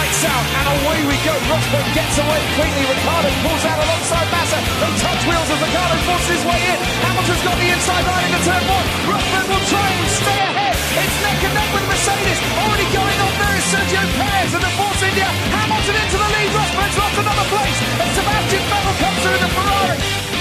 lights out, and away we go. Rosberg gets away quickly. Ricciardo pulls out alongside Massa. They touch wheels as Ricciardo forces his way in. Hamilton's got the inside line into turn one. Rosberg will try and stay ahead. It's neck and neck with Mercedes. Already going on there is Sergio Perez and the Force India. Hamilton into the lead. Rosberg's lost another place. And Sebastian Vettel comes through in the Ferrari.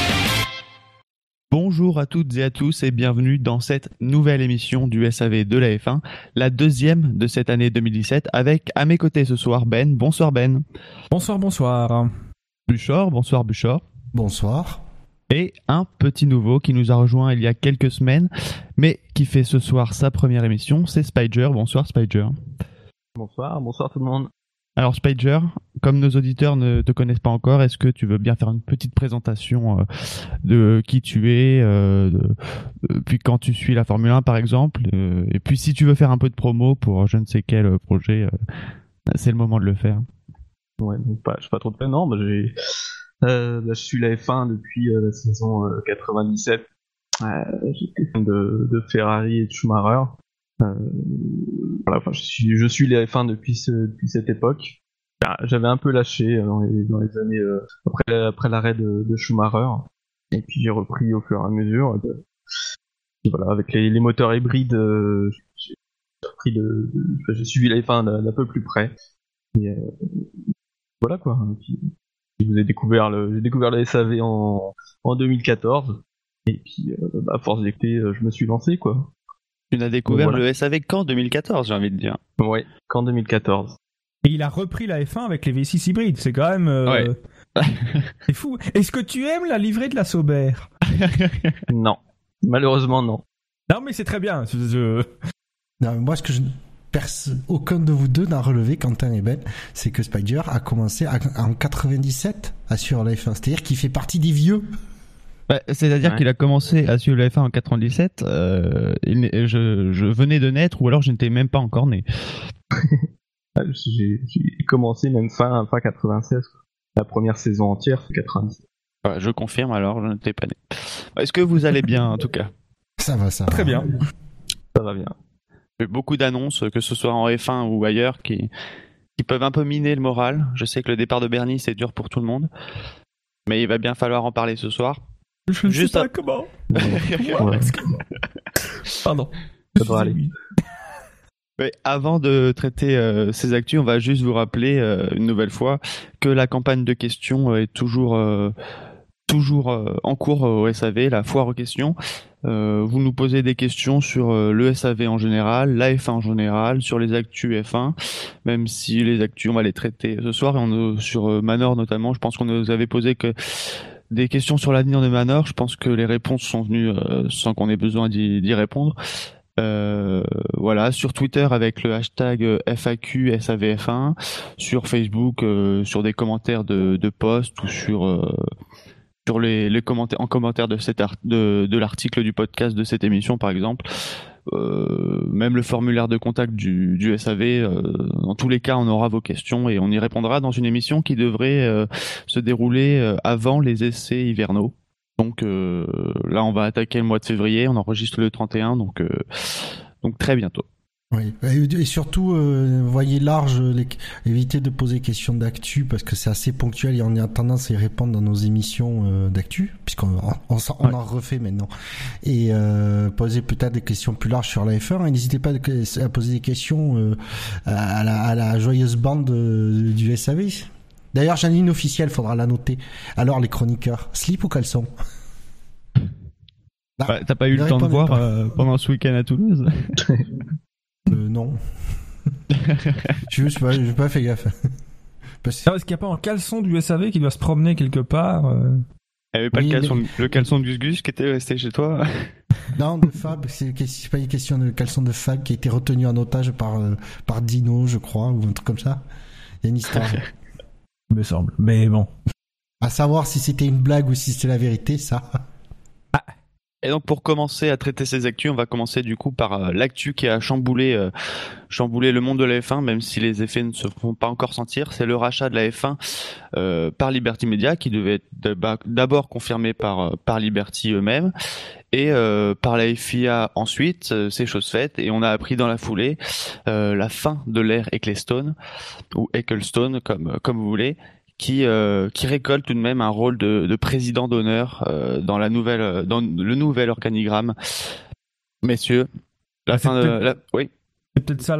Bonjour à toutes et à tous et bienvenue dans cette nouvelle émission du SAV de la F1, la deuxième de cette année 2017, avec à mes côtés ce soir Ben. Bonsoir Ben. Bonsoir. Buchor, bonsoir Buchor. Bonsoir. Et un petit nouveau qui nous a rejoint il y a quelques semaines, mais qui fait ce soir sa première émission, c'est Spider. Bonsoir Spider. Bonsoir tout le monde. Alors Spider, comme nos auditeurs ne te connaissent pas encore, est-ce que tu veux bien faire une petite présentation de qui tu es, puis quand tu suis la Formule 1 par exemple, et puis si tu veux faire un peu de promo pour je ne sais quel projet, c'est le moment de le faire. Ouais, donc je pas trop de peine, non, je suis la F1 depuis la saison 97. J'étais fan de Ferrari et de Schumacher. Je suis les F1 depuis cette époque. J'avais un peu lâché dans les années après l'arrêt de Schumacher, et puis j'ai repris au fur et à mesure. Et voilà, avec les moteurs hybrides, j'ai suivi la F1 d'un peu plus près. Et voilà quoi. J'ai découvert le SAV en 2014, et puis à force d'écouter, je me suis lancé quoi. Tu n'as découvert le SAV qu'en 2014, j'ai envie de dire. Ouais, qu'en 2014. Et il a repris la F1 avec les V6 hybrides, c'est quand même... Ouais. C'est fou. Est-ce que tu aimes la livrée de la Sauber? Non, malheureusement non. Non mais c'est très bien. Non, moi, ce que aucun de vous deux n'a relevé, Quentin et Ben, c'est que Spider a commencé en 97 à suivre la F1. C'est-à-dire qu'il fait partie des vieux. C'est-à-dire qu'il a commencé à suivre la F1 en 97, je venais de naître, ou alors je n'étais même pas encore né. J'ai commencé même fin 96, la première saison entière, c'est 97. Ouais, je confirme alors, je n'étais pas né. Est-ce que vous allez bien en tout cas? Ça va. Très bien. Ça va bien. Il y a eu beaucoup d'annonces, que ce soit en F1 ou ailleurs, qui peuvent un peu miner le moral. Je sais que le départ de Bernie, c'est dur pour tout le monde, mais il va bien falloir en parler ce soir. Je ne sais pas comment. Pardon. Ça devrait aller. Mais avant de traiter ces actus, on va juste vous rappeler une nouvelle fois que la campagne de questions est toujours en cours au SAV, la foire aux questions. Vous nous posez des questions sur le SAV en général, la F1 en général, sur les actus F1, même si les actus, on va les traiter ce soir, et sur Manor notamment, je pense qu'on nous avait posé que des questions sur l'avenir de Manor. Je pense que les réponses sont venues sans qu'on ait besoin d'y répondre. Voilà, sur Twitter avec le hashtag FAQ SAVF1, sur Facebook sur des commentaires de posts ou sur les commentaires en commentaire de l'article du podcast de cette émission par exemple. Même le formulaire de contact du SAV, dans tous les cas on aura vos questions et on y répondra dans une émission qui devrait se dérouler avant les essais hivernaux. Donc là on va attaquer le mois de février, on enregistre le 31, donc très bientôt. Oui, et surtout voyez large, évitez de poser questions d'actu parce que c'est assez ponctuel et on a tendance à y répondre dans nos émissions d'actu puisqu'on en refait maintenant, et posez peut-être des questions plus larges sur la F1 et n'hésitez pas à poser des questions à la joyeuse bande du SAV. D'ailleurs j'en ai une officielle, faudra la noter. Alors les chroniqueurs, slip ou caleçon? T'as pas eu le temps de voir pendant ce week-end à Toulouse? Non. Je pas fait gaffe. Est-ce qu'il n'y a pas un caleçon du SAV qui doit se promener quelque part Il n'y avait pas le caleçon de Gus Gus qui était resté chez toi? Non, de Fab, c'est pas une question de caleçon de Fab qui a été retenu en otage par Dino, je crois, ou un truc comme ça. Il y a une histoire. Me semble, mais bon. À savoir si c'était une blague ou si c'était la vérité, ça. Et donc pour commencer à traiter ces actus, on va commencer du coup par l'actu qui a chamboulé le monde de la F1, même si les effets ne se font pas encore sentir. C'est le rachat de la F1 par Liberty Media, qui devait être d'abord confirmé par Liberty eux-mêmes, et par la FIA ensuite. C'est chose faite, et on a appris dans la foulée la fin de l'ère Ecclestone, ou Ecclestone comme vous voulez, qui récolte tout de même un rôle de président d'honneur dans le nouvel organigramme. Messieurs, oui. C'est peut-être ça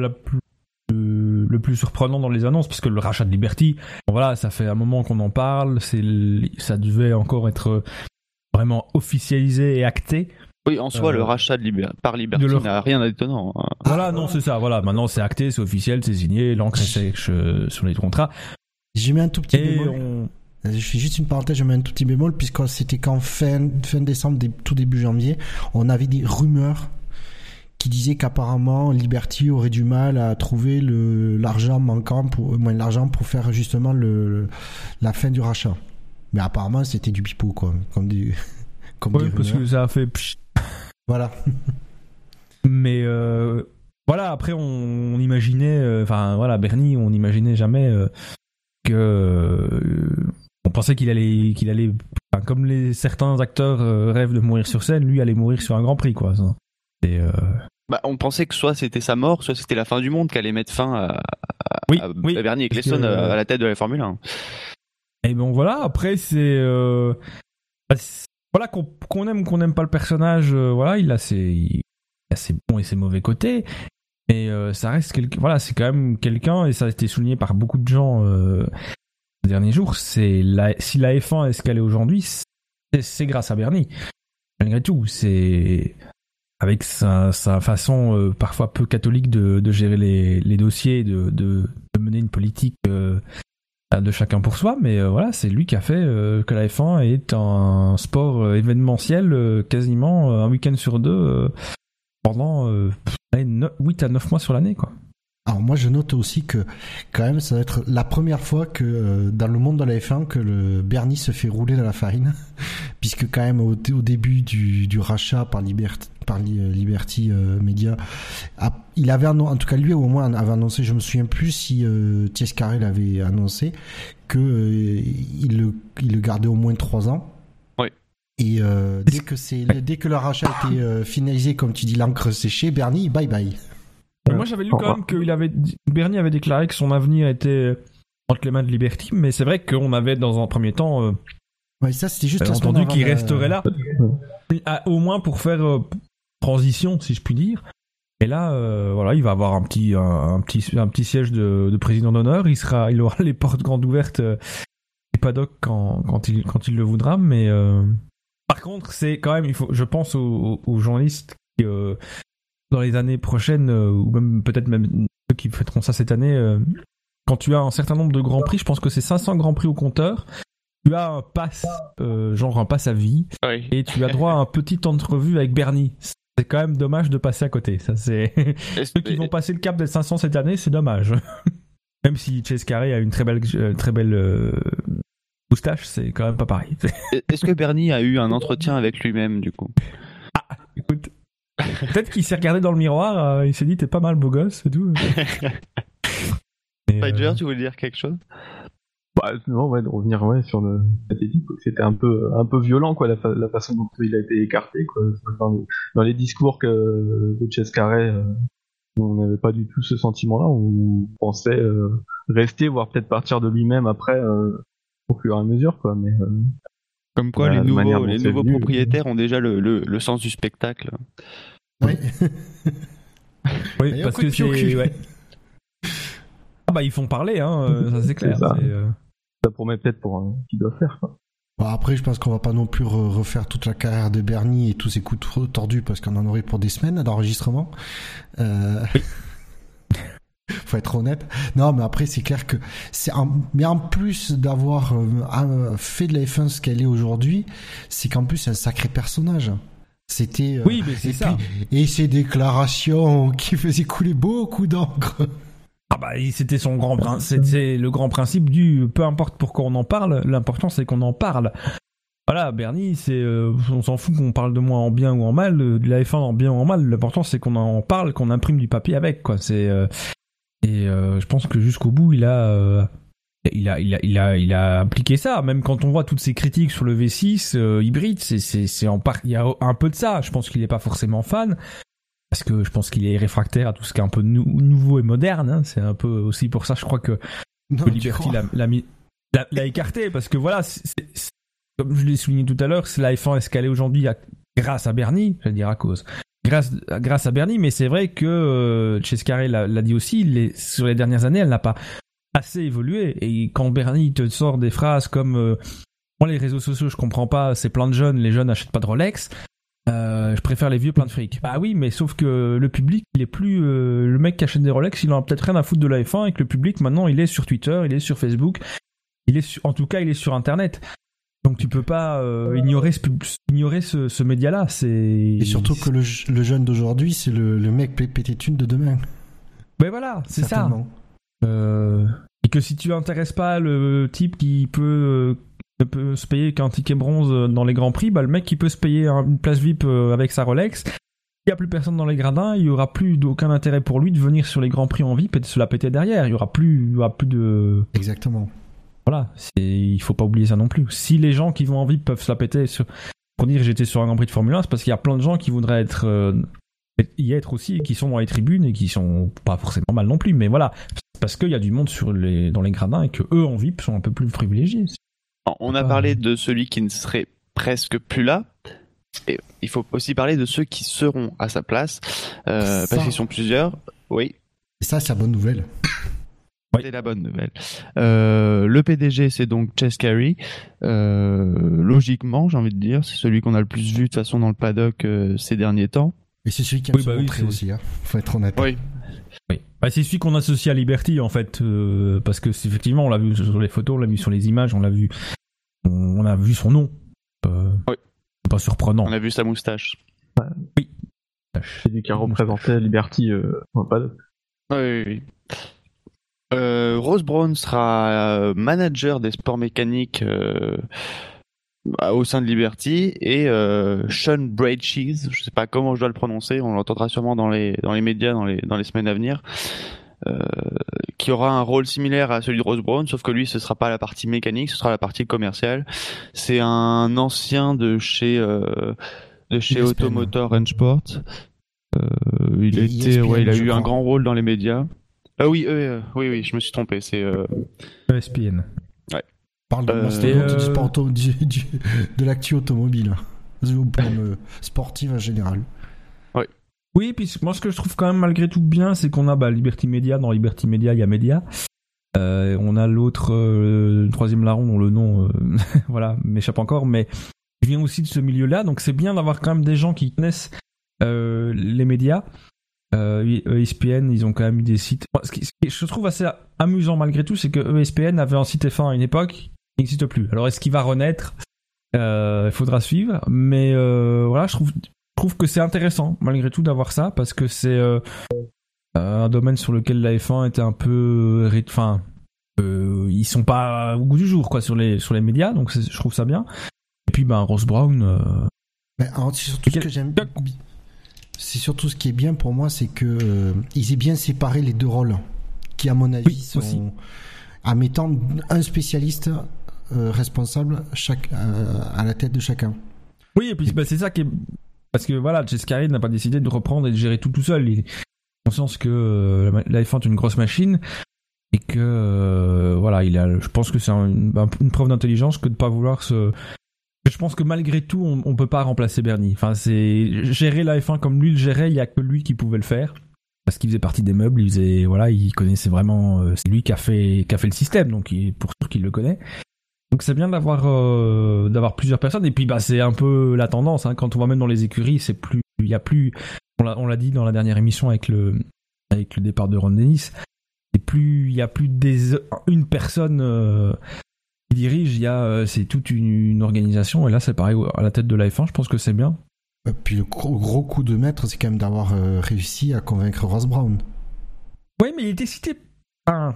le plus surprenant dans les annonces, parce que le rachat de Liberty, bon, voilà, ça fait un moment qu'on en parle, ça devait encore être vraiment officialisé et acté. Oui, en soi, le rachat par Liberty n'a rien d'étonnant. Voilà, non, c'est ça, voilà, maintenant c'est acté, c'est officiel, c'est signé, l'encre est sèche sur les contrats. J'ai mis un tout petit bémol. Je fais juste une parenthèse, je mets un tout petit bémol, puisque c'était qu'en fin décembre, tout début janvier, on avait des rumeurs qui disaient qu'apparemment Liberty aurait du mal à trouver l'argent manquant pour faire justement la fin du rachat. Mais apparemment c'était du pipeau, quoi, comme des parce que ça a fait voilà. Mais voilà, après on imaginait, Bernie, on n'imaginait jamais on pensait qu'il allait comme certains acteurs rêvent de mourir sur scène, lui allait mourir sur un Grand Prix, quoi. Et on pensait que soit c'était sa mort, soit c'était la fin du monde, qu'allait mettre fin à Bernie Ecclestone à la tête de la Formule 1. Et bon voilà, après c'est voilà, qu'on aime ou qu'on n'aime pas le personnage, voilà, il a ses bons et ses mauvais côtés. Mais ça reste c'est quand même quelqu'un, et ça a été souligné par beaucoup de gens ces derniers jours. Si la F1 est ce qu'elle est aujourd'hui, c'est grâce à Bernie. Malgré tout, c'est avec sa façon parfois peu catholique de gérer les dossiers, de mener une politique de chacun pour soi. Mais voilà, c'est lui qui a fait que la F1 est un sport événementiel quasiment un week-end sur deux. Pendant 8 à 9 mois sur l'année, quoi. Alors moi je note aussi que quand même ça va être la première fois que dans le monde de la F1 que le Bernie se fait rouler dans la farine, puisque quand même au début du rachat par Liberty Media, il avait en tout cas lui au moins avait annoncé, je me souviens plus si Tiescaré l'avait annoncé, que il le gardait au moins 3 ans. Et dès que le rachat a été finalisé, comme tu dis, l'encre séchée, Bernie, bye bye. Moi j'avais lu quand même que Bernie avait déclaré que son avenir était entre les mains de Liberty, mais c'est vrai qu'on avait dans un premier temps ça c'était juste entendu qu'il resterait là, au moins pour faire transition, si je puis dire. Et là, voilà, il va avoir un petit siège de président d'honneur. Il aura les portes grandes ouvertes du paddock quand il le voudra, mais par contre, c'est quand même, je pense aux journalistes qui, dans les années prochaines, ou même peut-être même ceux qui fêteront ça cette année, quand tu as un certain nombre de grands prix, je pense que c'est 500 grands prix au compteur, tu as un pass, genre un pass à vie, oui. Et tu as droit à un petit entrevue avec Bernie. C'est quand même dommage de passer à côté. Ça, c'est ceux qui vont passer le cap des 500 cette année, c'est dommage. Même si Chase Carey a une très belle moustache, c'est quand même pas pareil. Est-ce que Bernie a eu un entretien avec lui-même, du coup? Écoute, peut-être qu'il s'est regardé dans le miroir, il s'est dit t'es pas mal beau gosse et tout. Spider, tu voulais dire quelque chose? Non, de revenir sur le pathétique, c'était un peu violent, quoi, la façon dont il a été écarté, quoi. Dans les discours de Chase Carey, on n'avait pas du tout ce sentiment-là. On pensait rester, voire peut-être partir de lui-même après, au fur et à mesure, quoi. Mais comme quoi, les nouveaux propriétaires ont déjà le sens du spectacle. Oui. Oui, parce que c'est. Ouais. Ils font parler, ça c'est clair. Ça promet peut-être pour ce qu'ils doivent faire, quoi. Bon, après, je pense qu'on va pas non plus refaire toute la carrière de Bernie et tous ses coups tordus, parce qu'on en aurait pour des semaines d'enregistrement. Faut être honnête. Non, mais après, c'est clair que mais en plus d'avoir fait de la F1 ce qu'elle est aujourd'hui, c'est qu'en plus, c'est un sacré personnage. C'était. Oui, mais c'est ça. Et ses déclarations qui faisaient couler beaucoup d'encre. C'était son grand principe. C'est le grand principe du peu importe pourquoi on en parle, l'important c'est qu'on en parle. Voilà, Bernie, on s'en fout qu'on parle de moi en bien ou en mal, de la F1 en bien ou en mal. L'important c'est qu'on en parle, qu'on imprime du papier avec, quoi. Je pense que jusqu'au bout, il a appliqué ça. Même quand on voit toutes ces critiques sur le V6 hybride, il y a un peu de ça. Je pense qu'il est pas forcément fan. Parce que je pense qu'il est réfractaire à tout ce qui est un peu nouveau et moderne. Hein. C'est un peu aussi pour ça, je crois que Liberty l'a écarté. Parce que voilà, comme je l'ai souligné tout à l'heure, c'est la F1 escalée aujourd'hui grâce à Bernie, je vais dire à cause. Grâce à Bernie, mais c'est vrai que Chescaré l'a dit aussi, sur les dernières années, elle n'a pas assez évolué. Et quand Bernie te sort des phrases comme moi, les réseaux sociaux, je comprends pas, c'est plein de jeunes, les jeunes n'achètent pas de Rolex. Je préfère les vieux plein de fric. Bah oui, mais sauf que le public, il est plus le mec qui achète des Rolex, il en a peut-être rien à foutre de la F1 et que le public maintenant, il est sur Twitter, il est sur Facebook, en tout cas, il est sur Internet. Donc tu peux pas ignorer ce média-là. Et surtout que le jeune d'aujourd'hui, c'est le mec pété thune de demain. Ben voilà, c'est ça. Et que si tu intéresses pas le type qui ne peut se payer qu'un ticket bronze dans les grands prix, bah le mec qui peut se payer une place VIP avec sa Rolex, il y a plus personne dans les gradins, il y aura plus d'aucun intérêt pour lui de venir sur les grands prix en VIP et de se la péter derrière. Il y aura plus de. Exactement. Voilà, il faut pas oublier ça non plus. Si les gens qui vont en VIP peuvent se la péter pour dire j'étais sur un Grand Prix de Formule 1, c'est parce qu'il y a plein de gens qui voudraient y être aussi et qui sont dans les tribunes et qui sont pas forcément mal non plus. Mais voilà, parce qu'il y a du monde dans les gradins et que eux en VIP sont un peu plus privilégiés. On a parlé de celui qui ne serait presque plus là. Et il faut aussi parler de ceux qui seront à sa place, parce qu'ils sont plusieurs. Oui. Et ça, c'est la bonne nouvelle. C'est la bonne nouvelle. Le PDG, c'est donc Chescaré. Logiquement, j'ai envie de dire, c'est celui qu'on a le plus vu de toute façon dans le paddock ces derniers temps. Et c'est celui qui a montré aussi, hein. Faut être honnête. Oui. Bah, c'est celui qu'on associe à Liberty en fait, parce que effectivement, on l'a vu sur les photos, on l'a vu sur les images, on a vu son nom. Oui. C'est pas surprenant. On a vu sa moustache. Oui. C'est lui qui a représenté Liberty dans le paddock. Oui. Ross Brawn sera manager des sports mécaniques au sein de Liberty et Sean Braidshees, je sais pas comment je dois le prononcer, on l'entendra sûrement dans les médias dans les semaines à venir, qui aura un rôle similaire à celui de Ross Brawn, sauf que lui ce sera pas la partie mécanique, ce sera la partie commerciale. C'est un ancien de chez Automotor Sport. Il a eu un grand rôle dans les médias. Oui, je me suis trompé, c'est ESPN. Ouais. Parle du sport de l'actu automobile, sportive en général. Oui, puis moi ce que je trouve quand même malgré tout bien, c'est qu'on a Liberty Media. Dans Liberty Media, il y a Media. On a l'autre, le troisième larron dont le nom voilà, m'échappe encore, mais il vient aussi de ce milieu-là, donc c'est bien d'avoir quand même des gens qui connaissent les médias. ESPN, ils ont quand même eu des sites. Ce qui je trouve assez amusant malgré tout, c'est que ESPN avait un site F1 à une époque, il n'existe plus. Alors est-ce qu'il va renaître? Il faudra suivre, mais voilà, je trouve que c'est intéressant malgré tout d'avoir ça, parce que c'est un domaine sur lequel la F1 était un peu, ils sont pas au goût du jour quoi sur les médias, donc je trouve ça bien. Et puis Ross Brawn. C'est surtout ce que j'aime. C'est surtout ce qui est bien pour moi, c'est que ils aient bien séparé les deux rôles, qui à mon avis sont aussi, en mettant un spécialiste responsable à la tête de chacun. Oui, et puis c'est ça qui est, parce que voilà, Chescaré n'a pas décidé de reprendre et de gérer tout seul. Il a conscience que la F1 est une grosse machine et que voilà, je pense que c'est une preuve d'intelligence que de pas vouloir se. Je pense que malgré tout, on peut pas remplacer Bernie. Enfin, c'est gérer la F1 comme lui le gérait, il y a que lui qui pouvait le faire parce qu'il faisait partie des meubles, il connaissait vraiment. C'est lui qui a fait le système, donc pour sûr qu'il le connaît. Donc c'est bien d'avoir plusieurs personnes. Et puis c'est un peu la tendance. Hein, quand on va même dans les écuries, il y a plus. On l'a dit dans la dernière émission avec le départ de Ron Dennis. Il y a plus une personne. Qui dirige, c'est toute une organisation, et là c'est pareil à la tête de la F1, je pense que c'est bien. Puis le gros coup de maître, c'est quand même d'avoir réussi à convaincre Ross Brawn. Oui, mais il était cité.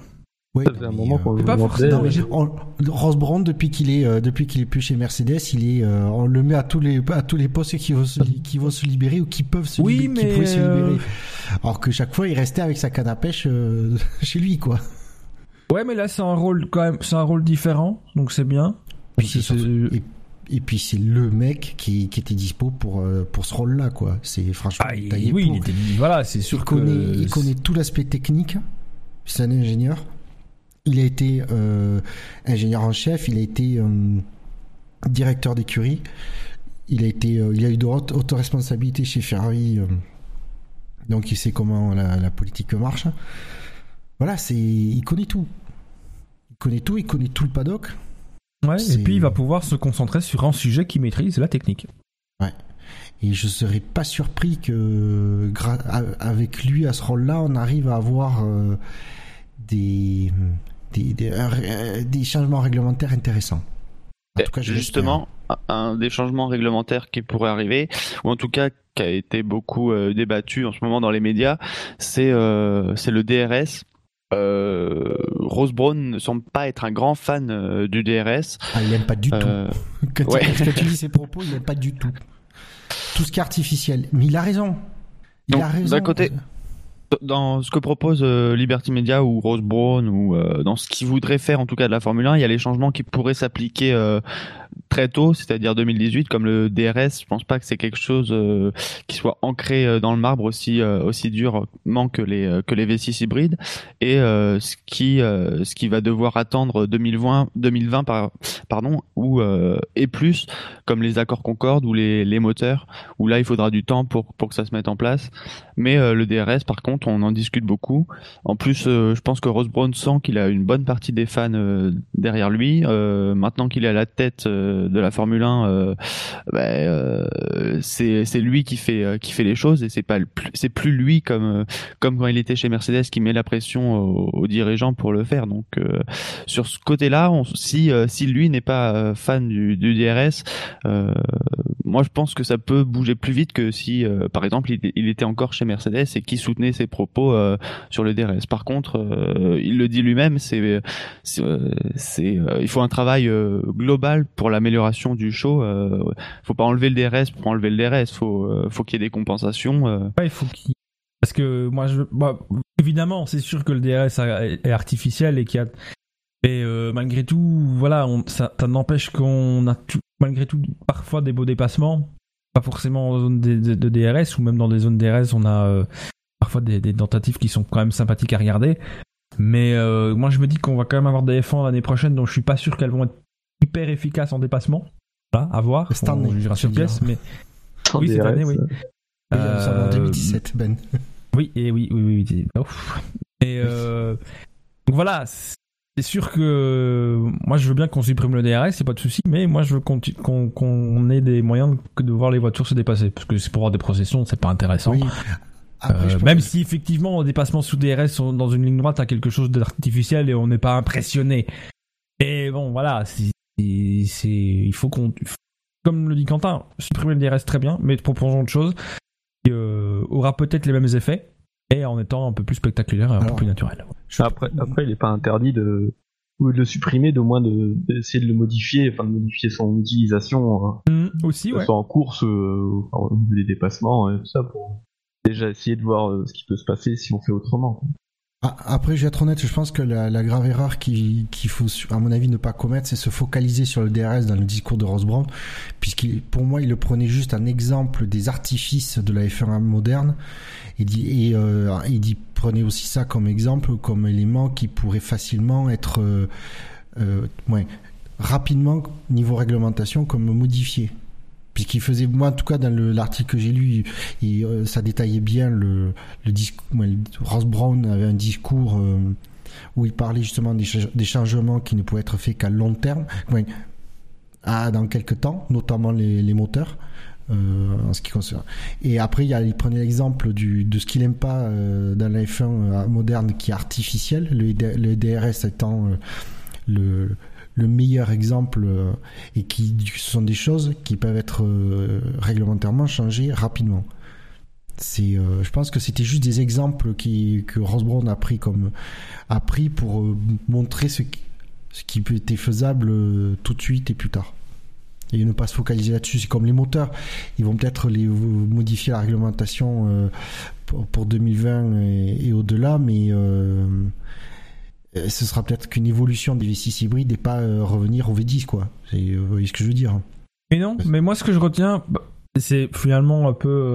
Ouais, Ça fait un moment qu'on c'est pas le forcément- demandait. Non, mais Ross Brown, depuis qu'il est plus chez Mercedes, on le met à tous les postes qui vont se libérer ou qui peuvent se Oui, libérer, qui mais, pourraient se libérer. Alors que chaque fois, il restait avec sa canne à pêche chez lui, quoi. Ouais, mais là, c'est un rôle quand même, c'est un rôle différent, donc c'est bien. Puis et puis c'est le mec qui était dispo pour ce rôle-là, quoi. C'est franchement taillé oui, pour. il était, voilà, c'est sûr Il connaît tout l'aspect technique. C'est un ingénieur. Il a été ingénieur en chef. Il a été directeur d'écurie. Il a eu de hautes responsabilités chez Ferrari. Donc il sait comment la politique marche. Voilà, il connaît tout. Il connaît tout le paddock. Ouais, et puis il va pouvoir se concentrer sur un sujet qu'il maîtrise, la technique. Ouais. Et je serais pas surpris que avec lui à ce rôle-là, on arrive à avoir des changements réglementaires intéressants. En tout cas, Justement, un des changements réglementaires qui pourrait arriver, ou en tout cas qui a été beaucoup débattu en ce moment dans les médias, c'est le DRS. Ross Brown ne semble pas être un grand fan du DRS. Ah, il aime pas du tout. Quand tu dis ses propos, il aime pas du tout. Tout ce qui est artificiel. Mais il a raison. D'un côté, dans ce que propose Liberty Media ou Ross Brown ou dans ce qu'il voudrait faire en tout cas de la Formule 1, il y a les changements qui pourraient s'appliquer très tôt, c'est-à-dire 2018, comme le DRS. Je pense pas que c'est quelque chose qui soit ancré dans le marbre aussi durement que les V6 hybrides. Et ce qui va devoir attendre 2020 ou et plus, comme les accords Concorde ou les moteurs, où là il faudra du temps pour que ça se mette en place. Mais le DRS, par contre, on en discute beaucoup. En plus, je pense que Ross Brown sent qu'il a une bonne partie des fans derrière lui. Maintenant qu'il est à la tête de la Formule 1, c'est lui qui fait les choses, et c'est plus lui comme quand il était chez Mercedes qui met la pression aux dirigeants pour le faire. Donc sur ce côté-là, si lui n'est pas fan du DRS, moi je pense que ça peut bouger plus vite que si par exemple il était encore chez Mercedes et qui soutenait ses propos sur le DRS. Par contre, il le dit lui-même, il faut un travail global pour l'amélioration du show. Faut pas enlever le DRS pour enlever le DRS. Faut qu'il y ait des compensations. Ouais, il faut parce que moi, évidemment, c'est sûr que le DRS est artificiel et qu'il y a. Et malgré tout, voilà, ça n'empêche qu'on a malgré tout parfois des beaux dépassements. Pas forcément en zone de DRS, ou même dans des zones DRS, on a parfois des tentatives qui sont quand même sympathiques à regarder. Mais moi, je me dis qu'on va quand même avoir des F1 l'année prochaine, donc je suis pas sûr qu'elles vont être hyper efficaces en dépassement. Voilà, à voir. On jugera sur pièce, mais oui, cette année, oui. Ça va en 2017, Ben. Oui, et oui. Ouf. Et donc voilà. C'est sûr que moi je veux bien qu'on supprime le DRS, c'est pas de souci, mais moi je veux qu'on ait des moyens de voir les voitures se dépasser, parce que c'est pour avoir des processions, c'est pas intéressant. Oui. Après, même si effectivement au dépassement sous DRS dans une ligne droite, t'as quelque chose d'artificiel et on n'est pas impressionné. Et bon voilà, il faut comme le dit Quentin, supprimer le DRS très bien, mais proposons autre chose qui aura peut-être les mêmes effets. Et en étant un peu plus spectaculaire et un peu plus naturel. Après, il n'est pas interdit de le supprimer, d'au moins d'essayer de le modifier, enfin de modifier son utilisation. Aussi, ouais. Soit en course, des dépassements et tout ça, pour déjà essayer de voir ce qui peut se passer si on fait autrement. Après, je vais être honnête, je pense que la grave erreur qu'il faut, à mon avis, ne pas commettre, c'est se focaliser sur le DRS dans le discours de Ross Brown, pour moi, il le prenait juste un exemple des artifices de la F1 moderne, il prenait aussi ça comme exemple, comme élément qui pourrait facilement être, rapidement, niveau réglementation, comme modifié. Puisqu'il faisait, moi en tout cas dans l'article que j'ai lu, ça détaillait bien le discours. Ross Brown avait un discours où il parlait justement des changements qui ne pouvaient être faits qu'à long terme, dans quelques temps, notamment les moteurs. En ce qui concerne. Et après, il prenait l'exemple de ce qu'il aime pas dans la F1 moderne, qui est artificiel, le DRS étant le meilleur exemple, et ce sont des choses qui peuvent être réglementairement changées rapidement. je pense que c'était juste des exemples que Ross Brawn a pris pour montrer ce qui était faisable tout de suite et plus tard. Et ne pas se focaliser là-dessus. C'est comme les moteurs. Ils vont peut-être modifier la réglementation pour 2020 et au-delà, mais ce sera peut-être qu'une évolution des V6 hybrides et pas revenir au V10, quoi. Vous voyez ce que je veux dire. Mais non, mais moi ce que je retiens, c'est finalement un peu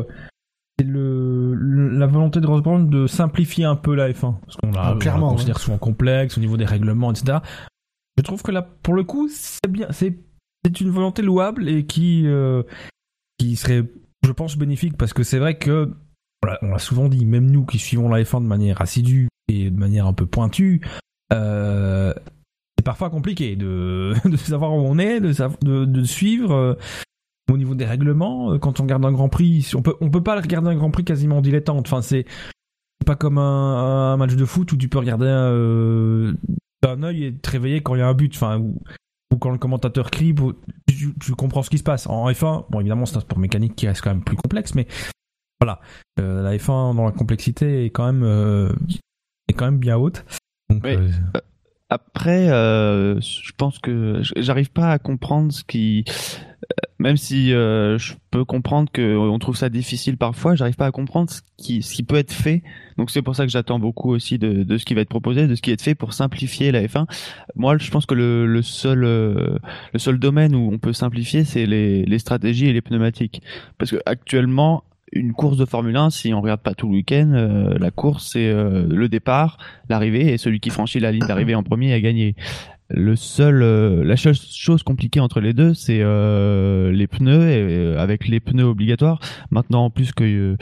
la volonté de Ross Brawn de simplifier un peu la F1. Parce qu'on la considère souvent complexe au niveau des règlements, etc. Je trouve que là, pour le coup, c'est bien, c'est une volonté louable et qui serait, je pense, bénéfique, parce que c'est vrai que, on l'a souvent dit, même nous qui suivons la F1 de manière assidue et de manière un peu pointue, c'est parfois compliqué de savoir où on est, de suivre au niveau des règlements. Quand on regarde un Grand Prix, on peut pas regarder un Grand Prix quasiment dilettante. Enfin, c'est pas comme un match de foot où tu peux regarder d'un œil et te réveiller quand il y a un but. Enfin, ou quand le commentateur crie, tu comprends ce qui se passe. En F1, bon, évidemment, c'est un sport mécanique qui reste quand même plus complexe, mais voilà, la F1 dans la complexité est quand même bien haute. Donc, oui. Après, je pense que j'arrive pas à comprendre même si je peux comprendre qu'on trouve ça difficile parfois, j'arrive pas à comprendre ce qui peut être fait. Donc c'est pour ça que j'attends beaucoup aussi de ce qui va être proposé, de ce qui est fait pour simplifier la F1. Moi, je pense que le seul domaine où on peut simplifier, c'est les stratégies et les pneumatiques. Parce que actuellement, une course de Formule 1, si on regarde pas tout le week-end, la course c'est le départ, l'arrivée, et celui qui franchit la ligne d'arrivée en premier a gagné. La seule chose compliquée entre les deux, c'est les pneus, et avec les pneus obligatoires. Maintenant, qu'il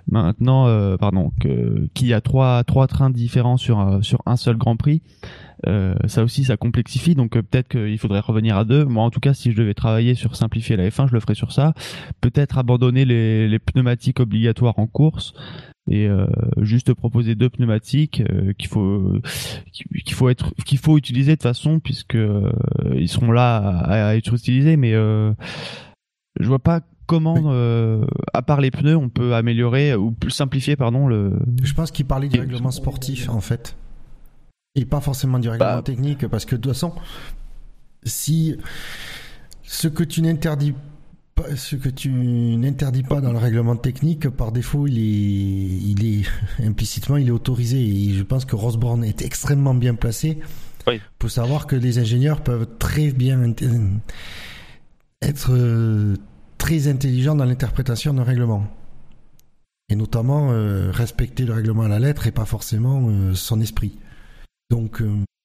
y a trois trains différents sur un seul Grand Prix. Ça aussi, ça complexifie, donc peut-être qu'il faudrait revenir à 2. Moi, en tout cas, si je devais travailler sur simplifier la F1, je le ferais sur ça. Peut-être abandonner les pneumatiques obligatoires en course et juste proposer 2 pneumatiques qu'il faut utiliser de toute façon, puisque ils seront là à être utilisés. Mais je vois pas comment, à part les pneus, on peut améliorer ou simplifier, Je pense qu'il parlait du règlement sportif, en fait. Et pas forcément du règlement technique, parce que de toute façon, si ce que tu n'interdis pas dans le règlement technique, par défaut, il est implicitement, il est autorisé. Et je pense que Ross Brawn est extrêmement bien placé pour savoir que les ingénieurs peuvent très bien être très intelligents dans l'interprétation d'un règlement. Et notamment respecter le règlement à la lettre et pas forcément son esprit. Donc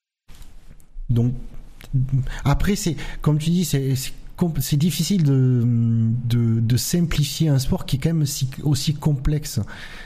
après, c'est comme tu dis, c'est difficile de simplifier un sport qui est quand même aussi complexe.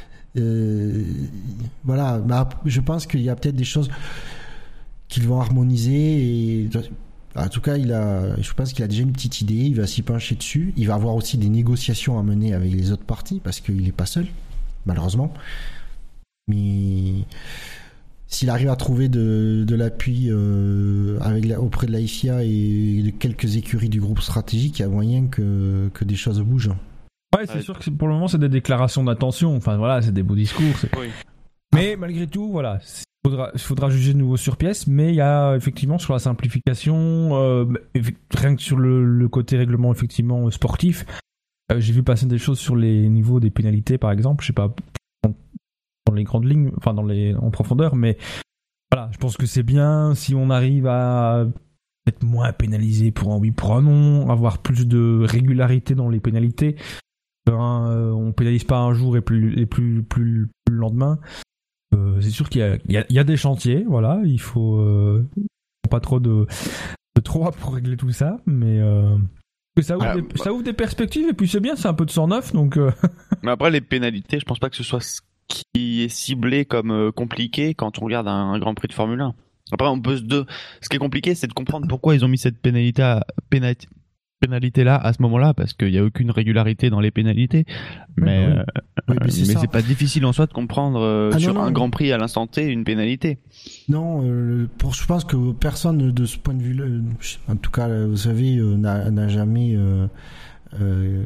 Voilà, je pense qu'il y a peut-être des choses qu'ils vont harmoniser. Et en tout cas, je pense qu'il a déjà une petite idée. Il va s'y pencher dessus. Il va avoir aussi des négociations à mener avec les autres parties, parce qu'il n'est pas seul, malheureusement. Mais s'il arrive à trouver de l'appui auprès de la FIA et de quelques écuries du groupe stratégique, il y a moyen que des choses bougent. Ouais, c'est sûr que pour le moment, c'est des déclarations d'intention. Enfin, voilà, c'est des beaux discours. Oui. Mais malgré tout, voilà, il faudra juger de nouveau sur pièce. Mais il y a effectivement sur la simplification, rien que sur le côté règlement effectivement sportif, j'ai vu passer des choses sur les niveaux des pénalités, par exemple. Je sais pas dans les grandes lignes, enfin en profondeur, mais voilà, je pense que c'est bien si on arrive à être moins pénalisé pour un oui, pour un non, avoir plus de régularité dans les pénalités. On pénalise pas un jour et plus le lendemain. C'est sûr qu'il y a des chantiers, voilà, il faut pas trop de trop pour régler tout ça, mais ça ouvre des perspectives, et puis c'est bien, c'est un peu de sang neuf, donc. Mais après, les pénalités, je pense pas que ce soit qui est ciblé comme compliqué quand on regarde un Grand Prix de Formule 1. Après, ce qui est compliqué, c'est de comprendre pourquoi ils ont mis cette pénalité-là à ce moment-là, parce qu'il n'y a aucune régularité dans les pénalités. Mais c'est pas difficile en soi de comprendre un Grand Prix à l'instant T une pénalité. Non, je pense que personne de ce point de vue-là, en tout cas, vous savez, n'a jamais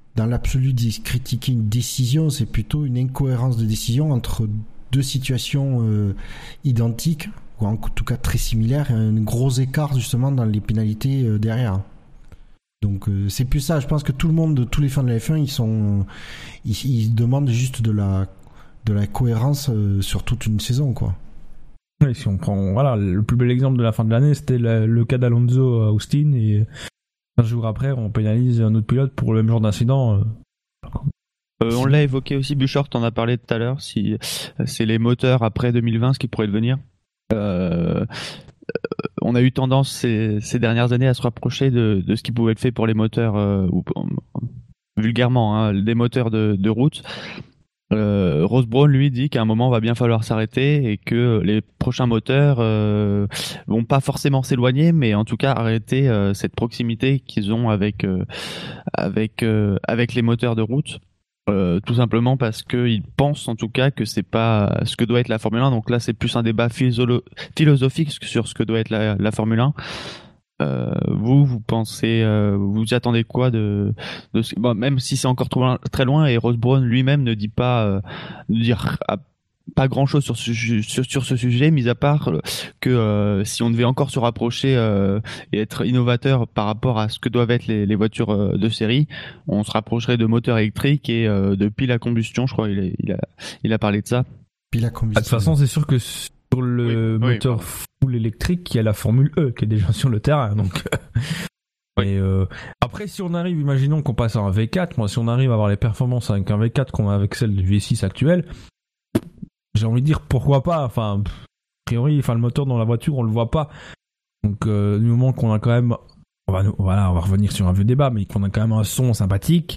dans l'absolu critiquer une décision, c'est plutôt une incohérence de décision entre deux situations identiques, ou en tout cas très similaires, et un gros écart justement dans les pénalités derrière. Donc c'est plus ça, je pense que tout le monde, tous les fans de la F1, ils demandent juste de la cohérence sur toute une saison, quoi. Oui, si on prend, voilà, le plus bel exemple de la fin de l'année, c'était le cas d'Alonso à Austin, et 15 jours après, on pénalise un autre pilote pour le même genre d'incident. On l'a évoqué aussi, Bouchard t'en a parlé tout à l'heure, si c'est les moteurs après 2020, ce qui pourrait devenir. On a eu tendance ces dernières années à se rapprocher de ce qui pouvait être fait pour les moteurs, vulgairement, hein, des moteurs de route. Ross Brawn lui dit qu'à un moment va bien falloir s'arrêter et que les prochains moteurs vont pas forcément s'éloigner, mais en tout cas arrêter cette proximité qu'ils ont avec les moteurs de route. Tout simplement parce qu'ils pensent en tout cas que c'est pas ce que doit être la Formule 1. Donc là c'est plus un débat philosophique sur ce que doit être la Formule 1. Vous pensez, vous attendez quoi de bon, même si c'est encore très loin, et Ross Brawn lui-même ne dit pas pas grand chose sur ce sujet, mis à part que si on devait encore se rapprocher et être innovateur par rapport à ce que doivent être les voitures de série, on se rapprocherait de moteurs électriques et de piles à combustion. Je crois il a parlé de ça. Pile à combustion. De toute façon, c'est sûr que sur le moteur full électrique, il y a la Formule E qui est déjà sur le terrain. Donc, après, si on arrive, imaginons qu'on passe à un V4, moi, si on arrive à avoir les performances avec un V4 qu'on a avec celle du V6 actuel, j'ai envie de dire pourquoi pas. Enfin, a priori, le moteur dans la voiture, on le voit pas. Donc, du moment qu'on a quand même, on va revenir sur un vieux débat, mais qu'on a quand même un son sympathique,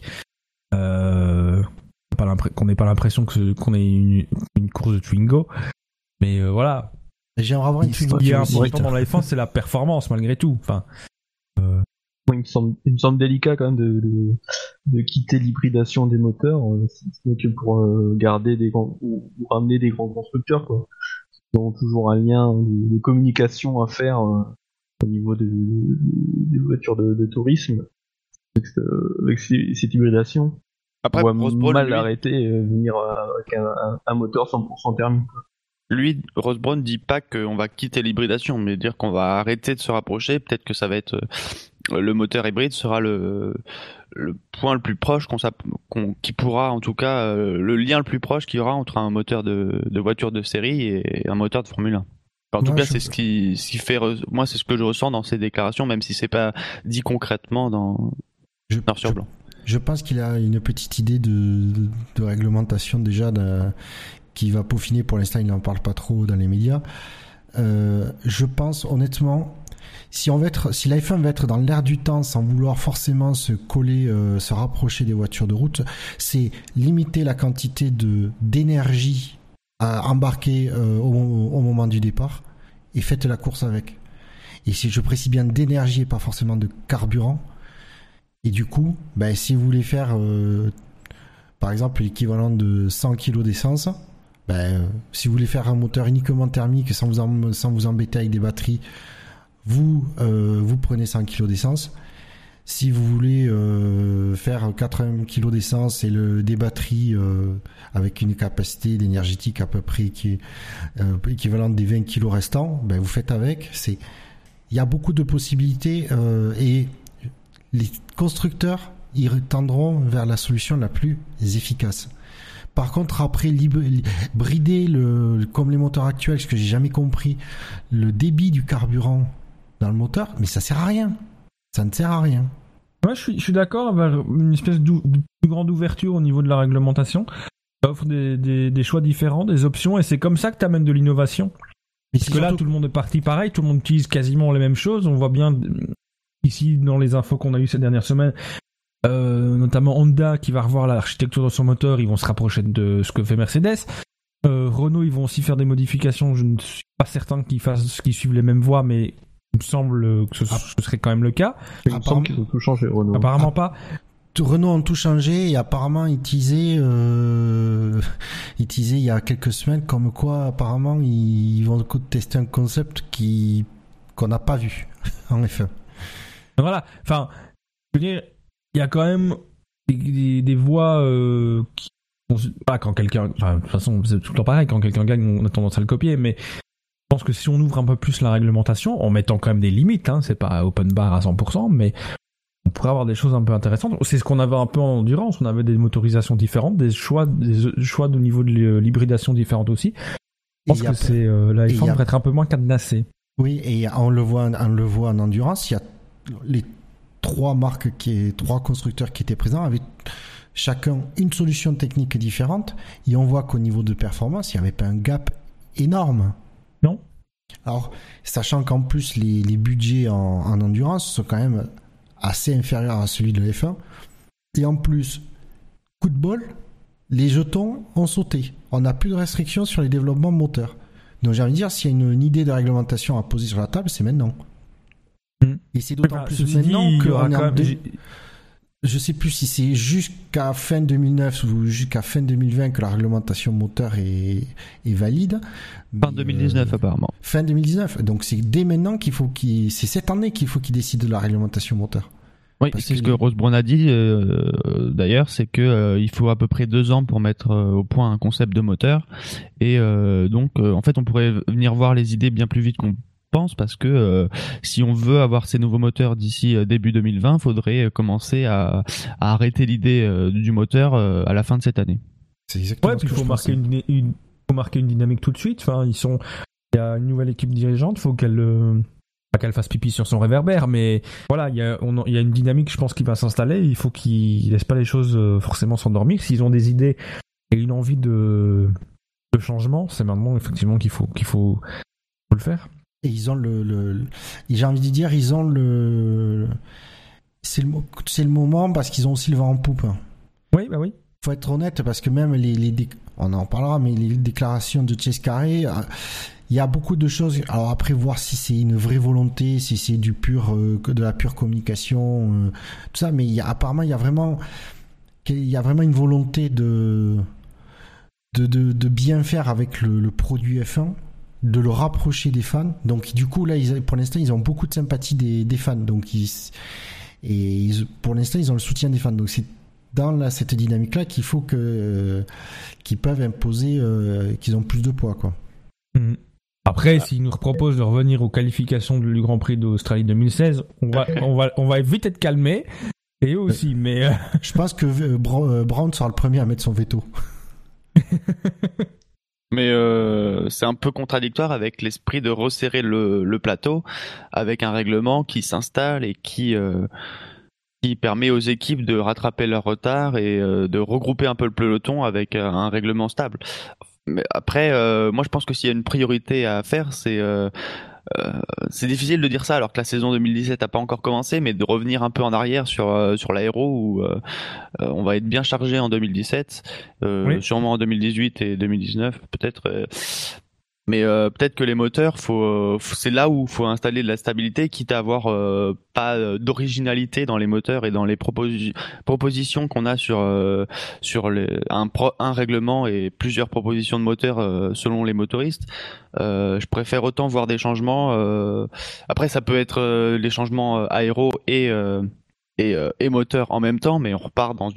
qu'on n'ait pas l'impression qu'on ait une course de Twingo. Mais voilà. J'aimerais avoir une Ce qui est important dans la F1, c'est la performance malgré tout. Enfin, il me semble délicat quand même de quitter l'hybridation des moteurs, c'est que pour garder ou ramener des grands constructeurs, quoi. Ils ont toujours un lien de communication à faire au niveau des voitures de tourisme avec cette hybridation. Après, on voit mal arrêter venir avec un moteur 100% thermique, quoi. Lui, Ross Brawn dit pas qu'on va quitter l'hybridation, mais dire qu'on va arrêter de se rapprocher. Peut-être que ça va être le moteur hybride sera le point le plus proche qui pourra, en tout cas, le lien le plus proche qu'il y aura entre un moteur de voiture de série et un moteur de Formule 1. En tout cas, c'est ce qui fait. Moi, c'est ce que je ressens dans ces déclarations, même si c'est pas dit concrètement noir sur blanc. Je pense qu'il a une petite idée de réglementation déjà qui va peaufiner. Pour l'instant, il n'en parle pas trop dans les médias. Je pense honnêtement, si la F1 va être dans l'air du temps sans vouloir forcément se rapprocher des voitures de route, c'est limiter la quantité d'énergie à embarquer au moment du départ et faites la course avec. Et si je précise bien d'énergie et pas forcément de carburant. Et du coup, si vous voulez faire par exemple l'équivalent de 100 kg d'essence, si vous voulez faire un moteur uniquement thermique sans vous embêter avec des batteries, vous prenez 100 kg d'essence. Si vous voulez faire 80 kg d'essence et des batteries avec une capacité d'énergétique à peu près qui est équivalente des 20 kg restants, vous faites avec. Il y a beaucoup de possibilités et les constructeurs ils tendront vers la solution la plus efficace. Par contre, après, brider comme les moteurs actuels, ce que j'ai jamais compris, le débit du carburant dans le moteur, mais ça sert à rien. Ça ne sert à rien. Ouais, je suis d'accord avec une espèce de plus grande ouverture au niveau de la réglementation. Ça offre des choix différents, des options, et c'est comme ça que tu amènes de l'innovation. Parce que là, tout le monde est parti pareil, tout le monde utilise quasiment les mêmes choses. On voit bien ici dans les infos qu'on a eues ces dernières semaines, notamment Honda qui va revoir l'architecture de son moteur, ils vont se rapprocher de ce que fait Mercedes. Renault, ils vont aussi faire des modifications, je ne suis pas certain qu'ils suivent les mêmes voies, mais il me semble que ce serait quand même le cas. Il me semble qu'ils ont tout changé, Renault. Apparemment pas. Renault ont tout changé et apparemment ils teasaient il y a quelques semaines comme quoi apparemment ils vont tester un concept qu'on n'a pas vu en F1. Voilà, enfin, je veux dire, il y a quand même des voix qui quand quelqu'un, enfin, de toute façon c'est tout le temps pareil, quand quelqu'un gagne on a tendance à le copier, mais je pense que si on ouvre un peu plus la réglementation en mettant quand même des limites, c'est pas open bar à 100%, mais on pourrait avoir des choses un peu intéressantes. C'est ce qu'on avait un peu en endurance, on avait des motorisations différentes, des choix de niveau de l'hybridation différentes aussi. Je pense que c'est la F1 devrait être un peu moins cadenassée. Oui, et on le voit en endurance, il y a les trois constructeurs qui étaient présents avaient chacun une solution technique différente, et on voit qu'au niveau de performance, il n'y avait pas un gap énorme. Non. Alors, sachant qu'en plus les budgets en endurance sont quand même assez inférieurs à celui de la F1, et en plus, coup de bol, les jetons ont sauté. On n'a plus de restrictions sur les développements moteurs. Donc j'ai envie de dire, s'il y a une idée de réglementation à poser sur la table, c'est maintenant. Et c'est d'autant plus maintenant qu'on est en je sais plus si c'est jusqu'à fin 2009 ou jusqu'à fin 2020 que la réglementation moteur est valide. Fin 2019 apparemment. Fin 2019. Donc c'est dès maintenant c'est cette année qu'il faut qu'ils décident de la réglementation moteur. Oui, c'est ce que Ross Brawn a dit d'ailleurs, c'est que il faut à peu près 2 ans pour mettre au point un concept de moteur, et donc en fait on pourrait venir voir les idées bien plus vite qu'on pense, parce que si on veut avoir ces nouveaux moteurs d'ici début 2020, faudrait commencer à arrêter l'idée du moteur à la fin de cette année. C'est exactement ce que il faut marquer une dynamique tout de suite. Enfin, il y a une nouvelle équipe dirigeante, faut qu'elle pas qu'elle fasse pipi sur son réverbère, mais voilà, il y a une dynamique, je pense, qui va s'installer. Il faut qu'ils laissent pas les choses forcément s'endormir. S'ils ont des idées et une envie de changement, c'est maintenant effectivement qu'il faut le faire. Et ils ont j'ai envie de dire, c'est le moment, parce qu'ils ont aussi le vent en poupe. Oui, bah oui. Faut être honnête, parce que même on en parlera, mais les déclarations de Chase Carey, il y a beaucoup de choses. Alors après, voir si c'est une vraie volonté, si c'est de la pure communication, tout ça. Mais apparemment, il y a vraiment une volonté de bien faire avec le produit F1, de le rapprocher des fans. Donc du coup là, pour l'instant, ils ont beaucoup de sympathie des fans. Donc pour l'instant, ils ont le soutien des fans. Donc c'est dans cette dynamique-là qu'il faut qu'ils peuvent imposer, qu'ils ont plus de poids, quoi. Après, s'ils nous proposent de revenir aux qualifications du Grand Prix d'Australie 2016, on va vite être calmé. Et eux aussi, mais je pense que Brown sera le premier à mettre son veto. Mais c'est un peu contradictoire avec l'esprit de resserrer le plateau avec un règlement qui s'installe et qui permet aux équipes de rattraper leur retard et de regrouper un peu le peloton avec un règlement stable. Mais après, moi je pense que s'il y a une priorité à faire, c'est difficile de dire ça alors que la saison 2017 n'a pas encore commencé, mais de revenir un peu en arrière sur l'aéro où on va être bien chargé en 2017, oui. Sûrement en 2018 et 2019 peut-être. Mais peut-être que les moteurs, c'est là où faut installer de la stabilité, quitte à avoir pas d'originalité dans les moteurs et dans les propositions qu'on a sur un règlement et plusieurs propositions de moteurs selon les motoristes. Je préfère autant voir des changements. Après, ça peut être les changements aéro et moteur en même temps, mais on repart dans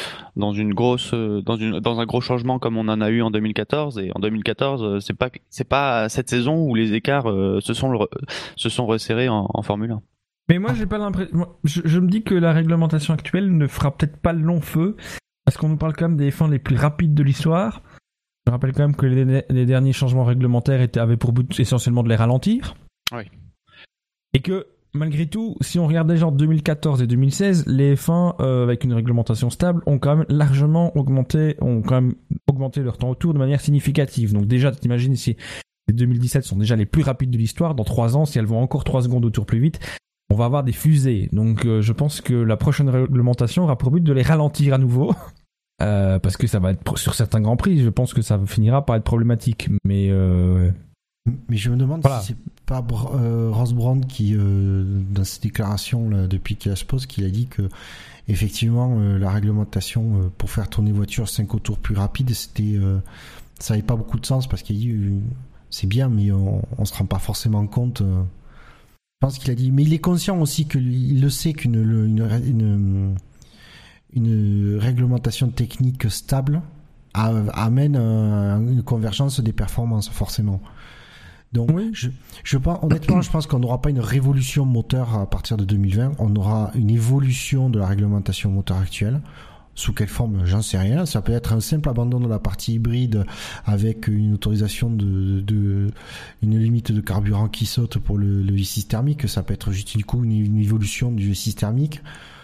un gros changement comme on en a eu en 2014. Et en 2014, c'est pas cette saison où les écarts se sont resserrés en Formule 1. Mais moi, j'ai pas l'impression. Je me dis que la réglementation actuelle ne fera peut-être pas le long feu, parce qu'on nous parle quand même des F1 les plus rapides de l'histoire. Je rappelle quand même que les derniers changements réglementaires avaient pour but essentiellement de les ralentir. Oui. Et que malgré tout, si on regarde déjà en 2014 et 2016, les F1 avec une réglementation stable ont quand même largement augmenté leur temps autour de manière significative. Donc déjà, t'imagines si les 2017 sont déjà les plus rapides de l'histoire, dans 3 ans, si elles vont encore 3 secondes au tour plus vite, on va avoir des fusées. Donc je pense que la prochaine réglementation aura pour but de les ralentir à nouveau. Parce que ça va être sur certains grands prix, je pense que ça finira par être problématique. Mais je me demande si c'est pas Ross Brawn qui, dans ses déclarations là, depuis qu'il a ce poste, qu'il a dit que effectivement la réglementation pour faire tourner voiture 5 tours plus rapide, ça n'avait pas beaucoup de sens, parce qu'il dit c'est bien, mais on se rend pas forcément compte. Je pense qu'il a dit, mais il est conscient aussi il le sait qu'une une réglementation technique stable amène une convergence des performances, forcément. Donc, oui. honnêtement, je pense qu'on n'aura pas une révolution moteur à partir de 2020. On aura une évolution de la réglementation moteur actuelle. Sous quelle forme, j'en sais rien. Ça peut être un simple abandon de la partie hybride avec une autorisation une limite de carburant qui saute pour le V6 thermique. Ça peut être juste une évolution du V6 thermique.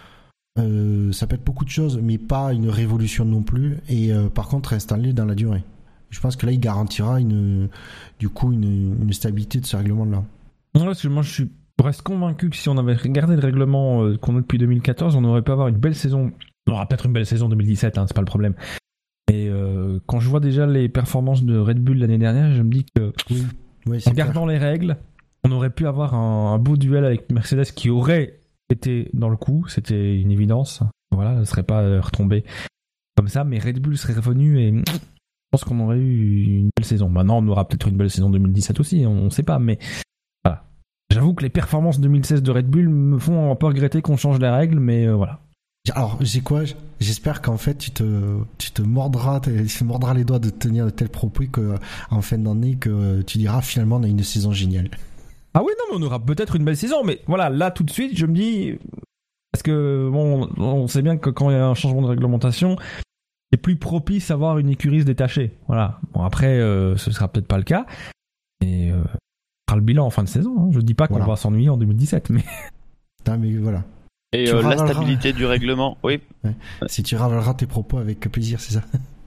Ça peut être beaucoup de choses, mais pas une révolution non plus. Et par contre, installé dans la durée. Je pense que là, il garantira une stabilité de ce règlement-là. Ouais, parce que moi, je reste convaincu que si on avait regardé le règlement qu'on a depuis 2014, on aurait pu avoir une belle saison. On aura peut-être une belle saison 2017, c'est pas le problème. Et quand je vois déjà les performances de Red Bull l'année dernière, je me dis que en gardant les règles, on aurait pu avoir un beau duel avec Mercedes qui aurait été dans le coup. C'était une évidence. Voilà, elle ne serait pas retombée comme ça, mais Red Bull serait revenu et je pense qu'on aurait eu une belle saison. Maintenant, on aura peut-être une belle saison 2017 aussi, on ne sait pas, mais voilà. J'avoue que les performances 2016 de Red Bull me font un peu regretter qu'on change les règles, mais voilà. Alors, j'espère qu'en fait, tu te mordras les doigts de tenir de tels propos qu'en fin d'année, que tu diras finalement on a une saison géniale. Ah oui, non, mais on aura peut-être une belle saison, mais voilà, là tout de suite, je me dis, parce que bon, on sait bien que quand il y a un changement de réglementation, c'est plus propice à avoir une écurie se détacher. Voilà. Bon, après, ce sera peut-être pas le cas. Et on fera le bilan en fin de saison. Hein. Je dis pas qu'on va s'ennuyer en 2017, mais. Non, mais voilà. Et la stabilité du règlement, oui. Ouais. Si tu ravaleras tes propos avec plaisir, c'est ça.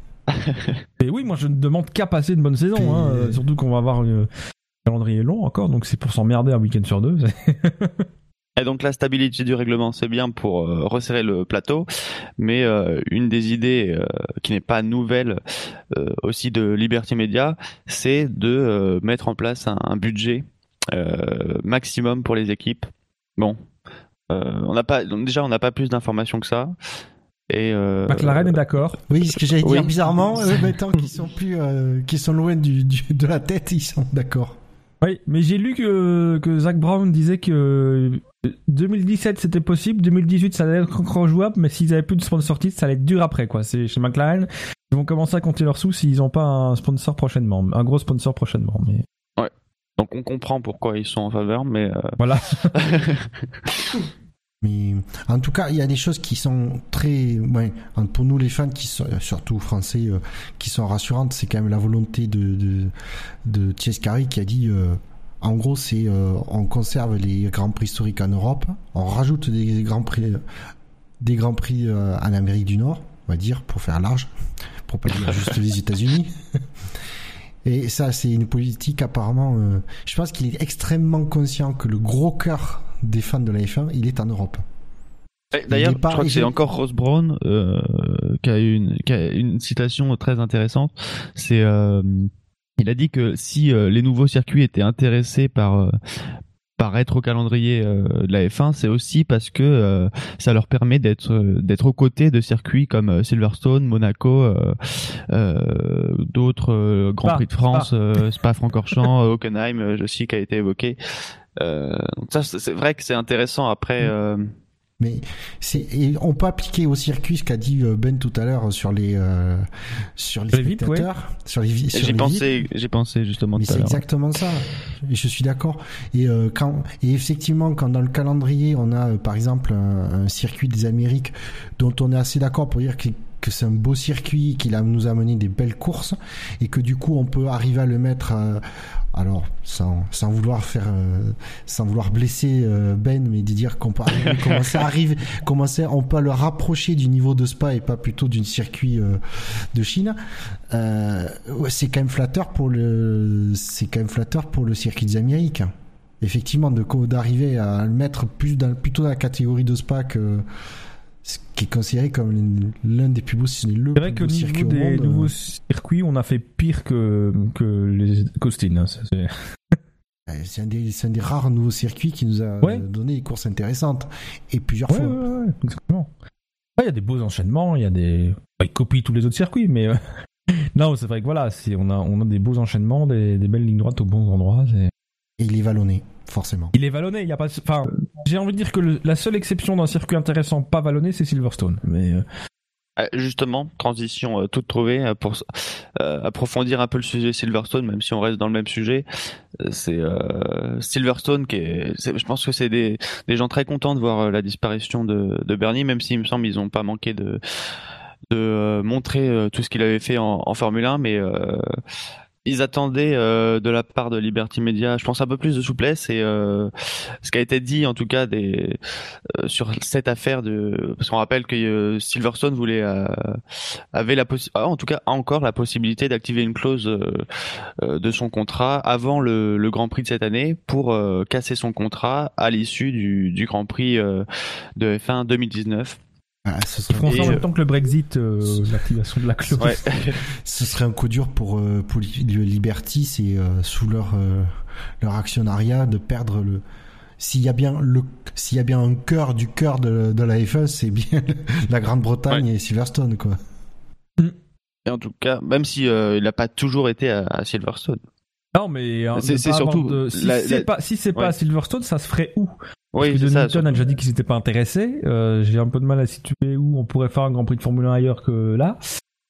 Et oui, moi je ne demande qu'à passer une bonne saison. Hein. Surtout qu'on va avoir un calendrier long encore, donc c'est pour s'emmerder un week-end sur deux. Et donc la stabilité du règlement, c'est bien pour resserrer le plateau, mais une des idées qui n'est pas nouvelle aussi de Liberty Media, c'est de mettre en place un budget maximum pour les équipes. Bon, on n'a pas plus d'informations que ça. Et McLaren est d'accord. Oui, ce que j'allais dire, bizarrement, maintenant qu'ils sont loin de la tête, ils sont d'accord. Oui, mais j'ai lu que Zach Brown disait que 2017 c'était possible, 2018 ça allait être encore jouable, mais s'ils avaient plus de sponsor titre, ça allait être dur après, quoi. C'est chez McLaren, ils vont commencer à compter leurs sous s'ils n'ont pas un sponsor prochainement, un gros sponsor prochainement. Mais ouais. Donc on comprend pourquoi ils sont en faveur, mais voilà. Mais en tout cas, il y a des choses qui sont très, pour nous les fans qui sont surtout français, qui sont rassurantes. C'est quand même la volonté de Chase Carey qui a dit, en gros, c'est on conserve les grands prix historiques en Europe, on rajoute des grands prix en Amérique du Nord, on va dire, pour faire large, pour pas dire juste les États-Unis. Et ça, c'est une politique apparemment. Je pense qu'il est extrêmement conscient que le gros cœur des fans de la F1, il est en Europe. D'ailleurs, je crois que c'est encore Ross Brown qui a une citation très intéressante. C'est, il a dit que si les nouveaux circuits étaient intéressés par être au calendrier de la F1, c'est aussi parce que ça leur permet d'être aux côtés de circuits comme Silverstone, Monaco, d'autres Grands Prix de France, Spa-Francorchamps, Hockenheim, je sais, qui a été évoqué. Donc ça, c'est vrai que c'est intéressant après. Mais on peut appliquer au circuit ce qu'a dit Ben tout à l'heure sur les spectateurs, sur les J'ai pensé justement. Mais tout à c'est l'heure. exactement ça. Et je suis d'accord. Et effectivement, quand dans le calendrier on a par exemple un circuit des Amériques dont on est assez d'accord pour dire que c'est un beau circuit, qu'il nous a mené des belles courses, et que du coup on peut arriver à le mettre, alors sans vouloir blesser Ben, mais de dire qu'on peut on peut le rapprocher du niveau de Spa et pas plutôt d'un circuit de Chine. C'est quand même flatteur pour le circuit des Amériques. Effectivement, d'arriver à le mettre plutôt dans la catégorie de Spa que ce qui est considéré comme l'un des plus beaux, si ce n'est le plus beau circuit au monde. C'est vrai qu'au niveau des nouveaux circuits, on a fait pire que les Costin. Hein, c'est un des rares nouveaux circuits qui nous a donné des courses intéressantes. Et plusieurs fois. Ouais, exactement. Il y a des beaux enchaînements, ils copient tous les autres circuits, mais non, c'est vrai que voilà, on a des beaux enchaînements, des belles lignes droites aux bons endroits. Et il est vallonné, forcément. Il est vallonné, il y a pas. Enfin, j'ai envie de dire que la seule exception d'un circuit intéressant pas vallonné, c'est Silverstone. Mais Justement, transition toute trouvée pour approfondir un peu le sujet Silverstone, même si on reste dans le même sujet. C'est Silverstone je pense que c'est des gens très contents de voir la disparition de Bernie, même s'il me semble ils ont pas manqué de montrer tout ce qu'il avait fait en Formule 1, mais ils attendaient de la part de Liberty Media, je pense, un peu plus de souplesse et ce qui a été dit en tout cas sur cette affaire parce qu'on rappelle que Silverstone avait en tout cas a encore la possibilité d'activer une clause de son contrat avant le Grand Prix de cette année pour casser son contrat à l'issue du Grand Prix de F1 2019. Ce serait en même temps que le Brexit, l'activation de la clause. Ouais. Ce serait un coup dur pour Liberty, c'est sous leur actionnariat de perdre s'il y a bien un cœur du cœur de la F1, c'est bien la Grande-Bretagne et Silverstone, quoi. Et en tout cas, même si il n'a pas toujours été à Silverstone. Non, mais c'est surtout si c'est pas à Silverstone, ça se ferait où? Oui, parce que ça, Newton a déjà dit qu'ils n'étaient pas intéressés. J'ai un peu de mal à situer où on pourrait faire un Grand Prix de Formule 1 ailleurs que là.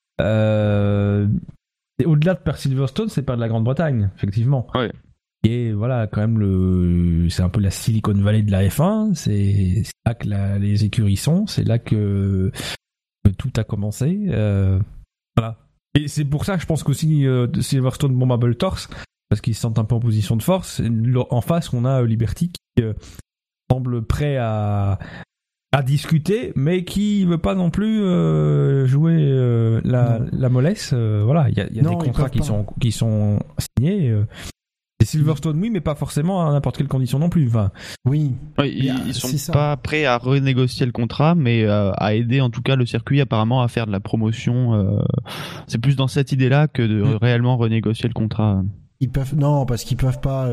Et au-delà de perdre Silverstone, c'est perdre la Grande-Bretagne, effectivement. Oui. Et voilà, quand même, c'est un peu la Silicon Valley de la F1. C'est là que les écuries sont. C'est là que tout a commencé. Voilà. Et c'est pour ça que je pense qu'aussi Silverstone bombe à belle torse, parce qu'ils se sentent un peu en position de force. Et en face, on a Liberty qui semble prêt à discuter, mais qui veut pas non plus jouer la mollesse. Voilà, il y a des contrats qui sont signés. Et Silverstone, oui, mais pas forcément à n'importe quelle condition non plus. Enfin, oui, ils sont pas prêts à renégocier le contrat, mais à aider en tout cas le circuit apparemment à faire de la promotion. C'est plus dans cette idée-là que de réellement renégocier le contrat. Parce qu'ils peuvent pas.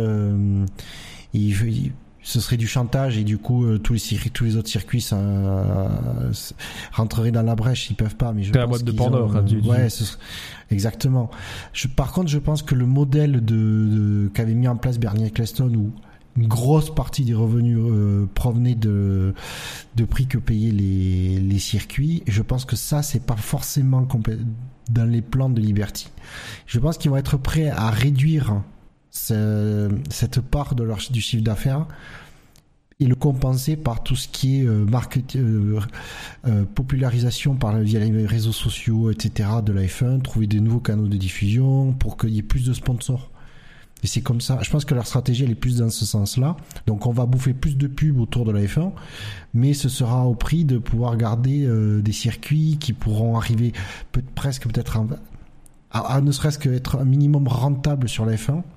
Ce serait du chantage et du coup tous les autres circuits rentreraient dans la brèche. Ils peuvent pas. Mais je pense la boîte de Pandore. Exactement. Par contre, je pense que le modèle qu'avait mis en place Bernie Ecclestone, où une grosse partie des revenus provenaient de prix que payaient les circuits, je pense que ça c'est pas forcément dans les plans de Liberty. Je pense qu'ils vont être prêts à réduire cette part du chiffre d'affaires et le compenser par tout ce qui est popularisation via les réseaux sociaux, etc. de la F1, trouver des nouveaux canaux de diffusion pour qu'il y ait plus de sponsors. Et c'est comme ça. Je pense que leur stratégie elle est plus dans ce sens-là. Donc on va bouffer plus de pubs autour de la F1, mais ce sera au prix de pouvoir garder des circuits qui pourront arriver peut-être à ne serait-ce qu'être un minimum rentable sur la F1.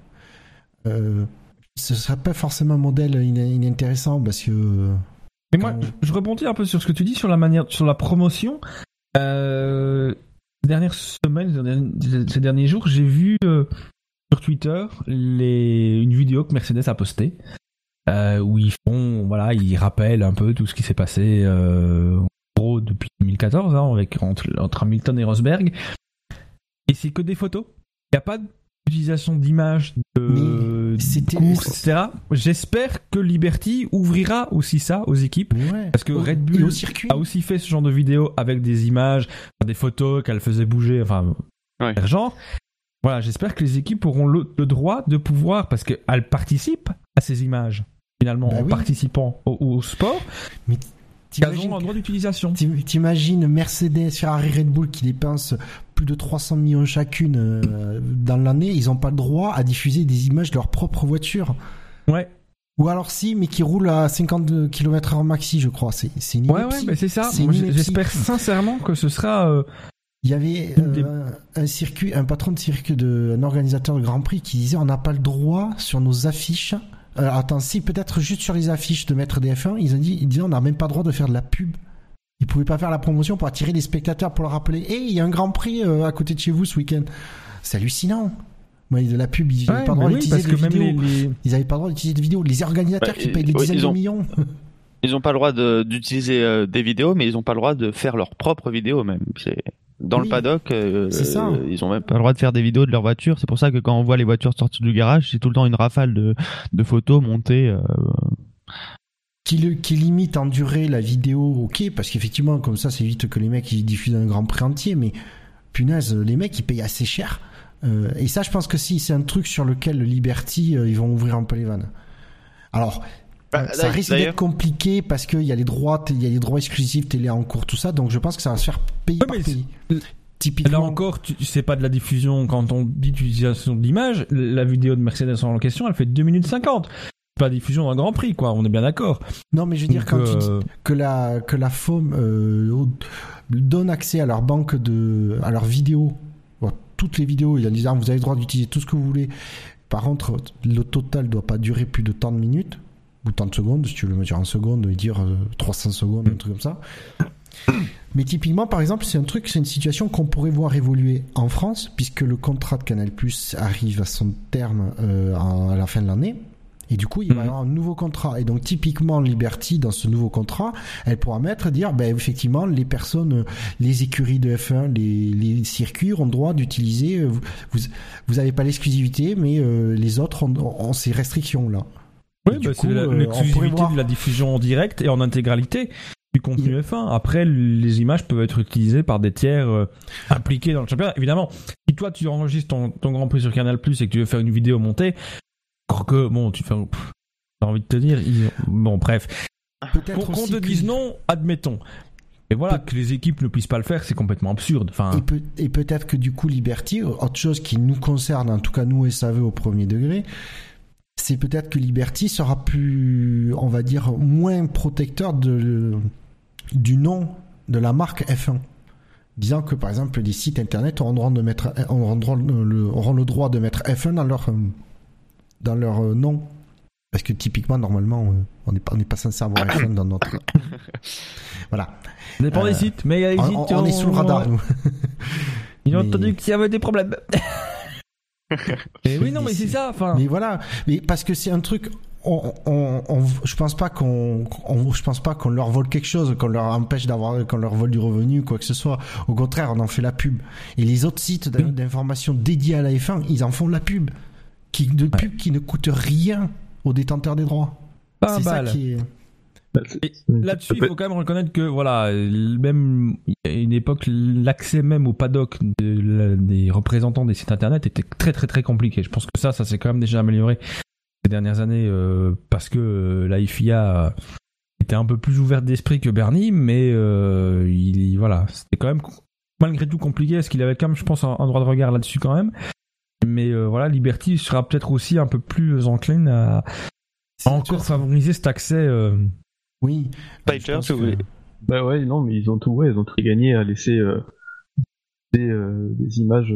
Ce serait pas forcément un modèle inintéressant parce que. Mais moi, je rebondis un peu sur ce que tu dis sur la promotion. Ces dernières semaines, ces derniers jours, j'ai vu sur Twitter une vidéo que Mercedes a postée où ils rappellent un peu tout ce qui s'est passé en gros depuis 2014 entre Hamilton et Rosberg. Et c'est que des photos. Il n'y a pas d'utilisation d'images, de courses, etc. J'espère que Liberty ouvrira aussi ça aux équipes. Parce que Red Bull a aussi fait ce genre de vidéos avec des images, des photos qu'elle faisait bouger, genre. Voilà, j'espère que les équipes auront le droit de pouvoir, parce qu'elles participent à ces images, finalement, participant au sport. Mais elles ont un droit d'utilisation. T'imagines Mercedes, Ferrari, Red Bull qui dépensent plus de 300 millions chacune dans l'année, ils n'ont pas le droit à diffuser des images de leur propre voiture. Ouais. Ou alors si, mais qui roulent à 50 km/h maxi, je crois. C'est une ineptie. Ouais, c'est ça. Moi, j'espère sincèrement que ce sera... Il y avait un patron de circuit, un organisateur de Grand Prix qui disait on n'a pas le droit sur nos affiches. Peut-être juste sur les affiches de mettre des F1. Il disait on n'a même pas le droit de faire de la pub. Ils pouvaient pas faire la promotion pour attirer les spectateurs pour leur rappeler il y a un Grand Prix à côté de chez vous ce week-end. C'est hallucinant. Moi, de la pub, ils n'avaient pas le droit d'utiliser de vidéos. Ils n'avaient pas le droit d'utiliser de vidéos. Les organisateurs qui payent des dizaines de millions. Ils n'ont pas le droit d'utiliser des vidéos, mais ils n'ont pas le droit de faire leurs propres vidéos même. Dans le paddock, ils ont même pas le droit de faire des vidéos de leur voiture. C'est pour ça que quand on voit les voitures sortir du garage, c'est tout le temps une rafale de photos montées. qui limite en durée la vidéo, ok, parce qu'effectivement, comme ça, c'est vite que les mecs ils diffusent un Grand Prix entier, mais punaise, les mecs ils payent assez cher. Et ça, je pense que si c'est un truc sur lequel le Liberty, ils vont ouvrir un peu les vannes. Alors, ça risque d'être compliqué parce qu'il y a les droits, exclusifs télé en cours, tout ça, donc je pense que ça va se faire payer par pays. Typiquement. Là encore, c'est pas de la diffusion quand on dit utilisation de l'image. La vidéo de Mercedes en question, elle fait 2 minutes 50. C'est pas la diffusion d'un Grand Prix, quoi. On est bien d'accord. Non, mais je veux dire, quand tu dis que la FOM donne accès à leur banque à leurs vidéos, toutes les vidéos, ils disent vous avez le droit d'utiliser tout ce que vous voulez. Par contre, le total doit pas durer plus de tant de minutes ou tant de secondes, si tu veux le mesurer en secondes, et dire 300 secondes, un truc comme ça. Mais typiquement, par exemple, c'est une situation qu'on pourrait voir évoluer en France, puisque le contrat de Canal+ arrive à son terme à la fin de l'année. Et du coup, il va y avoir un nouveau contrat. Et donc, typiquement, Liberty, dans ce nouveau contrat, elle pourra dire, effectivement, les personnes, les écuries de F1, les circuits ont le droit d'utiliser, vous avez pas l'exclusivité, mais les autres ont ces restrictions-là. Oui, c'est l'exclusivité de la diffusion en direct et en intégralité du contenu F1. Après, les images peuvent être utilisées par des tiers impliqués dans le championnat. Évidemment, si toi, tu enregistres ton Grand Prix sur Canal+, et que tu veux faire une vidéo montée, que bon, t'as envie de te dire, bon, bref. Pour qu'on te dise non, admettons. Et voilà, que les équipes ne puissent pas le faire, c'est complètement absurde. Enfin... Et peut-être que du coup, Liberty, autre chose qui nous concerne, en tout cas nous SAV au premier degré, c'est peut-être que Liberty sera plus, on va dire, moins protecteur du nom de la marque F1. Disant que par exemple, des sites internet auront le droit de mettre F1 dans leur nom. Parce que typiquement, normalement, on n'est pas censé avoir F1 dans notre... Voilà. Ça dépend des sites, mais il y a des sites... On est sous le radar, nous. Ils ont entendu qu'il y avait des problèmes. Et oui, non, mais c'est ça, enfin... Mais voilà, mais parce que c'est un truc... je pense pas qu'on leur vole quelque chose, qu'on leur empêche qu'on leur vole du revenu, quoi que ce soit. Au contraire, on en fait la pub. Et les autres sites d'information dédiés à la F1, ils en font de la pub. Pub qui ne coûte rien aux détenteurs des droits. Pas c'est ça qui est... Et là-dessus, il faut quand même reconnaître que, voilà, même à une époque, l'accès même au paddock des représentants des sites internet était très très très compliqué. Je pense que ça s'est quand même déjà amélioré ces dernières années parce que la FIA était un peu plus ouverte d'esprit que Bernie, mais voilà, c'était quand même malgré tout compliqué parce qu'il avait quand même, je pense, un droit de regard là-dessus quand même. Mais voilà, Liberty sera peut-être aussi un peu plus encline à encore favoriser cet accès. Oui. Spider, si vous voulez. Bah ouais, non, mais ils ont tout gagné à laisser des images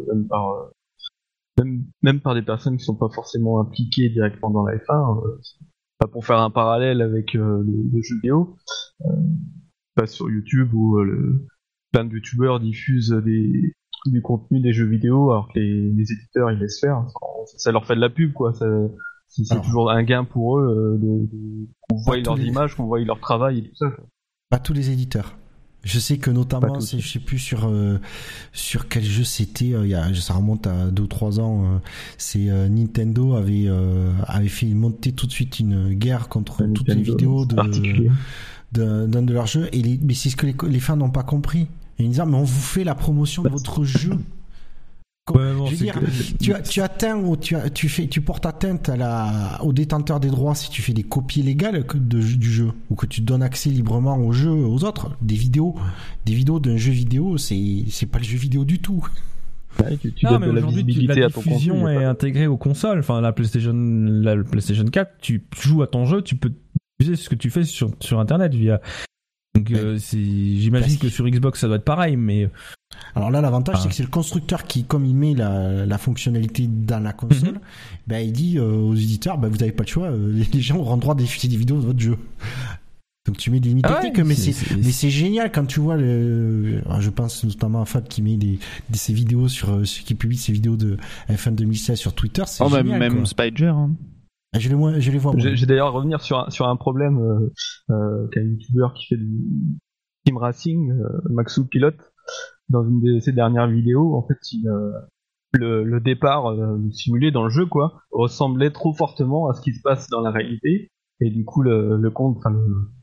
même par des personnes qui sont pas forcément impliquées directement dans la F1. Pas pour faire un parallèle avec le jeu vidéo, pas sur YouTube où plein de youtubeurs diffusent du contenu des jeux vidéo alors que les éditeurs ils laissent faire. Ça leur fait de la pub, quoi. C'est toujours un gain pour eux qu'on voie leurs images, qu'on voie leur travail et tout ça. Pas tous les éditeurs. Je sais que notamment, je sais plus sur quel jeu c'était. Ça remonte à 2 ou 3 ans. C'est Nintendo avait fait monter tout de suite une guerre contre toutes les vidéos d'un de leurs jeux. Mais c'est ce que les fans n'ont pas compris. Et ils disent mais on vous fait la promotion de votre jeu. Je veux dire, tu atteins ou tu portes atteinte au détenteur des droits si tu fais des copies légales du jeu ou que tu donnes accès librement au jeu aux autres. Des vidéos d'un jeu vidéo, c'est pas le jeu vidéo du tout. Ouais, tu donnes de la visibilité à ton contenu. La diffusion est intégrée aux consoles. Enfin, la PlayStation 4, tu joues à ton jeu, tu peux diffuser ce que tu fais sur Internet via. Donc, j'imagine que sur Xbox ça doit être pareil, mais. Alors là, l'avantage, c'est que c'est le constructeur qui, comme il met la fonctionnalité dans la console, il dit aux éditeurs, vous n'avez pas le choix, les gens auront le droit de diffuser des vidéos de votre jeu. Donc tu mets des limites techniques, mais c'est génial quand tu vois je pense notamment à Fab qui met ses vidéos qui publie ses vidéos de F1 2016 sur Twitter, c'est génial. Même Spider, hein. Je les vois. J'ai d'ailleurs revenir sur un problème qu'un youtubeur qui fait du team racing, Maxou Pilote, dans une de ses dernières vidéos, en fait, le départ simulé dans le jeu, quoi, ressemblait trop fortement à ce qui se passe dans la réalité. et du coup le compte, enfin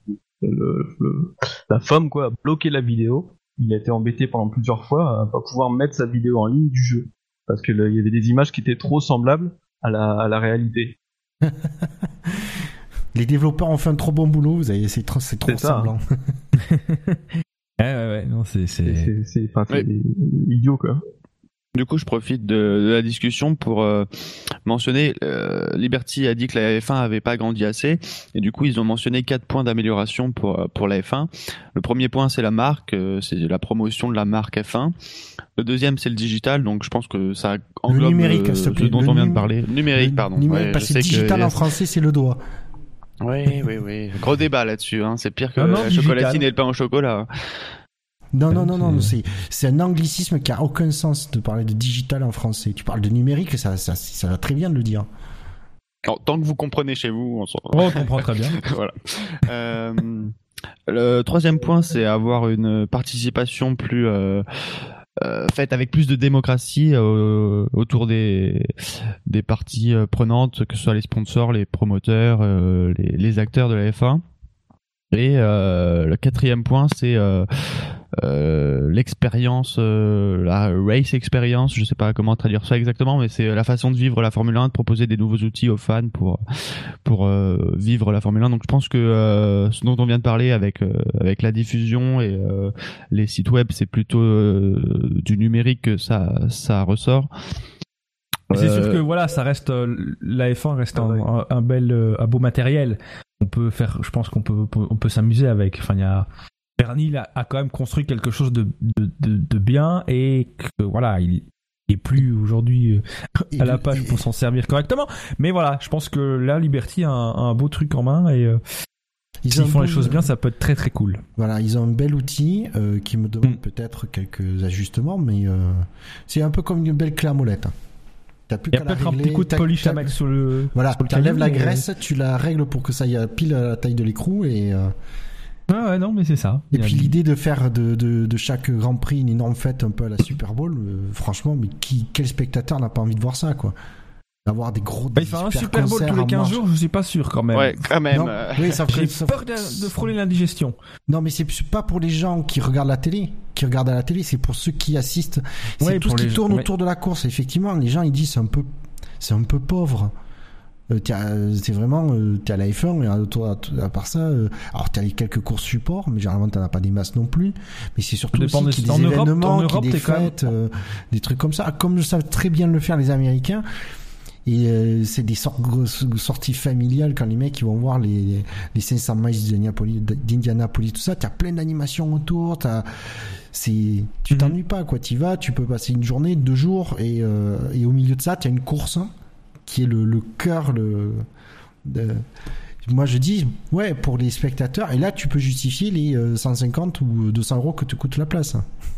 la FOM quoi, a bloqué la vidéo. Il a été embêté pendant plusieurs fois à pas pouvoir mettre sa vidéo en ligne du jeu parce que il y avait des images qui étaient trop semblables à la réalité. Les développeurs ont fait un trop bon boulot, c'est trop semblant. Ouais, non, c'est idiot quoi. Du coup, je profite de la discussion pour mentionner, Liberty a dit que la F1 avait pas grandi assez, et du coup, ils ont mentionné 4 points d'amélioration pour la F1. Le premier point, c'est la marque, c'est la promotion de la marque F1. Le deuxième, c'est le digital, donc je pense que ça englobe le numérique, ce dont on vient de parler. Numérique, pardon. Numérique, parce que digital en français, c'est le doigt. Oui. Gros débat là-dessus, hein. C'est pire que la digital. chocolatine et le pain au chocolat. Non, c'est un anglicisme qui a aucun sens de parler de digital en français. Tu parles de numérique, ça va très bien de le dire. Alors, tant que vous comprenez chez vous, on comprend très bien. Voilà. Le troisième point, c'est avoir une participation plus faite avec plus de démocratie autour des parties prenantes, que ce soit les sponsors, les promoteurs, les acteurs de la F1. Et le quatrième point, c'est l'expérience, la race experience, je sais pas comment traduire ça exactement, mais c'est la façon de vivre la Formule 1, de proposer des nouveaux outils aux fans pour vivre la Formule 1. Donc je pense que ce dont on vient de parler avec la diffusion et les sites web, c'est plutôt du numérique que ça ressort. C'est sûr que voilà, ça reste la F1 reste un beau matériel. Je pense qu'on peut s'amuser avec. Enfin, il y a Bernie a quand même construit quelque chose de bien, et que voilà, il est plus aujourd'hui à la page pour s'en servir correctement. Mais voilà, je pense que là, Liberty a un beau truc en main, et s'ils font les choses bien, ça peut être très très cool. Voilà, ils ont un bel outil qui me demande peut-être quelques ajustements, mais c'est un peu comme une belle clé à molette. Il y a peut-être un petit coup de polish à mettre sur le. Voilà, tu enlèves la graisse, tu la règles pour que ça y ait pile à la taille de l'écrou, et. Ouais, non, mais c'est ça. Et puis l'idée de faire de chaque Grand Prix une énorme fête un peu à la Super Bowl, franchement, mais quel spectateur n'a pas envie de voir ça, quoi? D'avoir des gros. Il fait un Super Bowl tous les 15 jours, je suis pas sûr quand même. Ouais, quand même. Oui, j'ai peur de frôler l'indigestion. Non, mais c'est pas pour les gens qui regardent la télé. Qui regardent à la télé, c'est pour ceux qui assistent. C'est tout ce qui tourne autour de la course. Effectivement, les gens ils disent c'est un peu pauvre. C'est vraiment t'as la F1, et à part ça, alors t'as quelques courses support, mais généralement t'en as pas des masses non plus. Mais c'est surtout aussi qu'il y a des événements, qu'il y a des fêtes, des trucs comme ça. Comme le savent très bien le faire les Américains. Et c'est des sorties familiales quand les mecs ils vont voir les 500 miles d'Indianapolis, tout ça. T'as plein d'animations autour. Tu t'ennuies pas, quoi. T'y vas, tu peux passer une journée, 2 jours, et au milieu de ça, t'as une course qui est le cœur. Moi je dis ouais, pour les spectateurs, et là tu peux justifier les 150 ou 200 euros que te coûte la place.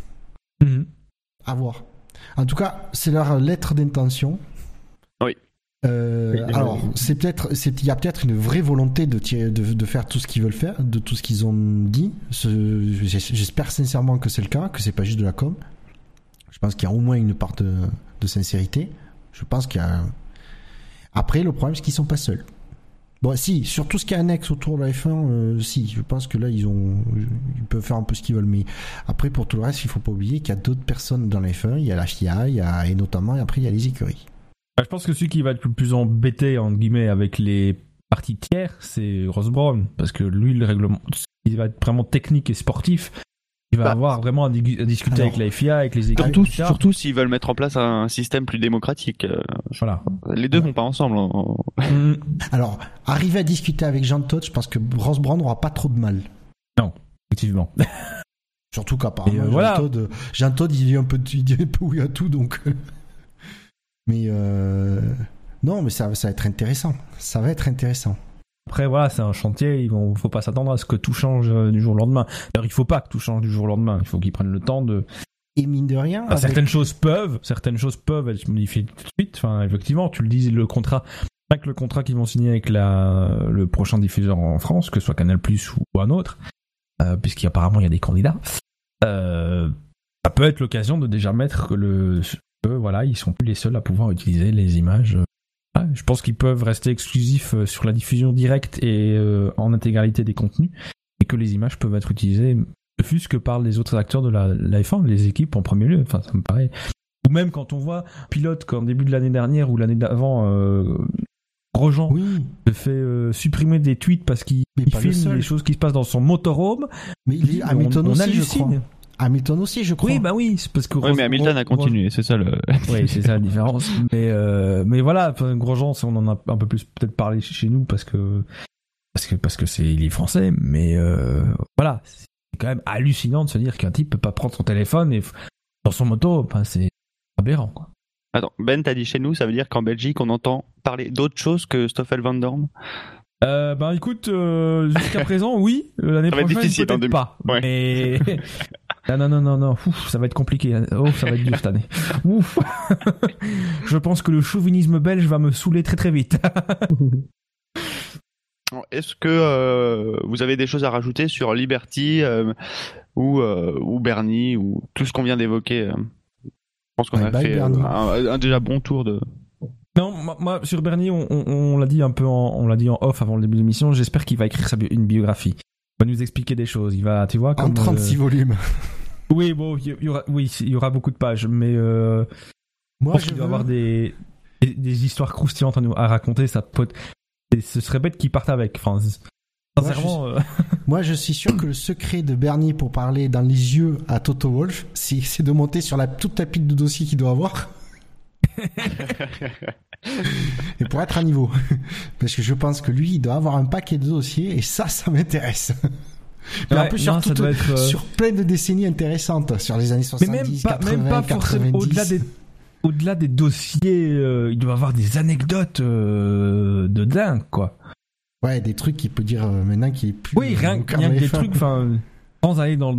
À voir. En tout cas, c'est leur lettre d'intention. Oui. Alors, il y a peut-être une vraie volonté de faire tout ce qu'ils veulent faire, de tout ce qu'ils ont dit. J'espère sincèrement que c'est le cas, que c'est pas juste de la com. Je pense qu'il y a au moins une part de sincérité. Je pense qu'il y a. Après, le problème, c'est qu'ils sont pas seuls. Bon, si, sur tout ce qui est annexe autour de la F1, si, je pense que là, ils peuvent faire un peu ce qu'ils veulent. Mais après, pour tout le reste, il faut pas oublier qu'il y a d'autres personnes dans la F1. Il y a la FIA, et notamment, et après, il y a les écuries. Je pense que celui qui va être le plus embêté, entre guillemets, avec les parties tiers, c'est Ross Brown. Parce que lui, le règlement, il va être vraiment technique et sportif. Il va avoir vraiment à discuter avec la FIA, avec les équipes. Surtout s'ils veulent mettre en place un système plus démocratique. Voilà. Les deux vont pas ensemble. Alors, arriver à discuter avec Jean Todt, je pense que Ross Brown n'aura pas trop de mal. Non, effectivement. Surtout qu'apparemment, Jean Todt, il dit un peu oui à tout, donc. Mais non, mais ça va être intéressant. Ça va être intéressant. Après, voilà, c'est un chantier. Faut pas s'attendre à ce que tout change du jour au lendemain. D'ailleurs, il faut pas que tout change du jour au lendemain. Il faut qu'ils prennent le temps de. Et mine de rien. Certaines choses peuvent être modifiées tout de suite. Enfin, effectivement, tu le dis, le contrat qu'ils vont signer avec le prochain diffuseur en France, que ce soit Canal+ ou un autre, puisqu'apparemment il y a des candidats. Ça peut être l'occasion de déjà mettre voilà, ils sont plus les seuls à pouvoir utiliser les images Je pense qu'ils peuvent rester exclusifs sur la diffusion directe et en intégralité des contenus, et que les images peuvent être utilisées, ne fût-ce que par les autres acteurs de la F1, les équipes en premier lieu. Enfin, ça me paraît. Ou même quand on voit pilote comme début de l'année dernière ou l'année d'avant, Grosjean se fait supprimer des tweets parce qu'il filme les choses qui se passent dans son motorhome. Mais Hamilton aussi, je crois. Hamilton aussi, je crois. Oui, c'est parce que mais Hamilton a continué, c'est ça le. Oui, c'est ça la différence. Mais voilà, Grosjean, on en a un peu plus peut-être parlé chez nous parce que il est français, mais voilà, c'est quand même hallucinant de se dire qu'un type peut pas prendre son téléphone et dans son moto, c'est aberrant, quoi. Attends, Ben, t'as dit chez nous, ça veut dire qu'en Belgique, on entend parler d'autre chose que Stoffel Van Dorn? Écoute, jusqu'à présent, oui. L'année prochaine, difficile, peut-être pas. Ouais. Mais non. Ouf, ça va être compliqué. Oh, ça va être dur cette année. Ouf. Je pense que le chauvinisme belge va me saouler très très vite. Est-ce que vous avez des choses à rajouter sur Liberty ou Bernie ou tout ce qu'on vient d'évoquer? Je pense qu'on a fait un déjà bon tour de. Non, moi sur Bernie, on l'a dit un peu on l'a dit en off avant le début de l'émission. J'espère qu'il va écrire une biographie. Il va nous expliquer des choses. Il va, tu vois, comme en 36 volumes. Oui, bon, il y aura beaucoup de pages, mais moi je dois avoir des histoires croustillantes à raconter. Ça peut. Et ce serait bête qu'il parte avec. Enfin, sincèrement. Moi, je suis sûr que le secret de Bernie pour parler dans les yeux à Toto Wolff, c'est de monter sur toute la pile de dossiers qu'il doit avoir. Et pour être à niveau. Parce que je pense que lui, il doit avoir un paquet de dossiers et ça m'intéresse. Mais en plus, sur plein de décennies intéressantes, sur les années 70, 80, même pas 90. Forcément, au-delà des dossiers, il doit avoir des anecdotes de dingue, quoi. Ouais, des trucs qu'il peut dire maintenant qui est plus. Oui, rien que des trucs, enfin, sans aller dans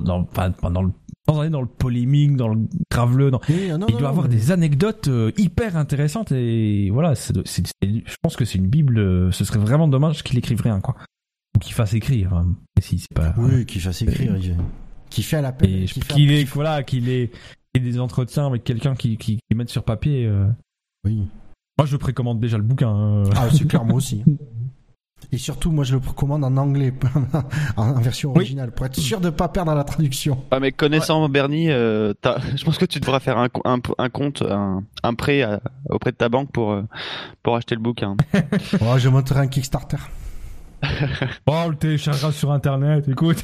le polémique, dans le graveleux. Il doit avoir des anecdotes hyper intéressantes et voilà, je pense que c'est une bible. Ce serait vraiment dommage qu'il écrive rien, quoi. Ou qu'il fasse écrire. Hein. Si c'est pas. Oui, qu'il fasse écrire. Qu'il fait à la peine. Qu'il ait des entretiens avec quelqu'un qui mette sur papier. Oui. Moi, je précommande déjà le bouquin. Ah, c'est clair, moi aussi. Et surtout, moi, je le précommande en anglais, en version originale, pour être sûr de ne pas perdre la traduction. Ah, mais connaissant Bernie, je pense que tu devras faire un compte, un prêt auprès de ta banque pour acheter le bouquin. Je monterai un Kickstarter. On le téléchargera sur Internet, écoute.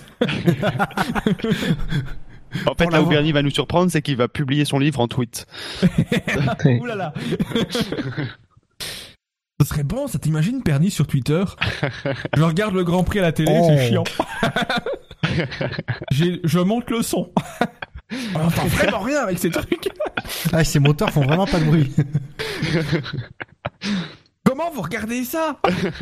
En fait, là où Bernie va nous surprendre, c'est qu'il va publier son livre en tweet. Ouh là là. Ce serait bon, ça t'imagine Bernie sur Twitter? Je regarde le Grand Prix à la télé, c'est chiant. Je monte le son. On entend vraiment rien avec ces trucs. Ah, ces moteurs font vraiment pas de bruit. Comment vous regardez ça?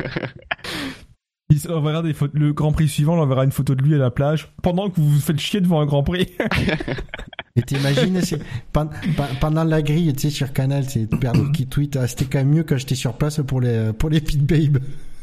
On verra le Grand Prix suivant, on verra une photo de lui à la plage pendant que vous vous faites chier devant un Grand Prix. Et t'imagines, pendant la grille, tu sais, sur Canal, c'est Bernie qui tweet, c'était quand même mieux quand j'étais sur place pour les Pit Babe.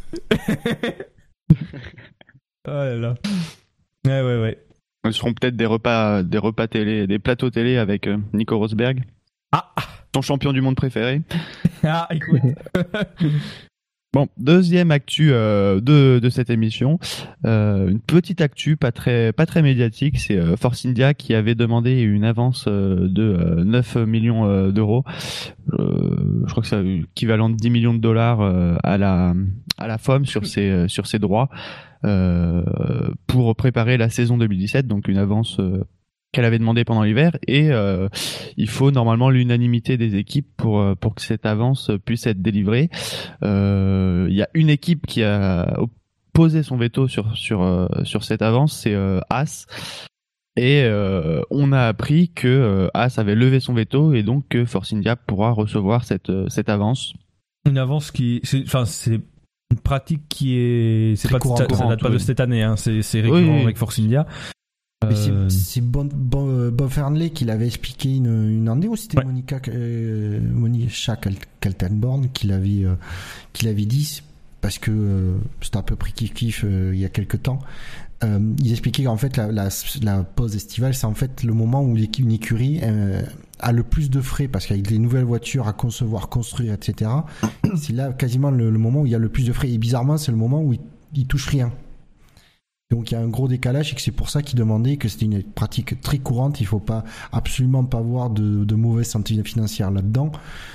Oh là là. Ouais. Ce seront peut-être des repas télé, des plateaux télé avec Nico Rosberg. Ah, ton champion du monde préféré. Ah, écoute. Bon, deuxième actu de cette émission, une petite actu pas très médiatique, c'est Force India qui avait demandé une avance de 9 millions d'euros. Je crois que c'est équivalent de 10 millions de dollars à la FOM sur ses droits pour préparer la saison 2017, donc une avance qu'elle avait demandé pendant l'hiver, et il faut normalement l'unanimité des équipes pour que cette avance puisse être délivrée. Il y a une équipe qui a posé son veto sur cette avance, c'est Haas, et on a appris que Haas avait levé son veto et donc que Force India pourra recevoir cette avance. Une avance c'est une pratique c'est pas ça date pas de cette année, hein, c'est récurrent avec Force India. Mais c'est Bob Fernley qui l'avait expliqué une année, ou c'était Monica Kaltenborn qui l'avait dit, parce que c'était un peu pris kiff il y a quelques temps. Ils expliquaient qu'en fait la pause estivale, c'est en fait le moment où une écurie a le plus de frais, parce qu'avec des nouvelles voitures à concevoir, construire, etc., c'est là quasiment le moment où il y a le plus de frais. Et bizarrement, c'est le moment où il touche rien. Donc il y a un gros décalage et que c'est pour ça qu'il demandait que c'était une pratique très courante. Il faut absolument pas avoir de mauvaise santé financière là-dedans.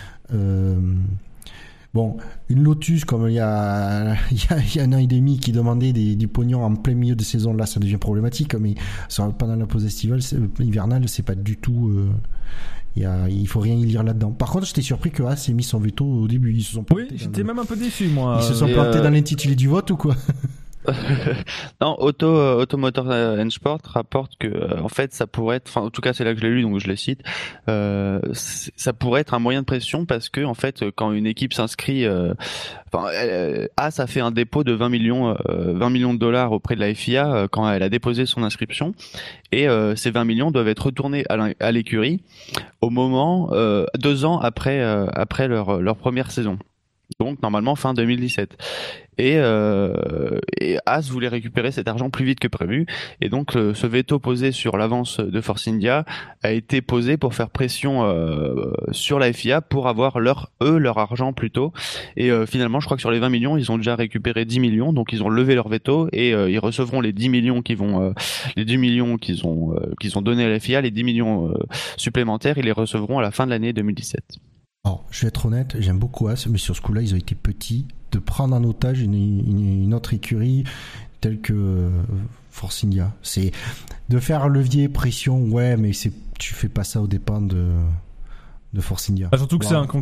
Bon, une Lotus comme il y a un an et demi qui demandait du pognon en plein milieu de saison, là ça devient problématique, mais pendant la pause hivernale, c'est pas du tout. Il faut rien y lire là-dedans. Par contre, j'étais surpris que Haas ait mis son veto au début. Ils se sont plantés. Oui, j'étais même un peu déçu, moi. Ils se sont plantés dans l'intitulé du vote ou quoi? Non, Automotor and Sport rapporte que en fait ça pourrait être, enfin en tout cas c'est là que je l'ai lu donc je le cite, ça pourrait être un moyen de pression parce que en fait quand une équipe s'inscrit, Haas a fait un dépôt de 20 millions de dollars auprès de la FIA quand elle a déposé son inscription et ces 20 millions doivent être retournés à l'écurie au moment 2 ans après leur première saison. Donc normalement fin 2017. Et Haas voulait récupérer cet argent plus vite que prévu. Et donc ce veto posé sur l'avance de Force India a été posé pour faire pression sur la FIA pour avoir leur argent plus tôt. Et finalement, je crois que sur les 20 millions, ils ont déjà récupéré 10 millions. Donc ils ont levé leur veto et ils recevront les 10 millions qu'ils ont donné à la FIA, les 10 millions supplémentaires, ils les recevront à la fin de l'année 2017. Alors, je vais être honnête, j'aime beaucoup Haas, mais sur ce coup-là, ils ont été petits. De prendre en otage une autre écurie telle que Force India. C'est de faire levier, pression, ouais, mais tu fais pas ça aux dépens de Force India. Surtout que c'est un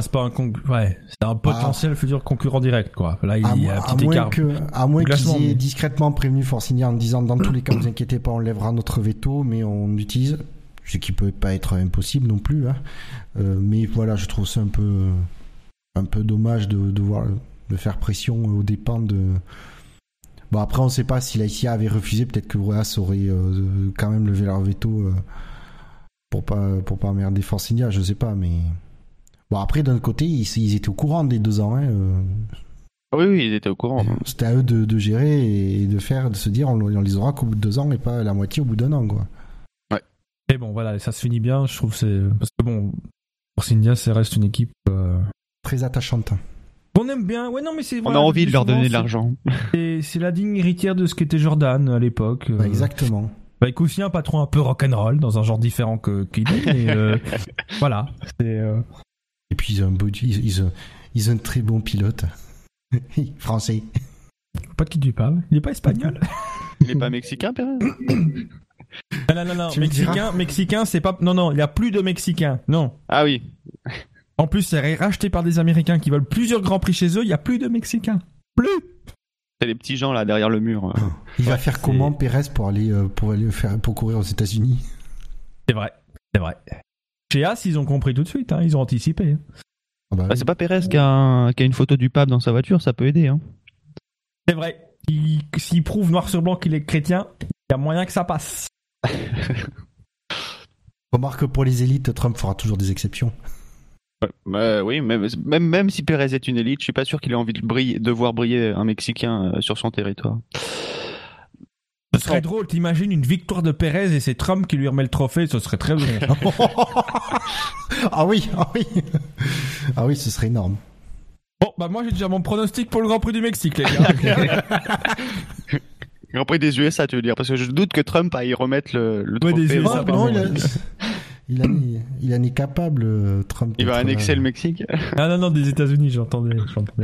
potentiel futur concurrent direct, quoi. Là, il y a un petit écart. À moins qu'ils aient discrètement prévenu Force India en disant, dans tous les cas, ne vous inquiétez pas, on lèvera notre veto, mais on utilise. Ce qui peut pas être impossible non plus, hein. Mais voilà, je trouve ça un peu dommage de faire pression aux dépens de. Bon, après on sait pas si la FIA avait refusé, peut-être que Haas aurait quand même levé leur veto pour pas emmerder Force India, je sais pas, mais bon, après d'un côté ils étaient au courant des 2 ans, hein. Oui, ils étaient au courant. C'était à eux de gérer et de se dire on les aura qu'au bout de 2 ans et pas la moitié au bout d'1 an, quoi. Et bon, voilà, ça se finit bien, je trouve. Parce que bon, Force India, ça reste une équipe très attachante. On aime bien. Ouais, non, mais c'est. On a envie de leur donner de l'argent. C'est la digne héritière de ce qu'était Jordan à l'époque. Exactement. Avec aussi un patron un peu rock'n'roll, dans un genre différent qu'il est. Mais voilà. Et puis ils ont un très bon pilote. Français. Pas de qui tu parles. Il est pas espagnol. Il est pas mexicain, Pérez? Non. Mexicain, c'est pas. Non, il y a plus de Mexicains. Non. Ah oui. En plus, c'est racheté par des Américains qui veulent plusieurs grands prix chez eux. Il y a plus de Mexicains. Plus. C'est les petits gens là derrière le mur. Il va faire comment Pérez pour courir aux États-Unis? C'est vrai. Chez Haas, ils ont compris tout de suite. Hein. Ils ont anticipé. Hein. Ah bah, c'est pas Pérez qui a une photo du pape dans sa voiture, ça peut aider. Hein. C'est vrai. S'il prouve noir sur blanc qu'il est chrétien, il y a moyen que ça passe. Remarque, pour les élites, Trump fera toujours des exceptions. Oui, même si Pérez est une élite, je suis pas sûr qu'il ait envie de voir briller un Mexicain sur son territoire. Ce serait drôle, t'imagines une victoire de Pérez et c'est Trump qui lui remet le trophée, ce serait très drôle. Ah oui, ce serait énorme. Bon, bah moi j'ai déjà mon pronostic pour le Grand Prix du Mexique, les gars. Grand Prix des USA, tu veux dire? Parce que je doute que Trump aille remettre le trophée. Des USA, non, il en est capable, Trump. Il va annexer le Mexique. Ah non, des États-Unis, j'entendais.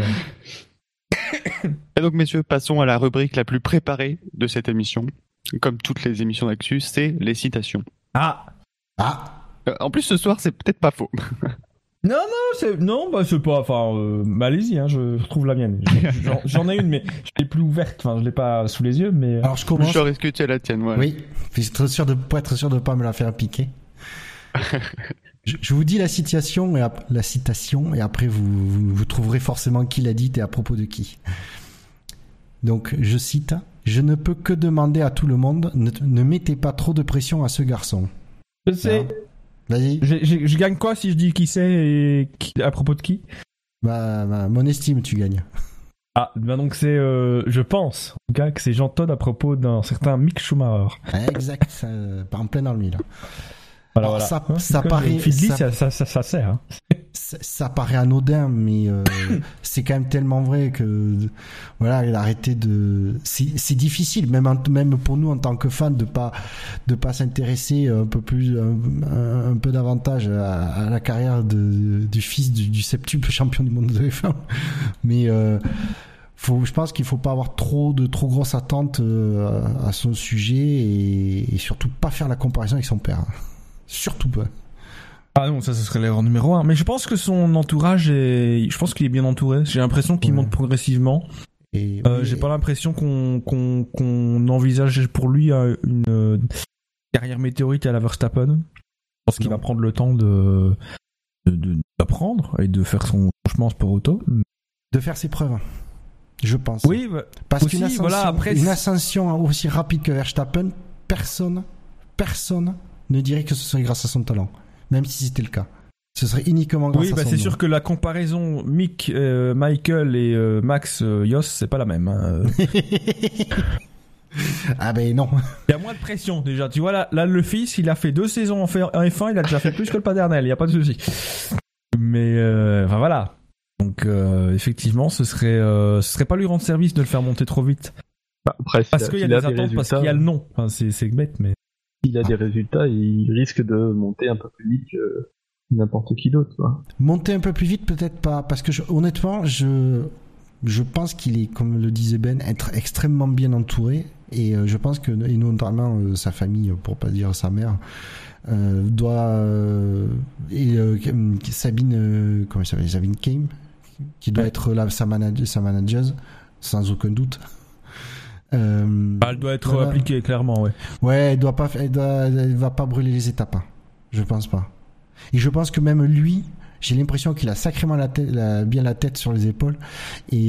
Et donc, messieurs, passons à la rubrique la plus préparée de cette émission. Comme toutes les émissions d'Actu, c'est les citations. En plus, ce soir, c'est peut-être pas faux. Non, c'est pas. Enfin, allez-y, hein, je retrouve la mienne. J'en ai une, mais je l'ai plus ouverte. Enfin, je l'ai pas sous les yeux, mais. Alors, je commence. Je saurais ce que tu as la tienne, voilà. Oui, je suis sûr de pas me la faire piquer. Je vous dis la citation et après vous trouverez forcément qui l'a dite et à propos de qui. Donc, je cite: je ne peux que demander à tout le monde, ne mettez pas trop de pression à ce garçon. Je sais. Vas-y. Je gagne quoi si je dis qui c'est et à propos de qui? Mon estime, tu gagnes. Ah, donc c'est, je pense, en tout cas, que c'est Jean Todt à propos d'un certain Mick Schumacher. Exact, en plein dans le mille. Voilà. Ça paraît. Feedly, ça sert. Hein. Ça paraît anodin, mais c'est quand même tellement vrai que voilà, arrêter de. C'est difficile, même pour nous en tant que fans, de pas s'intéresser un peu davantage à la carrière du fils du septuple champion du monde de F1. Mais je pense qu'il faut pas avoir trop grosses attentes à son sujet et surtout pas faire la comparaison avec son père. Surtout pas. Ah non, ça ce serait l'erreur numéro 1. Mais je pense que son entourage je pense qu'il est bien entouré. J'ai l'impression qu'il monte progressivement. Et j'ai pas l'impression qu'on envisage pour lui une carrière météorite à la Verstappen. Je pense qu'il va prendre le temps d'apprendre et de faire son chemin en sport auto. De faire ses preuves. Je pense. Oui, parce aussi, qu'une ascension aussi rapide que Verstappen, personne ne dirait que ce serait grâce à son talent. Même si c'était le cas. Ce serait uniquement grâce à son talent. Oui, c'est sûr que la comparaison Mick, Michael et Max Yoss, c'est pas la même. Hein. Ah ben non. Il y a moins de pression déjà. Tu vois, là le fils, il a fait 2 saisons en F1, il a déjà fait plus que le Padernel, il n'y a pas de souci. Mais enfin voilà. Donc effectivement, ce serait pas lui rendre service de le faire monter trop vite. Après, parce qu'il y a des attentes, parce qu'il y a le nom. Enfin, c'est bête, mais... Il a des résultats, il risque de monter un peu plus vite que n'importe qui d'autre. Quoi. Monter un peu plus vite, peut-être pas, parce que honnêtement, je pense qu'il est, comme le disait Ben, être extrêmement bien entouré, et je pense que, et notamment sa famille, pour pas dire sa mère, Sabine, comment elle s'appelle, Sabine Keim, qui doit être là sa manageuse, sans aucun doute. Elle doit être appliquée clairement, ouais. Ouais, elle va pas brûler les étapes, hein. Je pense pas. Et je pense que même lui, j'ai l'impression qu'il a sacrément bien la tête sur les épaules, et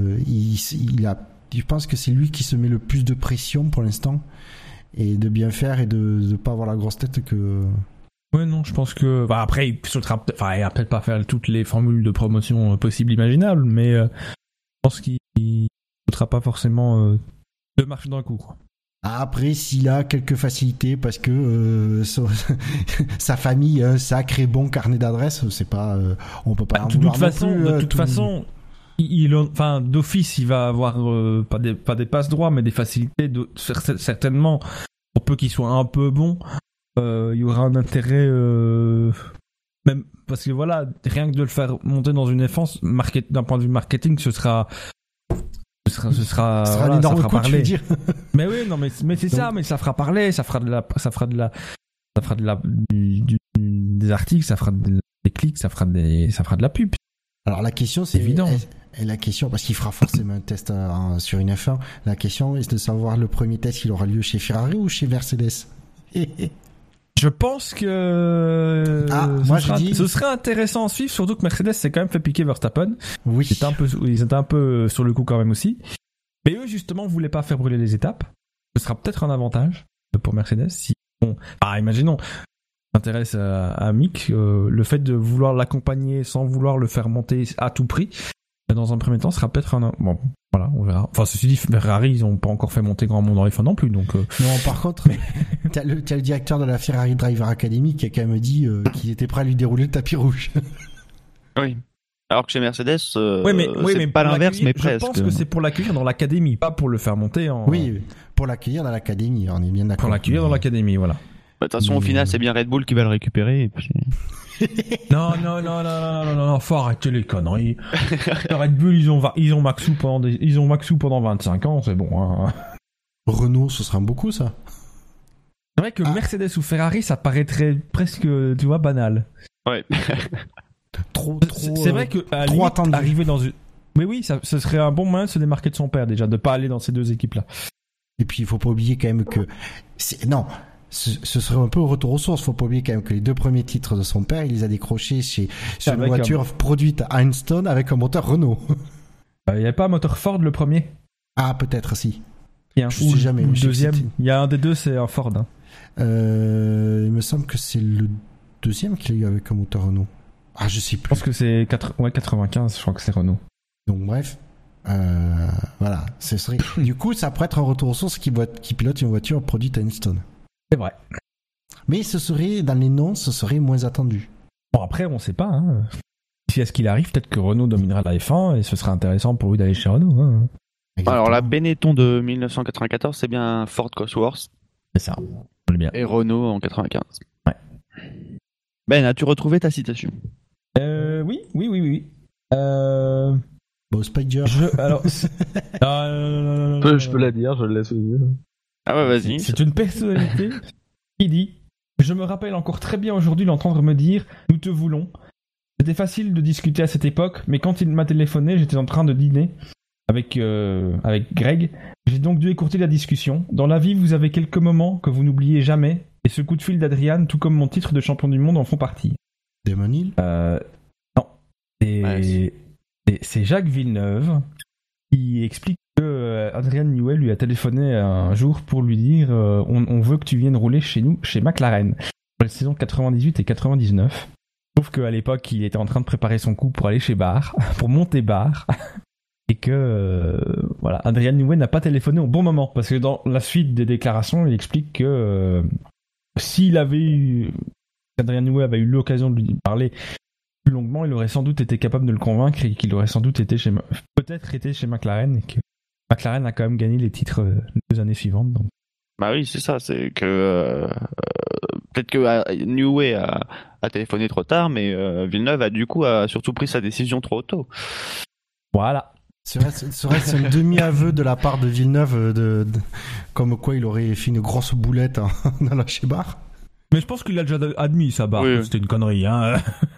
je pense que c'est lui qui se met le plus de pression pour l'instant, et de bien faire et de pas avoir la grosse tête que. Ouais, non, je pense que. Bah, après, il va peut-être pas faire toutes les formules de promotion possibles, imaginables, mais je pense qu'il ne sautera pas forcément 2 marches d'un coup. Après, s'il a quelques facilités parce que sa famille a un sacré bon carnet d'adresses, c'est pas, on peut pas en vouloir non plus. De toute façon, d'office, il va avoir pas des passes droits, mais des facilités. Certainement, pour peu qu'il soit un peu bon, il y aura un intérêt, même parce que voilà, rien que de le faire monter dans une défense, d'un point de vue marketing, ce sera un énorme coup, tu veux dire. Mais oui, non, mais c'est ça, mais ça fera parler, ça fera des articles, ça fera des clics, ça fera de la pub. Alors la question, c'est évident. Et la question, parce qu'il fera forcément un test sur une F1, la question est de savoir le premier test, il aura lieu chez Ferrari ou chez Mercedes. Je pense que ce serait intéressant à suivre, surtout que Mercedes s'est quand même fait piquer Verstappen. Oui. Ils étaient un peu sur le coup quand même aussi. Mais eux, justement, voulaient pas faire brûler les étapes. Ce sera peut-être un avantage pour Mercedes. Imaginons, s'intéresse à Mick, le fait de vouloir l'accompagner sans vouloir le faire monter à tout prix, dans un premier temps, sera peut-être bon, voilà, on verra. Enfin, ceci dit, Ferrari, ils ont pas encore fait monter grand monde en F1 non plus, donc. Non, par contre, t'as le directeur de la Ferrari Driver Academy qui a quand même dit qu'il était prêt à lui dérouler le tapis rouge. Oui. Alors que chez Mercedes, mais pas l'inverse, mais presque. Je pense que c'est pour l'accueillir dans l'académie, pas pour le faire monter en. Oui, pour l'accueillir dans l'académie, on est bien d'accord. Pour l'accueillir dans l'académie, voilà. De toute façon, au final, c'est bien Red Bull qui va le récupérer, et puis. Non, faut arrêter les conneries. Red Bull, ils ont Maxou pendant 25 ans, c'est bon, hein. Renault, ce sera beaucoup, ça. C'est vrai que Mercedes ou Ferrari, ça paraîtrait presque, tu vois, banal. Ouais. trop. C'est vrai que à trop attendu. Arriver dans une. Mais oui, ce serait un bon moyen de se démarquer de son père déjà, de pas aller dans ces 2 équipes-là. Et puis il faut pas oublier quand même que ce serait un peu un retour aux sources. Faut pas oublier quand même que les 2 premiers titres de son père, il les a décrochés sur une voiture produite à Einstein avec un moteur Renault. Il y avait pas un moteur Ford le premier? Ah, peut-être si. Je sais jamais. Le deuxième. Il y a un des 2, c'est un Ford. Hein. Il me semble que c'est le deuxième qu'il a eu avec un moteur Renault. Ah, je sais plus. Je pense que c'est 95, je crois que c'est Renault. Donc bref, voilà, ce serait. Du coup, ça pourrait être un retour aux sources qui pilote une voiture produite à Einstein. C'est vrai. Mais ce serait, dans les noms, ce serait moins attendu. Bon, après, on sait pas. Hein. Si à ce qu'il arrive, peut-être que Renault dominera la F1 et ce sera intéressant pour lui d'aller chez Renault. Hein. Alors la Benetton de 1994, c'est bien Ford Cosworth. C'est ça. On est bien. Et Renault en 95. Ouais. Ben, as-tu retrouvé ta citation? Oui. Bon, Spider. Alors, Je peux la dire, je le laisse aux yeux. Ah ouais, vas-y. C'est une personnalité qui dit: je me rappelle encore très bien aujourd'hui l'entendre me dire « Nous te voulons ». C'était facile de discuter à cette époque, mais quand il m'a téléphoné, j'étais en train de dîner avec Greg. J'ai donc dû écourter la discussion. Dans la vie, vous avez quelques moments que vous n'oubliez jamais, et ce coup de fil d'Adrian, tout comme mon titre de champion du monde, en font partie. Damon Hill Non. C'est Jacques Villeneuve qui explique que Adrian Newey lui a téléphoné un jour pour lui dire on veut que tu viennes rouler chez nous, chez McLaren, pour les saisons 98 et 99. Sauf qu'à l'époque, il était en train de préparer son coup pour aller chez Barre, pour monter Barre, et que voilà, Adrian Newey n'a pas téléphoné au bon moment, parce que dans la suite des déclarations, il explique que s'il avait eu, Adrian Newey avait eu l'occasion de lui parler plus longuement, il aurait sans doute été capable de le convaincre et qu'il aurait sans doute peut-être été chez McLaren, et que McLaren a quand même gagné les titres les 2 années suivantes. Donc. Bah oui, c'est ça, c'est que peut-être que Newey a téléphoné trop tard, mais Villeneuve a surtout pris sa décision trop tôt. Voilà. Serait-ce un demi-aveu de la part de Villeneuve comme quoi il aurait fait une grosse boulette dans la chez Barre? Mais je pense qu'il a déjà admis ça, Barre, oui. C'était une connerie, hein.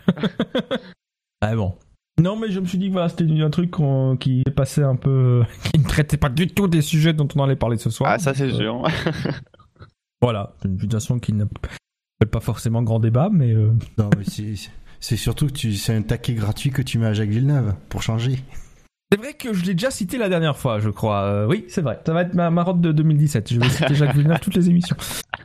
Ah bon. Non, mais je me suis dit que voilà, c'était un truc qui est passé un peu... qui ne traitait pas du tout des sujets dont on allait parler ce soir. Ah, ça c'est sûr. Voilà, c'est une situation qui n'a pas forcément grand débat, mais... Non, mais c'est surtout que c'est un taquet gratuit que tu mets à Jacques Villeneuve, pour changer. C'est vrai que je l'ai déjà cité la dernière fois, je crois. Oui, c'est vrai. Ça va être ma marotte de 2017. Je vais citer Jacques Villeneuve toutes les émissions.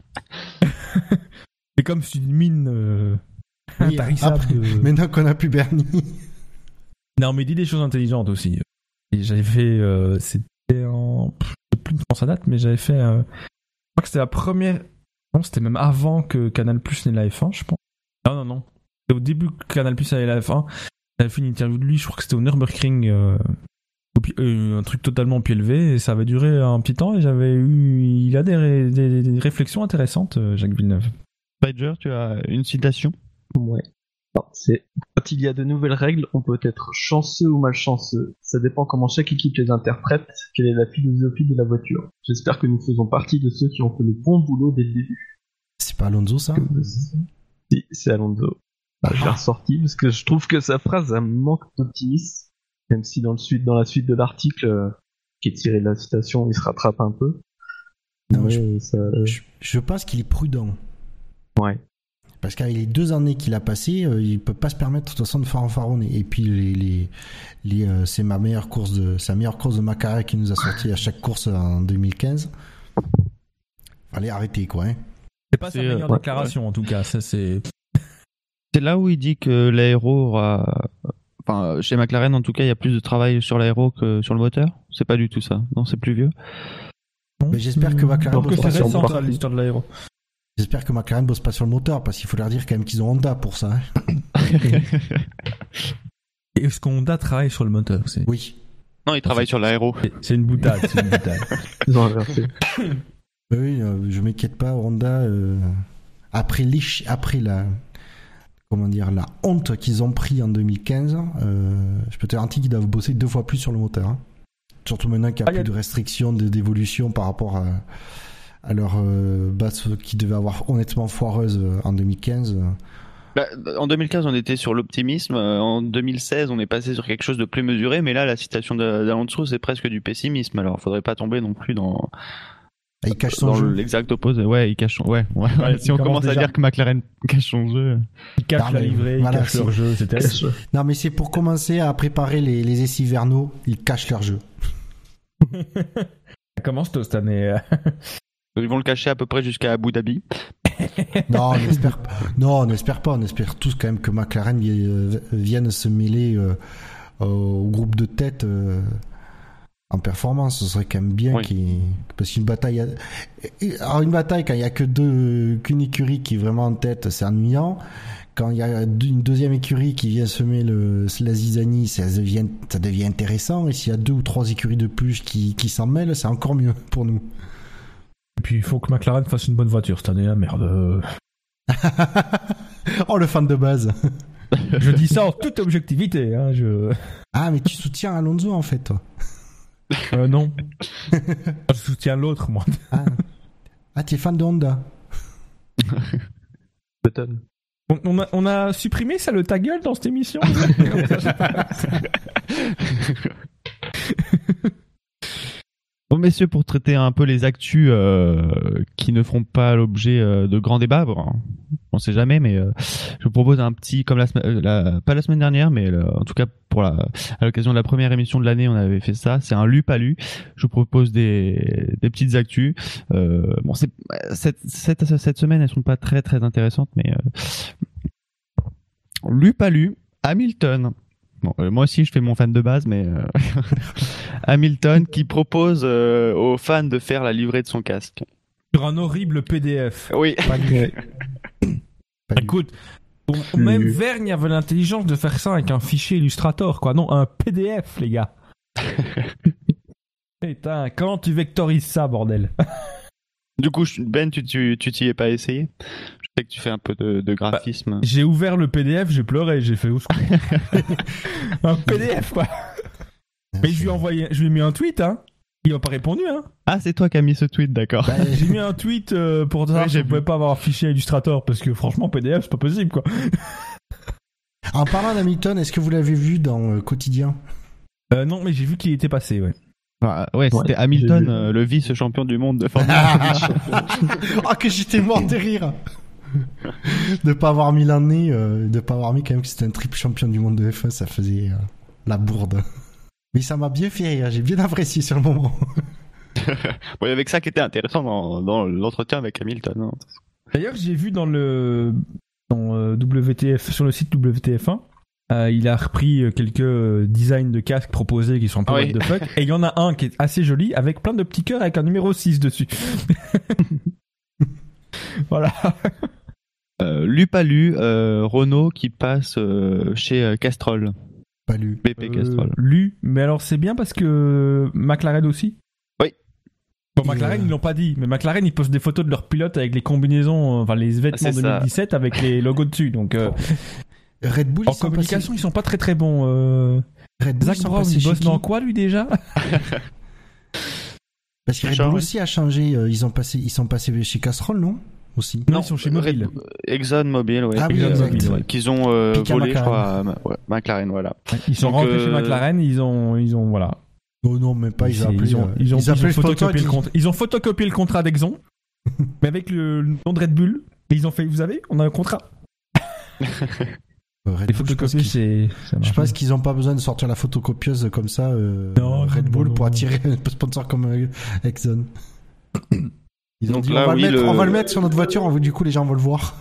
Mais comme c'est une mine intarissable... Maintenant qu'on a plus Bernie... Non, mais il dit des choses intelligentes aussi. Et j'avais fait... c'était en... Je sais plus quand ça date, mais j'avais fait... Je crois que c'était la première... Non, c'était même avant que Canal+ n'ait la F1, je pense. Non. C'était au début que Canal+ avait la F1. J'avais fait une interview de lui, je crois que c'était au Nürburgring. Un truc totalement au pied levé. Et ça avait duré un petit temps. Et il a des réflexions intéressantes, Jacques Villeneuve. Spider, tu as une citation? Ouais. C'est quand il y a de nouvelles règles, on peut être chanceux ou malchanceux. Ça dépend comment chaque équipe les interprète, quelle est la philosophie de la voiture. J'espère que nous faisons partie de ceux qui ont fait le bon boulot dès le début. C'est pas Alonso, ça? Si, c'est Alonso. Je l'ai ressorti parce que je trouve que sa phrase a un manque d'optimisme, même si dans la suite de l'article qui est tiré de la citation, il se rattrape un peu. Non, je pense qu'il est prudent. Ouais. Parce qu'avec les 2 années qu'il a passées, il peut pas se permettre de toute façon de fanfaronner. Et puis c'est sa meilleure course de ma carrière qui nous a sorti à chaque course en 2015. Fallait arrêter quoi. Hein. C'est pas sa meilleure déclaration en tout cas. Ça c'est. C'est là où il dit que l'aéro enfin chez McLaren en tout cas il y a plus de travail sur l'aéro que sur le moteur. C'est pas du tout ça. Non, c'est plus vieux. Mais j'espère que McLaren bosse pas sur le moteur. L'histoire de l'aéro. J'espère que McLaren bosse pas sur le moteur, parce qu'il faut leur dire quand même qu'ils ont Honda pour ça. Hein. Est-ce qu'Honda travaille sur le moteur? Oui. Non, il travaille sur l'aéro. C'est une boutade. Ils ont inversé. Oui, je m'inquiète pas, Honda, après la honte qu'ils ont pris en 2015, je peux te garantir qu'ils doivent bosser 2 fois plus sur le moteur. Hein. Surtout maintenant qu'il n'y a plus de restrictions d'évolution par rapport à leur base qui devait avoir honnêtement foireuse en 2015. En 2015, on était sur l'optimisme. En 2016, on est passé sur quelque chose de plus mesuré. Mais là, la citation d'Alonso, c'est presque du pessimisme. Alors, faudrait pas tomber non plus dans... Il cache son jeu. L'exact opposé. Ouais, il cache son... Ouais. Si on commence à dire que McLaren cache son jeu... Ils cachent la livrée, ils cachent leur jeu. Non, mais c'est pour commencer à préparer les essais hivernaux. Ils cachent leur jeu. Ça commence tôt cette année. Ils vont le cacher à peu près jusqu'à Abu Dhabi. Non, on n'espère pas. On espère tous quand même que McLaren vienne se mêler au groupe de tête En performance, ce serait quand même bien parce qu'une bataille, alors une bataille quand il y a qu'une écurie qui est vraiment en tête, c'est ennuyant. Quand il y a une deuxième écurie qui vient semer la zizanie, ça devient intéressant. Et s'il y a 2 ou 3 écuries de plus qui s'en mêlent, c'est encore mieux pour nous. Et puis il faut que McLaren fasse une bonne voiture cette année, merde. Oh, le fan de base. Je dis ça en toute objectivité. Hein, Ah, mais tu soutiens Alonso en fait, toi. Non. Je soutiens l'autre, moi. Ah, tu es fan de Honda. Button. On a supprimé ça, le ta gueule, dans cette émission. Bon, messieurs, pour traiter un peu les actus qui ne feront pas l'objet de grands débats, bon, on sait jamais, mais je vous propose un petit, comme pas la semaine dernière, mais en tout cas à l'occasion de la première émission de l'année, on avait fait ça. C'est un lu pas lu. Je vous propose des petites actus. Bon, cette semaine, elles sont pas très très intéressantes, mais lu pas lu. Hamilton. Bon, moi aussi je fais mon fan de base, mais Hamilton qui propose aux fans de faire la livrée de son casque. Sur un horrible PDF. Oui. Écoute, même Vergne avait l'intelligence de faire ça avec un fichier Illustrator, quoi. Non, un PDF, les gars. Putain, comment tu vectorises ça, bordel? Du coup, Ben, tu t'y es pas essayé? Je sais que tu fais un peu de graphisme. J'ai ouvert le PDF, j'ai pleuré, j'ai fait au secours. Un PDF, quoi. Mais je lui ai mis un tweet, hein. Il m'a pas répondu, hein. Ah, c'est toi qui as mis ce tweet, d'accord. J'ai mis un tweet pour dire que je pouvais pas avoir un fichier Illustrator parce que franchement, PDF, c'est pas possible, quoi. En parlant d'Hamilton, est-ce que vous l'avez vu dans Quotidien? Non, mais j'ai vu qu'il était passé, ouais. C'était Hamilton, le vice-champion du monde de Formule 1. Ah, que j'étais mort de rire de pas avoir mis l'année, de pas avoir mis quand même que c'était un triple champion du monde de F1, ça faisait la bourde. Mais ça m'a bien fait rire, j'ai bien apprécié sur le moment. Bon, il y avait que ça qui était intéressant dans l'entretien avec Hamilton. Hein. D'ailleurs, j'ai vu dans WTF, sur le site WTF1, il a repris quelques designs de casques proposés qui sont un peu what the fuck. Et il y en a un qui est assez joli avec plein de petits cœurs avec un numéro 6 dessus. Voilà. Lupalu, Renault qui passe chez Castrol. Pas lu. BP Castrol. Mais alors c'est bien parce que McLaren aussi. Oui. Bon, McLaren ils l'ont pas dit, mais McLaren ils postent des photos de leurs pilotes avec les combinaisons, enfin les vêtements 2017 avec les logos dessus. Donc Red Bull en communication ils sont pas très très bons. Red Bull, Zach Brown il bosse dans quoi lui déjà? Parce que Red Bull aussi a changé. Ils sont passés chez Castrol, non? Aussi. Non, ils sont chez Mobil. ExxonMobil, ouais. Ah oui, ExxonMobil, qu'ils ont volé, je crois, à McLaren, voilà. Ils sont rentrés chez McLaren, ils ont voilà. Oh non, mais pas. Ils ont photocopié le contrat d'Exxon, mais avec le nom de Red Bull. Et ils ont fait, vous avez, on a un contrat. Les photocopies, je pense qu'ils n'ont pas besoin de sortir la photocopieuse comme ça, Red Bull, pour attirer un sponsor comme Exxon. Ils ont dit on va le mettre sur notre voiture, du coup les gens vont le voir.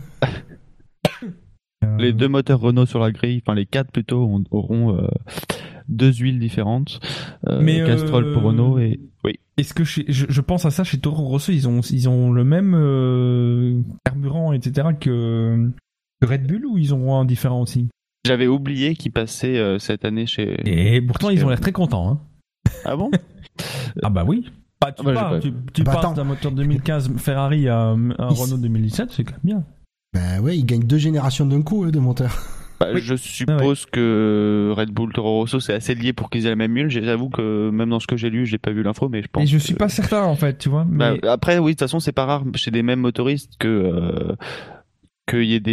Les 2 moteurs Renault sur la grille, enfin les 4 plutôt, auront 2 huiles différentes. Castrol pour Renault et oui. Est-ce que je pense à ça chez Toro Rosso, ils ont le même carburant etc que Red Bull ou ils ont un différent aussi? J'avais oublié qu'ils passaient cette année chez. Et pourtant ils ont l'air très contents. Hein. Ah bon? Ah bah oui. Tu passes d'un moteur 2015 Ferrari à un Renault 2017, c'est quand même bien. Bah ouais, ils gagnent 2 générations d'un coup de moteurs. Oui. Je suppose que Red Bull Toro Rosso c'est assez lié pour qu'ils aient la même huile. J'avoue que même dans ce que j'ai lu, j'ai pas vu l'info, mais je pense. Et je suis pas certain en fait, tu vois. Mais... après, oui, de toute façon, c'est pas rare chez des mêmes motoristes qu'il y ait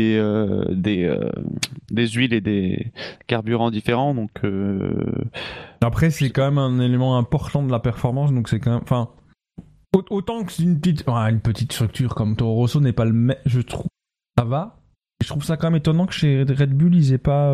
des huiles et des carburants différents, donc. Après, c'est quand même un élément important de la performance, donc c'est quand même, enfin, autant que c'est une petite structure comme Toro Rosso n'est pas le même, je trouve, ça va. Je trouve ça quand même étonnant que chez Red Bull ils aient pas,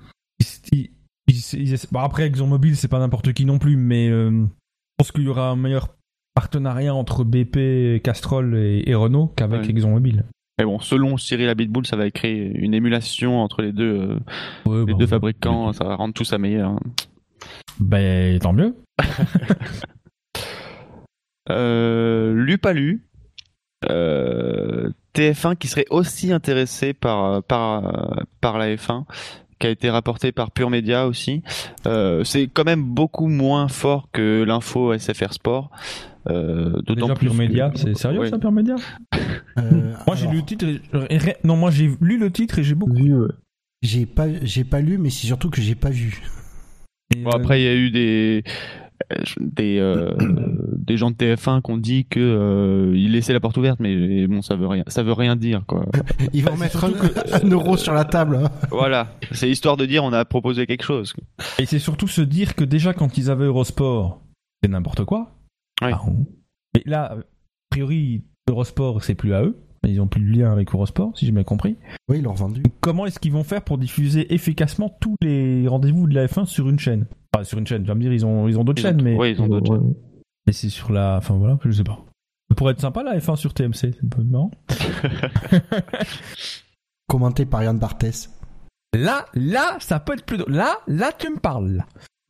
bon, après ExxonMobil c'est pas n'importe qui non plus, mais je pense qu'il y aura un meilleur partenariat entre BP, Castrol et Renault qu'avec ExxonMobil. Mais bon, selon Cyril Abitboul, ça va créer une émulation entre les deux, deux fabricants, ça va rendre tout ça meilleur. Ben, tant mieux. Lupalu, TF1 qui serait aussi intéressé par la F1, qui a été rapporté par Pure Média aussi. C'est quand même beaucoup moins fort que l'info SFR Sport. D'autant déjà plus Pure Média, c'est sérieux ouais. ça, Pure Média? Moi j'ai lu le titre non, moi j'ai lu le titre et j'ai beaucoup Vu, J'ai pas lu, mais c'est surtout que j'ai pas vu. Et, Bon, après, il y a eu des gens de TF1 qui ont dit que ils laissaient la porte ouverte, mais bon, ça veut rien dire, quoi. Ils vont mettre un euro sur la table. Hein. Voilà, c'est histoire de dire on a proposé quelque chose. et c'est surtout se dire que déjà quand ils avaient Eurosport, c'est n'importe quoi. Ouais. Mais là, a priori, Eurosport, c'est plus à eux. Ils ont plus de lien avec Eurosport, si j'ai bien compris. Oui, ils l'ont vendu. Comment est-ce qu'ils vont faire pour diffuser efficacement tous les rendez-vous de la F1 sur une chaîne? Enfin, sur une chaîne, tu vas me dire, ils ont d'autres chaînes, mais... Oui, ils ont d'autres chaînes. Mais c'est sur la... Enfin voilà, je sais pas. Ça pourrait être sympa la F1 sur TMC, c'est un peu marrant. Commenté par Yann Barthès. Là, ça peut être plus... Là, tu me parles.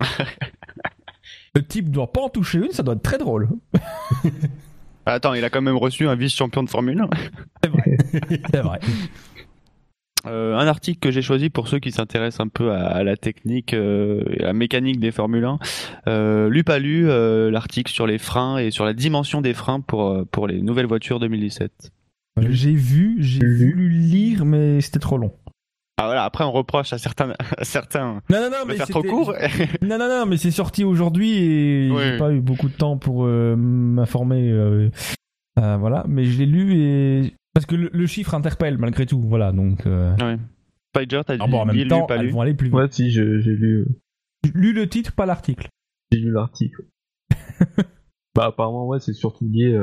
Le type doit pas en toucher une, ça doit être très drôle. Attends, il a quand même reçu un vice-champion de Formule 1. C'est vrai. Un article que j'ai choisi pour ceux qui s'intéressent un peu à la technique et à la mécanique des Formule 1. Lupalu, l'article sur les freins et sur la dimension des freins pour les nouvelles voitures 2017. J'ai voulu lire, mais c'était trop long. Ah voilà, après on reproche à certains Non, de mais faire trop court. Non, mais c'est sorti aujourd'hui et Oui. j'ai pas eu beaucoup de temps pour m'informer. Voilà, mais je l'ai lu et parce que le chiffre interpelle malgré tout. Voilà, donc. Ouais. Spider, t'as dit en même temps, elles vont aller plus vite. Ouais, si, j'ai lu Lu le titre, pas l'article. l'article. Bah apparemment, ouais, c'est surtout lié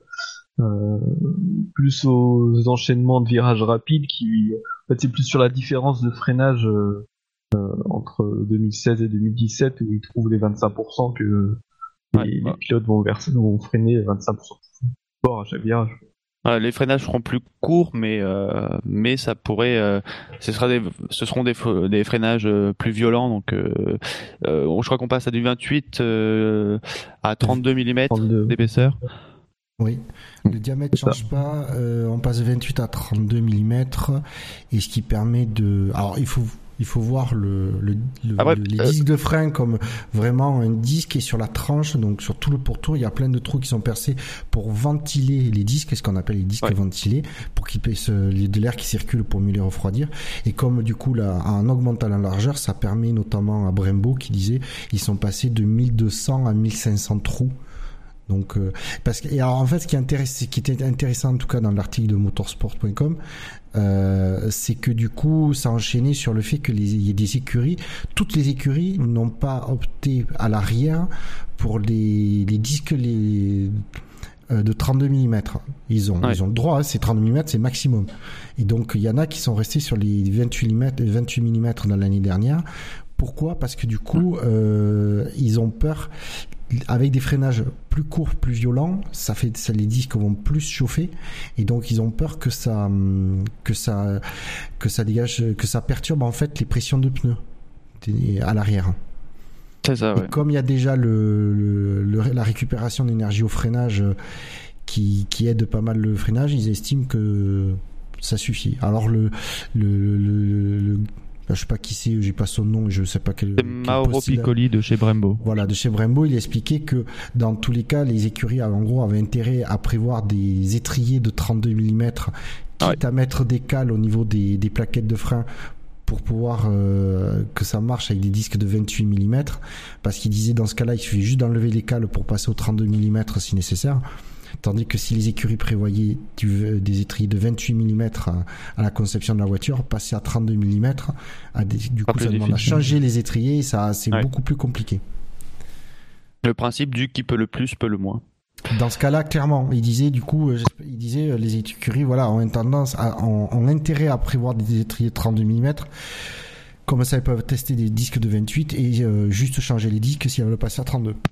plus aux enchaînements de virages rapides qui... En fait, c'est plus sur la différence de freinage entre 2016 et 2017 où ils trouvent les 25% que les pilotes vont freiner 25% fort à chaque virage. Les freinages seront plus courts, mais ça pourrait, ce seront des freinages plus violents. Donc, je crois qu'on passe à du 28 à 32 mm d'épaisseur. Oui, le diamètre change pas, on passe de 28 à 32 mm et ce qui permet de... Alors il faut voir les disques de frein comme vraiment un disque et sur la tranche, donc sur tout le pourtour, il y a plein de trous qui sont percés pour ventiler les disques, ce qu'on appelle les disques ventilés, pour qu'il puisse de l'air qui circule pour mieux les refroidir. Et comme du coup là, en augmentant la largeur, ça permet notamment à Brembo qui disait ils sont passés de 1200 à 1500 trous. Donc parce que et alors, en fait ce qui était intéressant en tout cas dans l'article de motorsport.com c'est que du coup ça enchaînait sur le fait que il y a des écuries, toutes les écuries n'ont pas opté à l'arrière pour les disques de 32 mm. Ils ont le droit, c'est 32 mm, c'est maximum. Et donc il y en a qui sont restés sur les 28 mm dans l'année dernière. Pourquoi ? Parce que du coup ils ont peur. Avec des freinages plus courts, plus violents, les disques vont plus chauffer et donc ils ont peur que ça dégage, que ça perturbe en fait les pressions de pneus à l'arrière. C'est ça. Ouais. Et comme il y a déjà la récupération d'énergie au freinage qui aide pas mal le freinage, ils estiment que ça suffit. Alors je sais pas qui c'est, j'ai pas son nom, je sais pas quel. C'est Mauro Piccoli de chez Brembo. Voilà, de chez Brembo, il expliquait que dans tous les cas, les écuries, en gros, avaient intérêt à prévoir des étriers de 32 mm, quitte à mettre des cales au niveau des plaquettes de frein pour pouvoir que ça marche avec des disques de 28 mm, parce qu'il disait dans ce cas-là, il suffit juste d'enlever les cales pour passer aux 32 mm si nécessaire. Tandis que si les écuries prévoyaient des étriers de 28 mm à la conception de la voiture, passer à 32 mm, du coup ça demande à changer les étriers et ça c'est beaucoup plus compliqué. Le principe du qui peut le plus peut le moins. Dans ce cas-là, clairement, il disait les écuries ont intérêt à prévoir des étriers de 32 mm. Comme ça, ils peuvent tester des disques de 28 et juste changer les disques si elles veulent passer à 32.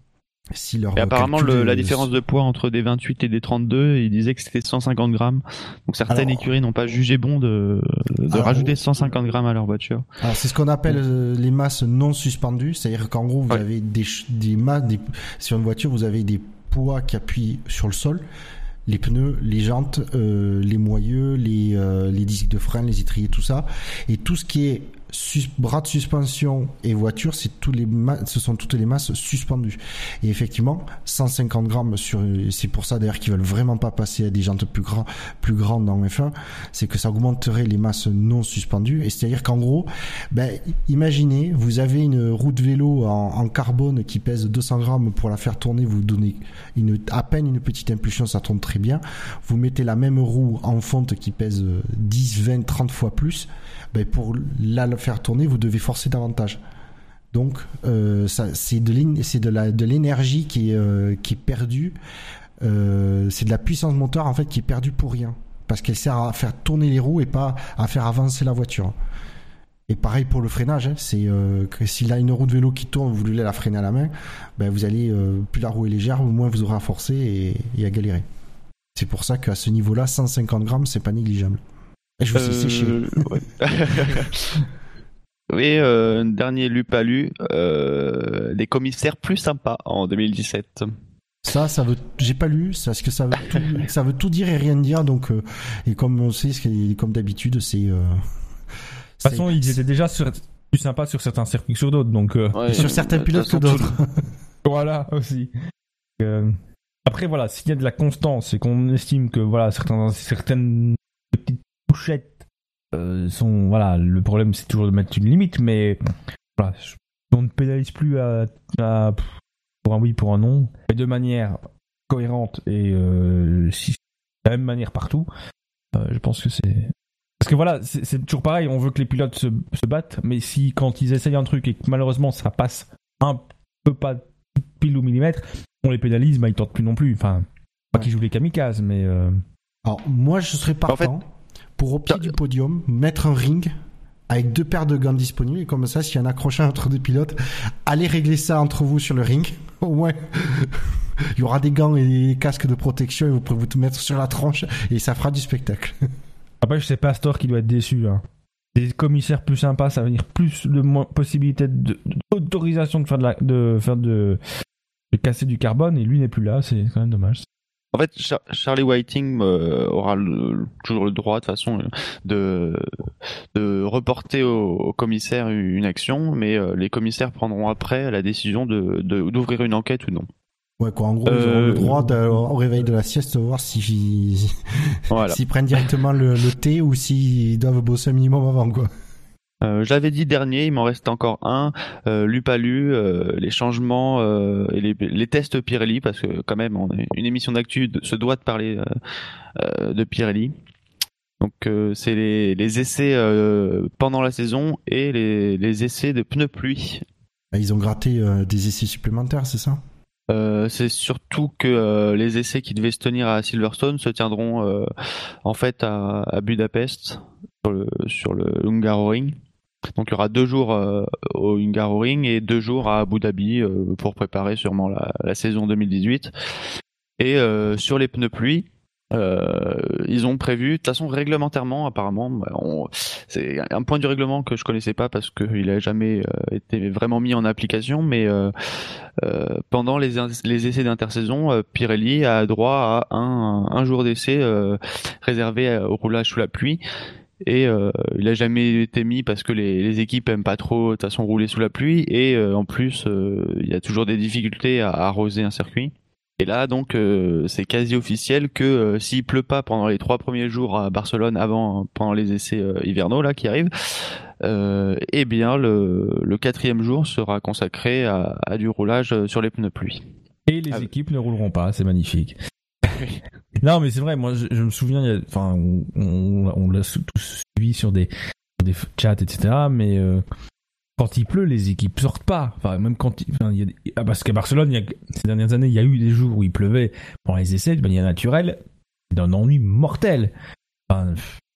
Si leur Et apparemment, calcul la différence de poids entre des 28 et des 32, il disait que c'était 150 grammes. Donc certaines écuries n'ont pas jugé bon de rajouter 150 grammes à leur voiture. Alors c'est ce qu'on appelle les masses non suspendues, c'est-à-dire qu'en gros vous avez des masses, sur une voiture vous avez des poids qui appuient sur le sol, les pneus, les jantes, les moyeux, les disques de frein, les étriers, tout ça, et tout ce qui est bras de suspension et voiture, ce sont toutes les masses suspendues. Et effectivement, 150 grammes c'est pour ça d'ailleurs qu'ils veulent vraiment pas passer à des jantes plus grandes dans F1, c'est que ça augmenterait les masses non suspendues. Et c'est-à-dire qu'en gros, imaginez, vous avez une roue de vélo en carbone qui pèse 200 grammes pour la faire tourner, vous donnez à peine une petite impulsion, ça tourne très bien. Vous mettez la même roue en fonte qui pèse 10, 20, 30 fois plus, pour la faire tourner, vous devez forcer davantage. Donc, c'est de l'énergie qui est perdue. C'est de la puissance moteur en fait qui est perdue pour rien, parce qu'elle sert à faire tourner les roues et pas à faire avancer la voiture. Et pareil pour le freinage, c'est que s'il a une roue de vélo qui tourne, vous voulez la freiner à la main, vous allez plus la roue est légère, moins vous aurez à forcer et à galérer. C'est pour ça qu'à ce niveau-là, 150 grammes, c'est pas négligeable. Et je vous ai séché. Ouais. Oui, dernier Lupalu, des commissaires plus sympas en 2017. Ça veut, j'ai pas lu, parce que ça veut tout dire et rien dire, donc, et comme on sait, comme d'habitude, c'est, de toute façon, ils étaient déjà plus sympas sur certains circuits que sur d'autres, donc, et sur certains pilotes que d'autres. Voilà, aussi. Après, voilà, s'il y a de la constance et qu'on estime que, voilà, certaines petites couchettes sont, voilà, le problème c'est toujours de mettre une limite, mais voilà, on ne pénalise plus pour un oui, pour un non, et de manière cohérente et si de la même manière partout, je pense que c'est... Parce que voilà, c'est toujours pareil, on veut que les pilotes se battent, mais si quand ils essayent un truc et que malheureusement ça passe un peu pas pile au millimètre, on les pénalise, ils tentent plus non plus, enfin, pas qu'ils jouent les kamikazes, mais... Alors, moi je serais partant pour au pied du podium, mettre un ring avec 2 paires de gants disponibles, et comme ça, s'il y a un accrochage entre 2 pilotes, allez régler ça entre vous sur le ring. Au moins, il y aura des gants et des casques de protection et vous pourrez vous mettre sur la tranche et ça fera du spectacle. Après, c'est Pastor qui doit être déçu. Hein. Des commissaires plus sympas, ça veut dire plus de possibilités d'autorisation de casser du carbone, et lui n'est plus là, c'est quand même dommage. En fait, Charlie Whiting aura toujours le droit, de toute façon, de reporter au commissaire une action, mais les commissaires prendront après la décision d'ouvrir une enquête ou non. Ouais, quoi, en gros, ils auront le droit au réveil de la sieste, voir s'ils prennent directement le thé ou s'ils doivent bosser un minimum avant, quoi. Je l'avais dit dernier, il m'en reste encore un. Lupalu, les changements et les tests Pirelli, parce que quand même, une émission d'actu se doit de parler de Pirelli. Donc c'est les essais pendant la saison et les essais de pneus pluie. Ils ont gratté des essais supplémentaires, c'est ça ? C'est surtout que les essais qui devaient se tenir à Silverstone se tiendront en fait à Budapest sur le Hungaroring. Donc il y aura 2 jours au Hungaroring et 2 jours à Abu Dhabi pour préparer sûrement la saison 2018. Et sur les pneus pluie, ils ont prévu, de toute façon réglementairement apparemment, c'est un point du règlement que je connaissais pas parce qu'il a jamais été vraiment mis en application, mais pendant les essais d'intersaison, Pirelli a droit à un jour d'essai réservé au roulage sous la pluie. Et il a jamais été mis parce que les équipes aiment pas trop de toute façon rouler sous la pluie, et en plus il y a toujours des difficultés à arroser un circuit. Et là donc c'est quasi officiel que s'il pleut pas pendant les 3 premiers jours à Barcelone pendant les essais hivernaux là qui arrivent, eh bien le 4e jour sera consacré à du roulage sur les pneus pluie. Et les équipes ne rouleront pas, c'est magnifique. Non, mais c'est vrai, moi je me souviens, on l'a tous suivi sur des chats, etc. Mais quand il pleut, les équipes sortent pas. Enfin, même quand parce qu'à Barcelone, ces dernières années, il y a eu des jours où il pleuvait pendant les essais de manière naturelle, c'est d'un ennui mortel. Enfin,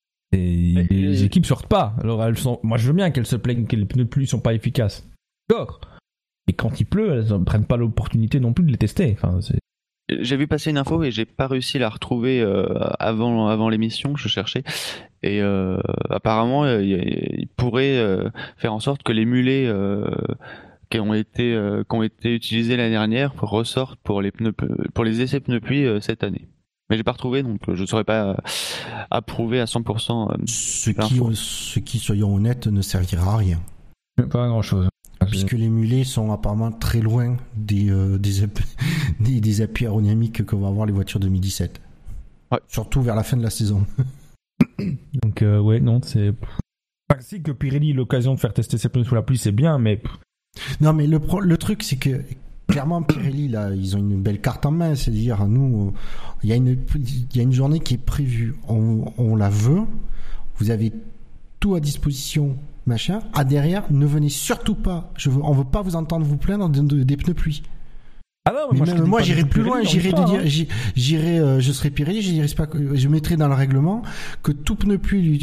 les équipes sortent pas. Alors moi je veux bien qu'elles se plaignent que les pneus de pluie sont pas efficaces. D'accord. Et quand il pleut, elles ne prennent pas l'opportunité non plus de les tester. Enfin, j'ai vu passer une info et j'ai pas réussi à la retrouver avant l'émission, je cherchais. Et apparemment, il pourrait faire en sorte que les mulets qui ont été utilisés l'année dernière ressortent pour les essais pneus pluie cette année. Mais j'ai pas retrouvé, donc je ne saurais pas approuver à 100%. Ce qui, soyons honnêtes, ne servira à rien. Pas grand chose. Puisque les mulets sont apparemment très loin des appuis aérodynamiques que vont avoir les voitures 2017. Ouais. Surtout vers la fin de la saison. Donc ouais, non, c'est... Enfin, si que Pirelli ait l'occasion de faire tester ses pneus sous la pluie, c'est bien, mais... Non, mais le truc, c'est que clairement, Pirelli, là, ils ont une belle carte en main. C'est-à-dire, nous, il y a une journée qui est prévue. On la veut. Vous avez tout à disposition, machin. À derrière, ne venez surtout pas. On veut pas vous entendre vous plaindre des pneus pluie. Ah non, mais moi j'irai plus loin. Je serai Pirelli. Je mettrai dans le règlement que tout pneu pluie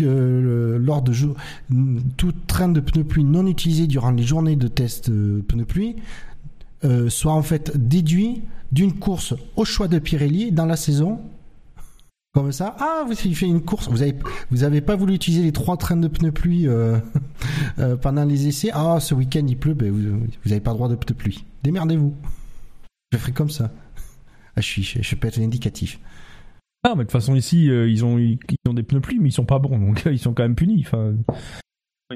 tout train de pneus pluie non utilisé durant les journées de test pneus pluie soit en fait déduit d'une course au choix de Pirelli dans la saison. Comme ça, vous avez fait une course, vous avez pas voulu utiliser les 3 trains de pneus pluie pendant les essais. Ce week-end il pleut, vous avez pas le droit de pneus pluie. Démerdez-vous. Je ferai comme ça. Je peux être indicatif. Ah, mais de toute façon ici, ils ont des pneus pluie, mais ils sont pas bons, donc ils sont quand même punis. Enfin. Oui.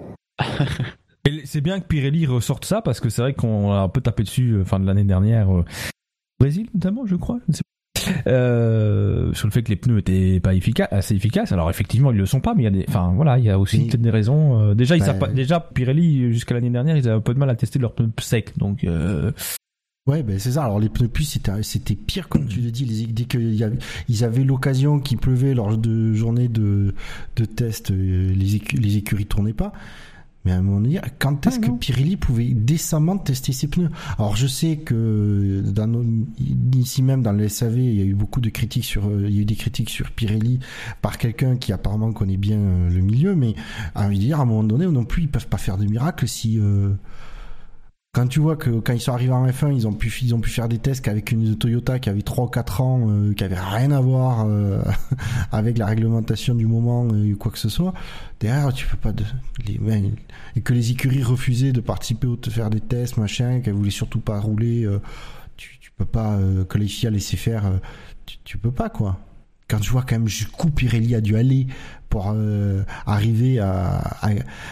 Et c'est bien que Pirelli ressorte ça parce que c'est vrai qu'on a un peu tapé dessus fin de l'année dernière au Brésil notamment, je crois. Sur le fait que les pneus étaient pas assez efficaces. Alors effectivement ils le sont pas, mais il y a aussi peut-être des raisons. Déjà Pirelli jusqu'à l'année dernière ils avaient un peu de mal à tester leurs pneus secs, donc. Ouais, c'est ça. Alors les pneus pluie c'était pire comme tu le dis. Dès qu'ils avaient l'occasion qu'il pleuvait lors de journées de test, les écuries tournaient pas. Mais à un moment donné, quand est-ce que Pirelli pouvait décemment tester ses pneus? Alors je sais que ici même dans le SAV, il y a eu des critiques sur Pirelli par quelqu'un qui apparemment connaît bien le milieu, mais à un moment donné non plus ils peuvent pas faire de miracle si quand tu vois que quand ils sont arrivés en F1, ils ont pu faire des tests qu'avec une Toyota qui avait 3 ou 4 ans, qui avait rien à voir avec la réglementation du moment ou quoi que ce soit. Derrière, tu peux pas et que les écuries refusaient de participer ou de faire des tests, machin, qu'elles voulaient surtout pas rouler, tu peux pas que les filles laisser faire, tu peux pas quoi. Quand tu vois quand même jusqu'où Pirelli a dû aller pour arriver à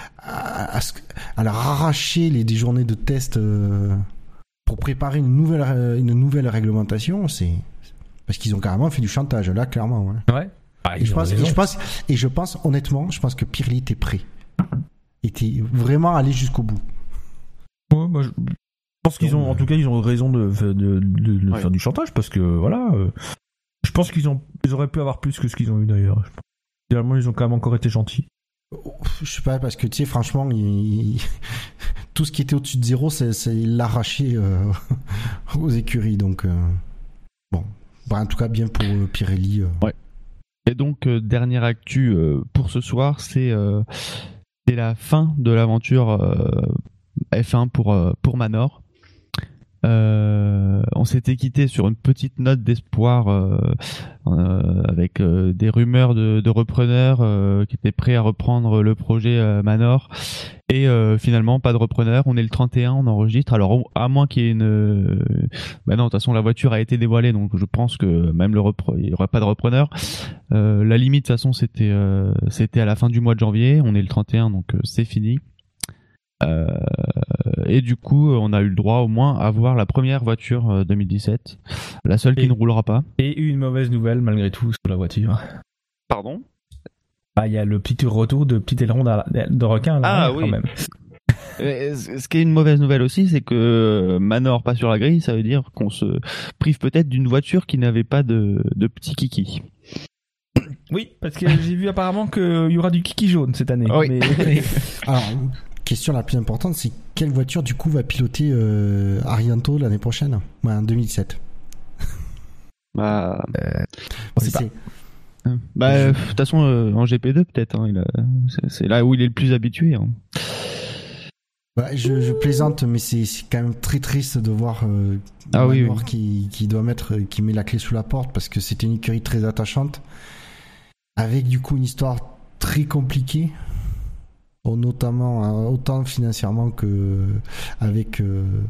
leur arracher des journées de test pour préparer une nouvelle réglementation, c'est parce qu'ils ont carrément fait du chantage là, clairement. Ouais. Je pense honnêtement, que Pirelli était prêt, était vraiment allé jusqu'au bout. Ouais, moi, je pense qu'ils ont, en tout cas, ils ont raison de faire du chantage parce que voilà. Je pense qu'ils auraient pu avoir plus que ce qu'ils ont eu d'ailleurs. Finalement, ils ont quand même encore été gentils. Je sais pas, parce que tu sais, franchement, tout ce qui était au-dessus de 0, c'est l'arracher aux écuries. Donc, bon. En tout cas, bien pour Pirelli. Ouais. Et donc, dernière actu pour ce soir, c'est la fin de l'aventure F1 pour Manor. On s'était quitté sur une petite note d'espoir avec des rumeurs de repreneurs qui étaient prêts à reprendre le projet Manor et finalement pas de repreneur. On est le 31, on enregistre. Alors à moins qu'il y ait non, de toute façon la voiture a été dévoilée, donc je pense que même il y aura pas de repreneur. La limite de toute façon c'était à la fin du mois de janvier. On est le 31, donc c'est fini. Et du coup, on a eu le droit au moins à voir la première voiture 2017, la seule qui ne roulera pas. Et une mauvaise nouvelle malgré tout sur la voiture. Pardon ? Il y a le petit retour de petit aileron de requin là, oui. Quand même. Ce qui est une mauvaise nouvelle aussi, c'est que Manor pas sur la grille, ça veut dire qu'on se prive peut-être d'une voiture qui n'avait pas de petit kiki. Oui, parce que j'ai vu apparemment qu'il y aura du kiki jaune cette année. Oui. Mais... Alors, question la plus importante, c'est quelle voiture du coup va piloter Arianto l'année prochaine, en 2017? On sait pas. De toute façon, en GP2 peut-être. C'est là où il est le plus habitué. Bah, je plaisante, mais c'est quand même très triste de voir Manor qui met la clé sous la porte, parce que c'était une écurie très attachante, avec du coup une histoire très compliquée, notamment autant financièrement que avec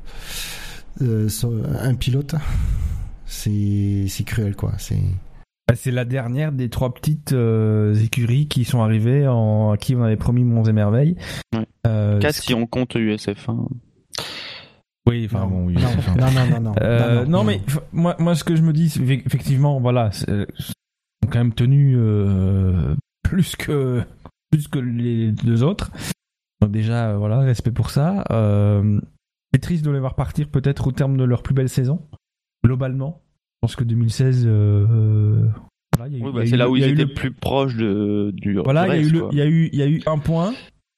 un pilote. C'est cruel, quoi. C'est la dernière des 3 petites écuries qui sont arrivées, à qui on avait promis monts et merveilles. Ouais. 4 si on compte USF1. Oui, enfin bon, USF1. Non, mais moi, ce que je me dis, c'est effectivement, voilà, ils ont quand même tenu plus que les 2 autres. Donc déjà, voilà, respect pour ça. C'est triste de les voir partir peut-être au terme de leur plus belle saison, globalement. Je pense que 2016, voilà, c'est là où ils étaient le plus proches du voilà, reste. Il y a eu 1 point.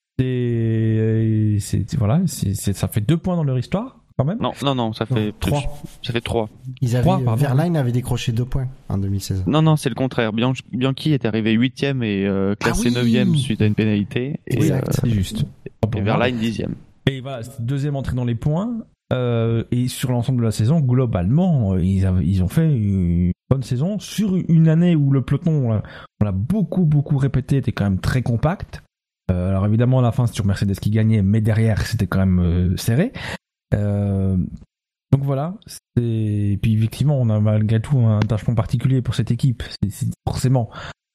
Ça fait 2 points dans leur histoire, quand même. Non, ça fait 3. Ça fait 3. Verlaine avait décroché 2 points en 2016. Non, c'est le contraire. Bianchi est arrivé 8ème et classé 9ème suite à une pénalité. Exact, c'est juste. Et Verlaine 10ème. Et voilà, 2e entrée dans les points. Et sur l'ensemble de la saison, globalement, ils ont fait une bonne saison. Sur une année où le peloton, on l'a beaucoup répété, était quand même très compact. Alors évidemment, à la fin, c'est toujours Mercedes qui gagnait, mais derrière, c'était quand même serré. Donc voilà. Et puis effectivement, on a malgré tout un attachement particulier pour cette équipe. C'est forcément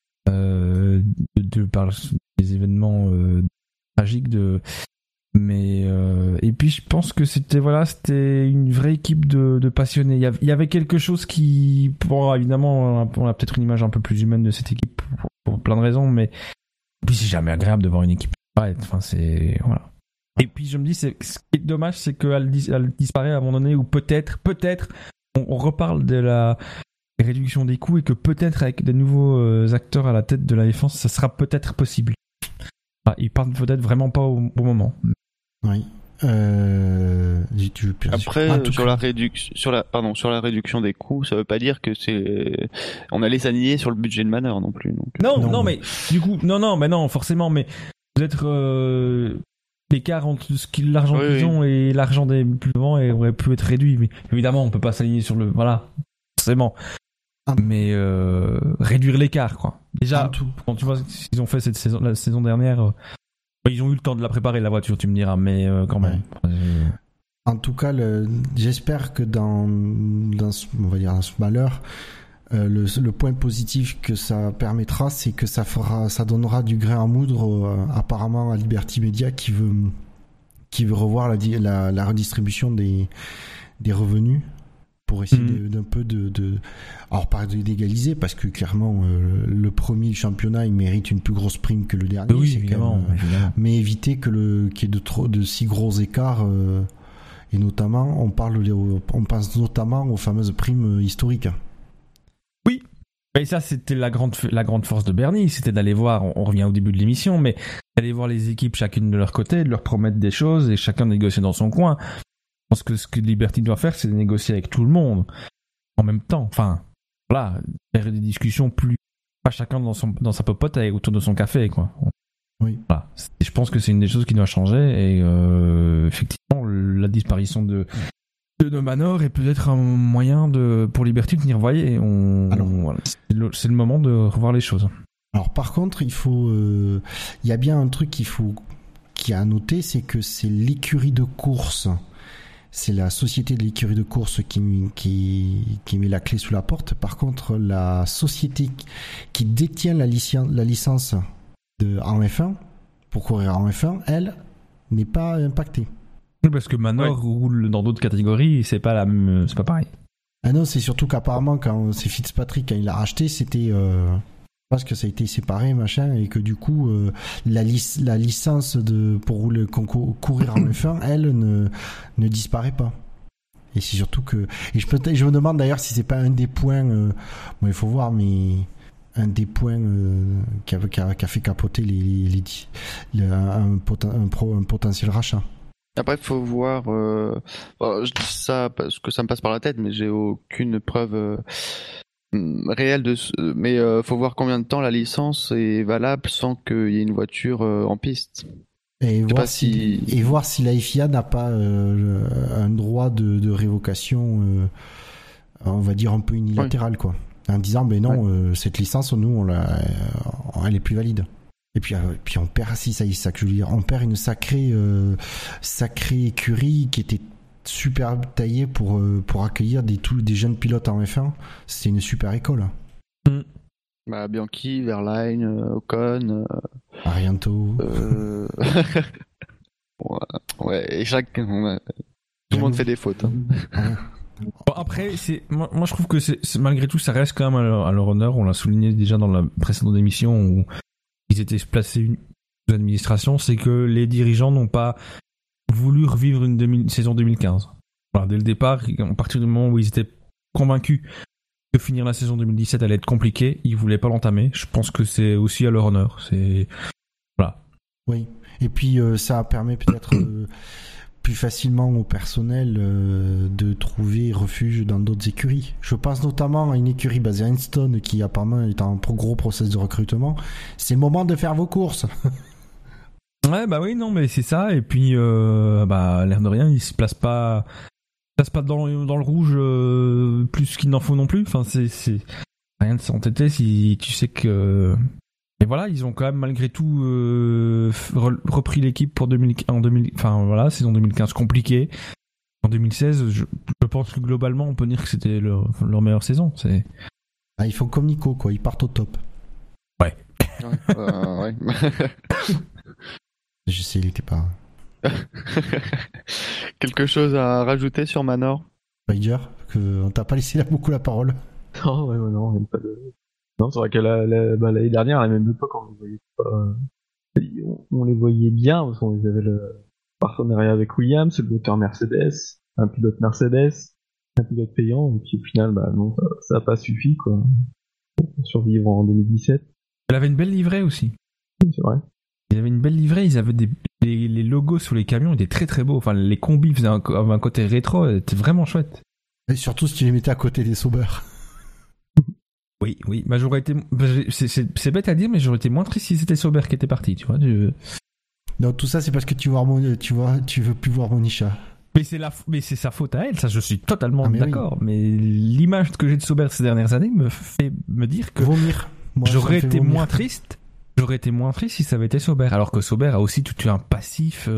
par les événements tragiques mais et puis je pense que c'était une vraie équipe de passionnés. Il y avait quelque chose qui, bon, évidemment, on a peut-être une image un peu plus humaine de cette équipe pour plein de raisons, mais puis c'est jamais agréable de voir une équipe disparaître. Enfin, c'est voilà. Et puis je me dis, ce qui est dommage, c'est qu'elle disparaît à un moment donné où peut-être on reparle de la réduction des coûts et que peut-être avec des nouveaux acteurs à la tête de la défense, ça sera peut-être possible. Enfin, ils partent peut-être vraiment pas au bon moment. Oui. Après, sur la réduction des coûts, ça veut pas dire que on allait s'aligner sur le budget de Manor non plus. Donc. Non, mais du coup, non, forcément, mais peut-être l'écart entre l'argent qu'ils ont et l'argent des plus grands aurait pu être réduit. Mais évidemment, on peut pas s'aligner sur forcément. Mais réduire l'écart, quoi. Déjà, quand tu vois ce qu'ils ont fait la saison dernière. Ils ont eu le temps de la préparer, la voiture, tu me diras, mais quand même. En tout cas, j'espère que dans ce malheur, le point positif que ça permettra, c'est que ça donnera du grain à moudre apparemment à Liberty Media qui veut revoir la redistribution des revenus pour essayer d'un peu alors pas d'égaliser, parce que clairement le premier championnat il mérite une plus grosse prime que le dernier, oui, évidemment. Mais éviter qu'il y ait de si gros écarts, et notamment on pense notamment aux fameuses primes historiques. Oui, et ça c'était la grande force de Bernie, c'était d'aller voir, on revient au début de l'émission, mais d'aller voir les équipes chacune de leur côté, de leur promettre des choses et chacun négocier dans son coin. Je pense que ce que Liberty doit faire, c'est de négocier avec tout le monde en même temps. Enfin, voilà, faire des discussions pas chacun dans sa popote autour de son café, quoi. Oui. Voilà. Je pense que c'est une des choses qui doit changer et effectivement, la disparition de Manor est peut-être un moyen pour Liberty de venir, voyez, voilà, c'est le moment de revoir les choses. Alors par contre, il y a bien un truc qui est à noter, c'est que c'est l'écurie de course. C'est la société de l'écurie de course qui met la clé sous la porte. Par contre, la société qui détient la licence en F1, pour courir en F1, elle, n'est pas impactée. Oui, parce que Manor roule dans d'autres catégories, c'est pas pareil. Ah non, c'est surtout qu'apparemment, quand c'est Fitzpatrick, quand il l'a racheté, c'était... parce que ça a été séparé, machin, et que du coup, la licence pour courir en F1, elle, ne disparaît pas. Et c'est surtout que... Et je me demande d'ailleurs si c'est pas un des points... bon, il faut voir, mais... Un des points qui a fait capoter un potentiel rachat. Après, il faut voir... je dis ça parce que ça me passe par la tête, mais j'ai aucune preuve... réel mais faut voir combien de temps la licence est valable sans qu'il y ait une voiture en piste. Et sais voir pas si- et voir si la FIA n'a pas un droit de révocation, on va dire un peu unilatéral, quoi. En disant, ben non, cette licence, nous, elle est plus valide. Et puis on perd, si ça y est, ça que je veux dire, on perd une sacrée écurie qui était super taillée pour accueillir des jeunes pilotes en F1. C'était une super école. Bah, Bianchi, Verlaine, Ocon, Arianto. ouais, et tout le monde fait des fautes. Hein. Bon, après, moi je trouve que malgré tout, ça reste quand même à leur honneur. On l'a souligné déjà dans la précédente émission où ils étaient placés sous administration, c'est que les dirigeants n'ont pas voulu revivre une saison 2015. Voilà, dès le départ, à partir du moment où ils étaient convaincus que finir la saison 2017 allait être compliqué, ils voulaient pas l'entamer. Je pense que c'est aussi à leur honneur. Voilà. Oui. Et puis ça permet peut-être plus facilement au personnel de trouver refuge dans d'autres écuries. Je pense notamment à une écurie basée à Henston qui apparemment est en gros process de recrutement. C'est le moment de faire vos courses. Ouais, bah oui, non, mais c'est ça. Et puis, l'air de rien, ils se placent pas dans le rouge plus qu'il n'en faut non plus. Enfin, c'est rien de s'entêter si tu sais que. Et voilà, ils ont quand même malgré tout repris l'équipe pour saison 2015 compliquée. En 2016, je pense que globalement, on peut dire que c'était leur meilleure saison. Ils font comme Nico, quoi. Ils partent au top. Ouais. Ouais. Je sais, il était pas. Quelque chose à rajouter sur Manor? Ryder, on t'a pas laissé beaucoup la parole. Non, non, il n'y a pas de. Non, c'est vrai que l'année dernière, à la même époque, on les voyait pas. On les voyait bien, parce qu'on avait le partenariat avec Williams, le moteur Mercedes, un pilote Mercedes, un pilote payant, et puis au final, non, ça n'a pas suffi, quoi, pour survivre en 2017. Elle avait une belle livrée aussi. Oui, c'est vrai. Ils avaient une belle livrée, ils avaient les logos sur les camions étaient très très beaux. Enfin, les combis avaient un côté rétro, c'était vraiment chouette. Et surtout si tu les mettais à côté des Sauber. Oui, bah j'aurais été. C'est bête à dire, mais j'aurais été moins triste si c'était Sauber qui était parti, tu vois. Non, tout ça c'est parce que tu veux plus voir Monisha. Mais c'est sa faute à elle, ça je suis totalement d'accord. Oui. Mais l'image que j'ai de Sauber ces dernières années me fait me dire que vomir. Moi, j'aurais été moins triste. J'aurais été moins triste si ça avait été Sauber. Alors que Sauber a aussi tout un passif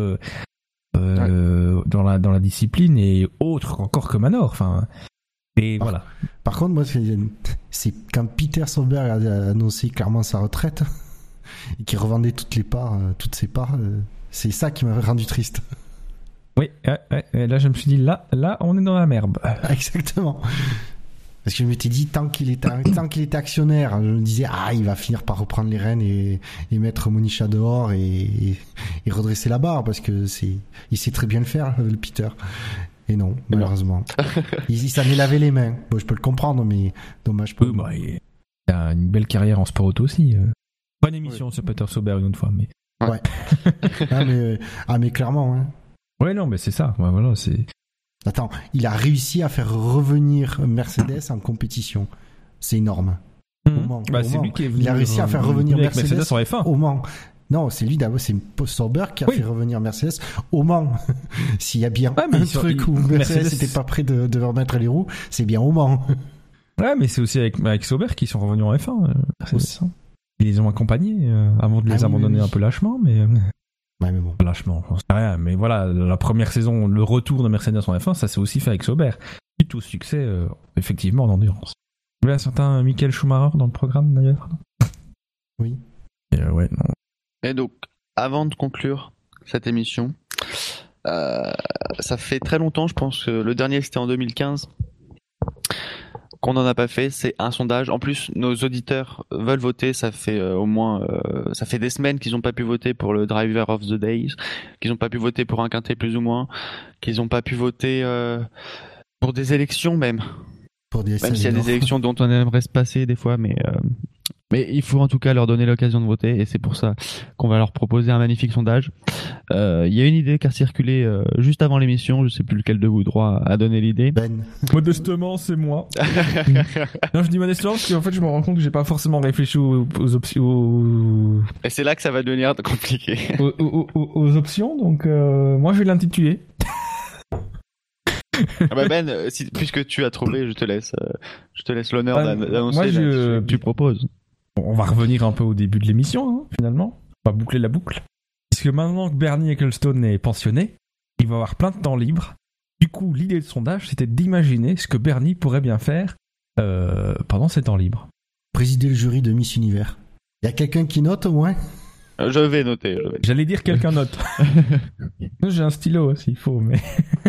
dans la discipline et autre encore que Manor. Enfin. Et voilà. Par contre, moi, c'est quand Peter Sauber a annoncé clairement sa retraite et qu'il revendait toutes ses parts, c'est ça qui m'avait rendu triste. Oui, et là je me suis dit, là on est dans la merde. Exactement. Parce que je m'étais dit, tant qu'il était actionnaire, je me disais, il va finir par reprendre les rênes et mettre Monisha dehors et redresser la barre, parce que il sait très bien le faire, le Peter. Et non, malheureusement. Il s'en est lavé les mains. Bon, je peux le comprendre, mais dommage pour lui. Il a une belle carrière en sport auto aussi. Bonne émission, ce Peter Sauber, une fois. Mais... Ouais. mais clairement. Hein. Ouais, non, mais c'est ça. Ouais, voilà, c'est... Attends, il a réussi à faire revenir Mercedes en compétition. C'est énorme. Au Mans. C'est lui qui est venu. Il a réussi à faire revenir Mercedes en F1. Au Mans. Non, c'est lui d'abord, c'est Sauber qui a fait revenir Mercedes au Mans. S'il y a bien un truc où Mercedes n'était pas prêt de remettre les roues, c'est bien au Mans. Ouais, mais c'est aussi avec Sauber qu'ils sont revenus en F1. Ils les ont accompagnés avant de les abandonner un peu lâchement, mais... Ouais, mais bon. Lâchement, j'en sais rien. Mais voilà, la première saison, le retour de Mercedes en F1, ça s'est aussi fait avec Sauber. Suite au succès, effectivement, en endurance. Il y avait un certain Michael Schumacher dans le programme, d'ailleurs. Oui. Ouais, non. Et donc, avant de conclure cette émission, ça fait très longtemps, je pense que le dernier c'était en 2015, qu'on n'en a pas fait, c'est un sondage. En plus, nos auditeurs veulent voter, ça fait au moins, ça fait des semaines qu'ils n'ont pas pu voter pour le Driver of the Days, qu'ils n'ont pas pu voter pour un quintet plus ou moins, qu'ils n'ont pas pu voter pour des élections même. Pour des Même s'il y a SAV, des élections dont on aimerait se passer des fois, mais il faut en tout cas leur donner l'occasion de voter, et c'est pour ça qu'on va leur proposer un magnifique sondage. Il y a une idée qui a circulé juste avant l'émission, je sais plus lequel de vous droit a donné l'idée. Ben. Modestement, c'est moi. Non, je dis modestement parce qu'en fait, je me rends compte que j'ai pas forcément réfléchi aux options. Et c'est là que ça va devenir compliqué. Aux options, donc moi je vais l'intituler. Ah bah Ben, puisque tu as trouvé, je te laisse l'honneur d'annoncer moi, ce que tu proposes. On va revenir un peu au début de l'émission, hein, finalement. On va boucler la boucle. Puisque maintenant que Bernie Ecclestone est pensionné, il va avoir plein de temps libre. Du coup, l'idée de sondage, c'était d'imaginer ce que Bernie pourrait bien faire pendant ses temps libres. Présider le jury de Miss Univers. Il y a quelqu'un qui note au moins? Je vais noter. J'allais dire quelqu'un note. J'ai un stylo s'il faut, mais...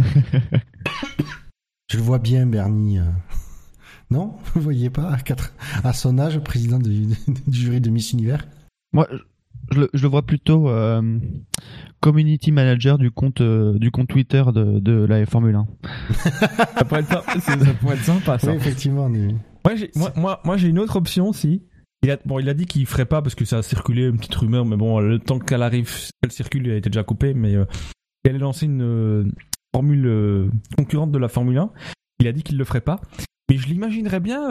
Je le vois bien, Bernie. Non, vous voyez pas à son âge, président du jury de Miss Univers. Moi, je le vois plutôt community manager du compte Twitter de la Formule 1. Ça pourrait être sympa, ça. Oui, effectivement. Moi, j'ai une autre option aussi. Il a dit qu'il ferait pas parce que ça a circulé une petite rumeur, mais bon, le temps qu'elle arrive, qu'elle circule, il a été déjà coupé, mais il allait lancer une formule concurrente de la Formule 1. Il a dit qu'il le ferait pas. Mais je l'imaginerais bien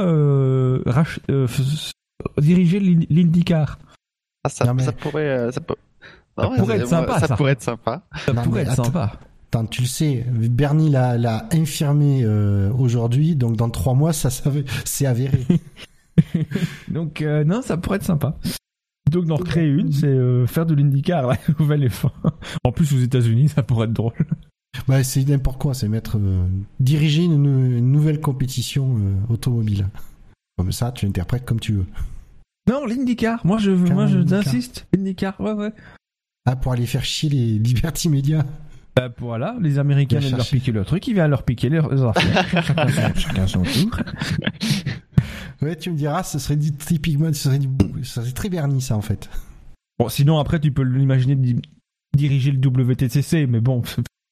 diriger l'IndyCar. Ah, ça pourrait être sympa. Ça pourrait être sympa. Sympa. Attends, tu le sais, Bernie l'a infirmé aujourd'hui, donc dans 3 mois, c'est avéré. Donc non, ça pourrait être sympa. Donc d'en recréer une, c'est faire de l'IndyCar, la nouvelle F1. En plus aux États-Unis, ça pourrait être drôle. Ouais, c'est n'importe quoi, c'est diriger une nouvelle compétition automobile. Comme ça, tu l'interprètes comme tu veux. Non, l'IndyCar. Moi, j'insiste. l'IndyCar, ouais. Ah, pour aller faire chier les Liberty Media. Voilà, les Américains viennent leur piquer leur truc, ils viennent leur piquer leurs affaires. chacun son tour. Ouais, tu me diras, ce serait typiquement, ce serait très Bernie, ça, en fait. Bon, sinon, après, tu peux l'imaginer diriger le WTCC, mais bon.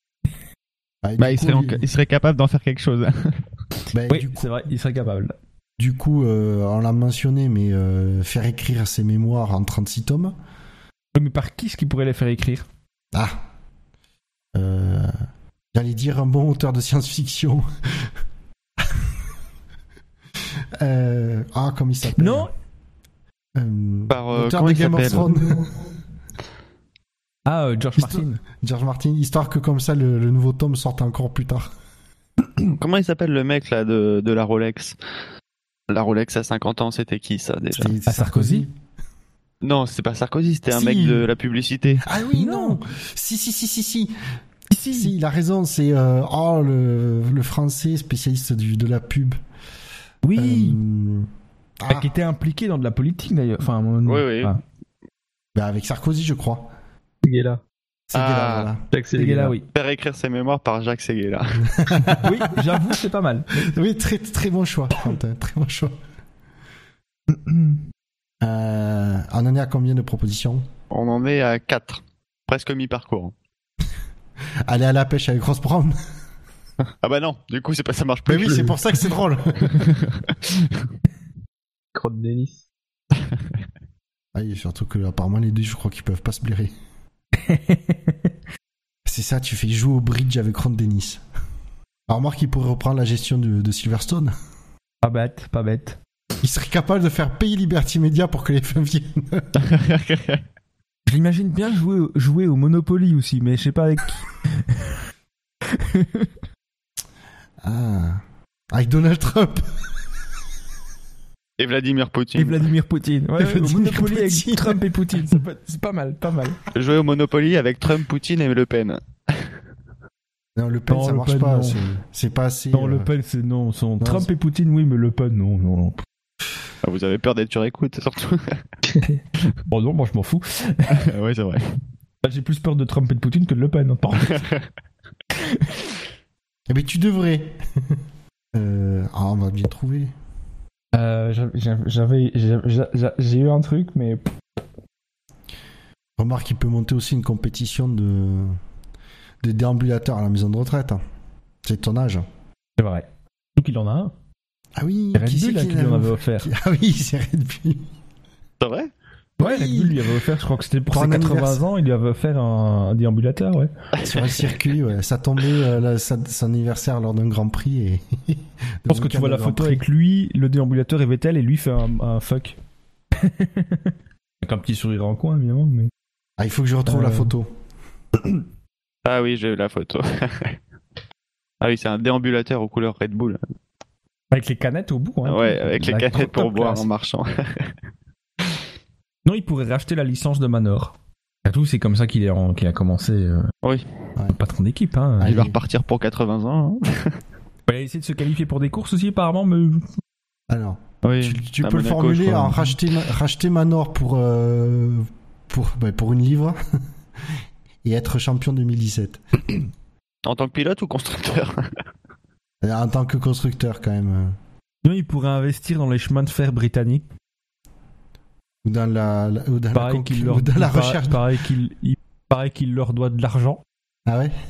Il serait capable d'en faire quelque chose. Oui, c'est vrai, il serait capable. Du coup, on l'a mentionné, mais faire écrire ses mémoires en 36 tomes. Oui, mais par qui est-ce qu'il pourrait les faire écrire? J'allais dire un bon auteur de science-fiction. Comme il s'appelle? Non. Auteur de Game of Thrones. George Martin. George Martin, histoire que comme ça le nouveau tome sorte encore plus tard. Comment il s'appelle le mec là de la Rolex? La Rolex à 50 ans, c'était qui ça déjà? C'était Sarkozy? Non, c'est pas Sarkozy, c'était un mec de la publicité. Ah oui, non. Si, il a raison, c'est le français spécialiste de la pub. Oui. Qui était impliqué dans de la politique d'ailleurs. Enfin, oui. Avec Sarkozy, je crois. Séguéla. Voilà. Jacques Séguéla, oui. Faire écrire ses mémoires par Jacques Séguéla. Oui, j'avoue, c'est pas mal. Oui, très très bon choix, Quentin, très bon choix. On en est à combien de propositions? On en est à 4. Presque mi-parcours. Aller à la pêche avec Ross Brown. Ah bah non, du coup ça marche plus. Mais oui, c'est pour ça que c'est drôle. Crotte Dennis. Surtout que apparemment les deux, je crois qu'ils peuvent pas se blairer. C'est ça, tu fais jouer au bridge avec Ron Dennis. Alors remarque qu'il pourrait reprendre la gestion de Silverstone. Pas bête. Il serait capable de faire payer Liberty Media pour que les femmes viennent. Je l'imagine bien jouer au Monopoly aussi, mais je sais pas avec qui. Avec Donald Trump. Et Vladimir Poutine. Ouais, au Monopoly avec Trump et Poutine. C'est pas mal. Jouer au Monopoly avec Trump, Poutine et Le Pen. Non, Le Pen, ça marche pas. C'est pas assez. Non, Le Pen, c'est non. Trump et Poutine, oui, mais Le Pen, non. Vous avez peur d'être sur écoute, surtout. Bon, non, moi, je m'en fous. Ouais, c'est vrai. J'ai plus peur de Trump et de Poutine que de Le Pen, par contre. Mais tu devrais. On va bien trouver. J'ai eu un truc, mais... Remarque, il peut monter aussi une compétition de déambulateurs à la maison de retraite. C'est ton âge. C'est vrai. Donc il en a un. Ah oui, C'est Red Bull là, qui lui en avait offert. Ah oui, c'est Red Bull. C'est vrai? Ouais, Red Bull lui avait offert, je crois que c'était pour ses 80 ans, il lui avait offert un déambulateur, ouais. Sur un circuit, ouais. Ça tombait son anniversaire lors d'un Grand Prix. Et je pense que tu vois la photo avec lui, le déambulateur et Vettel, et lui fait un fuck. Avec un petit sourire en coin, évidemment. Mais... Ah, il faut que je retrouve la photo. Ah oui, j'ai eu la photo. Ah oui, c'est un déambulateur aux couleurs Red Bull. Avec les canettes au bout, hein. Ouais, avec les canettes pour boire en marchant. Non, il pourrait racheter la licence de Manor. Surtout, c'est comme ça qu'il a commencé. Oui. Patron d'équipe, hein. Il va repartir pour 80 ans. Hein. Il va essayer de se qualifier pour des courses aussi, apparemment, mais... Alors, oui, tu peux Monaco, le formuler en racheter Manor pour une livre et être champion 2017. En tant que pilote ou constructeur? En tant que constructeur, quand même. Non, il pourrait investir dans les chemins de fer britanniques. Ou dans la recherche. Il paraît qu'il leur doit de l'argent. Ah ouais?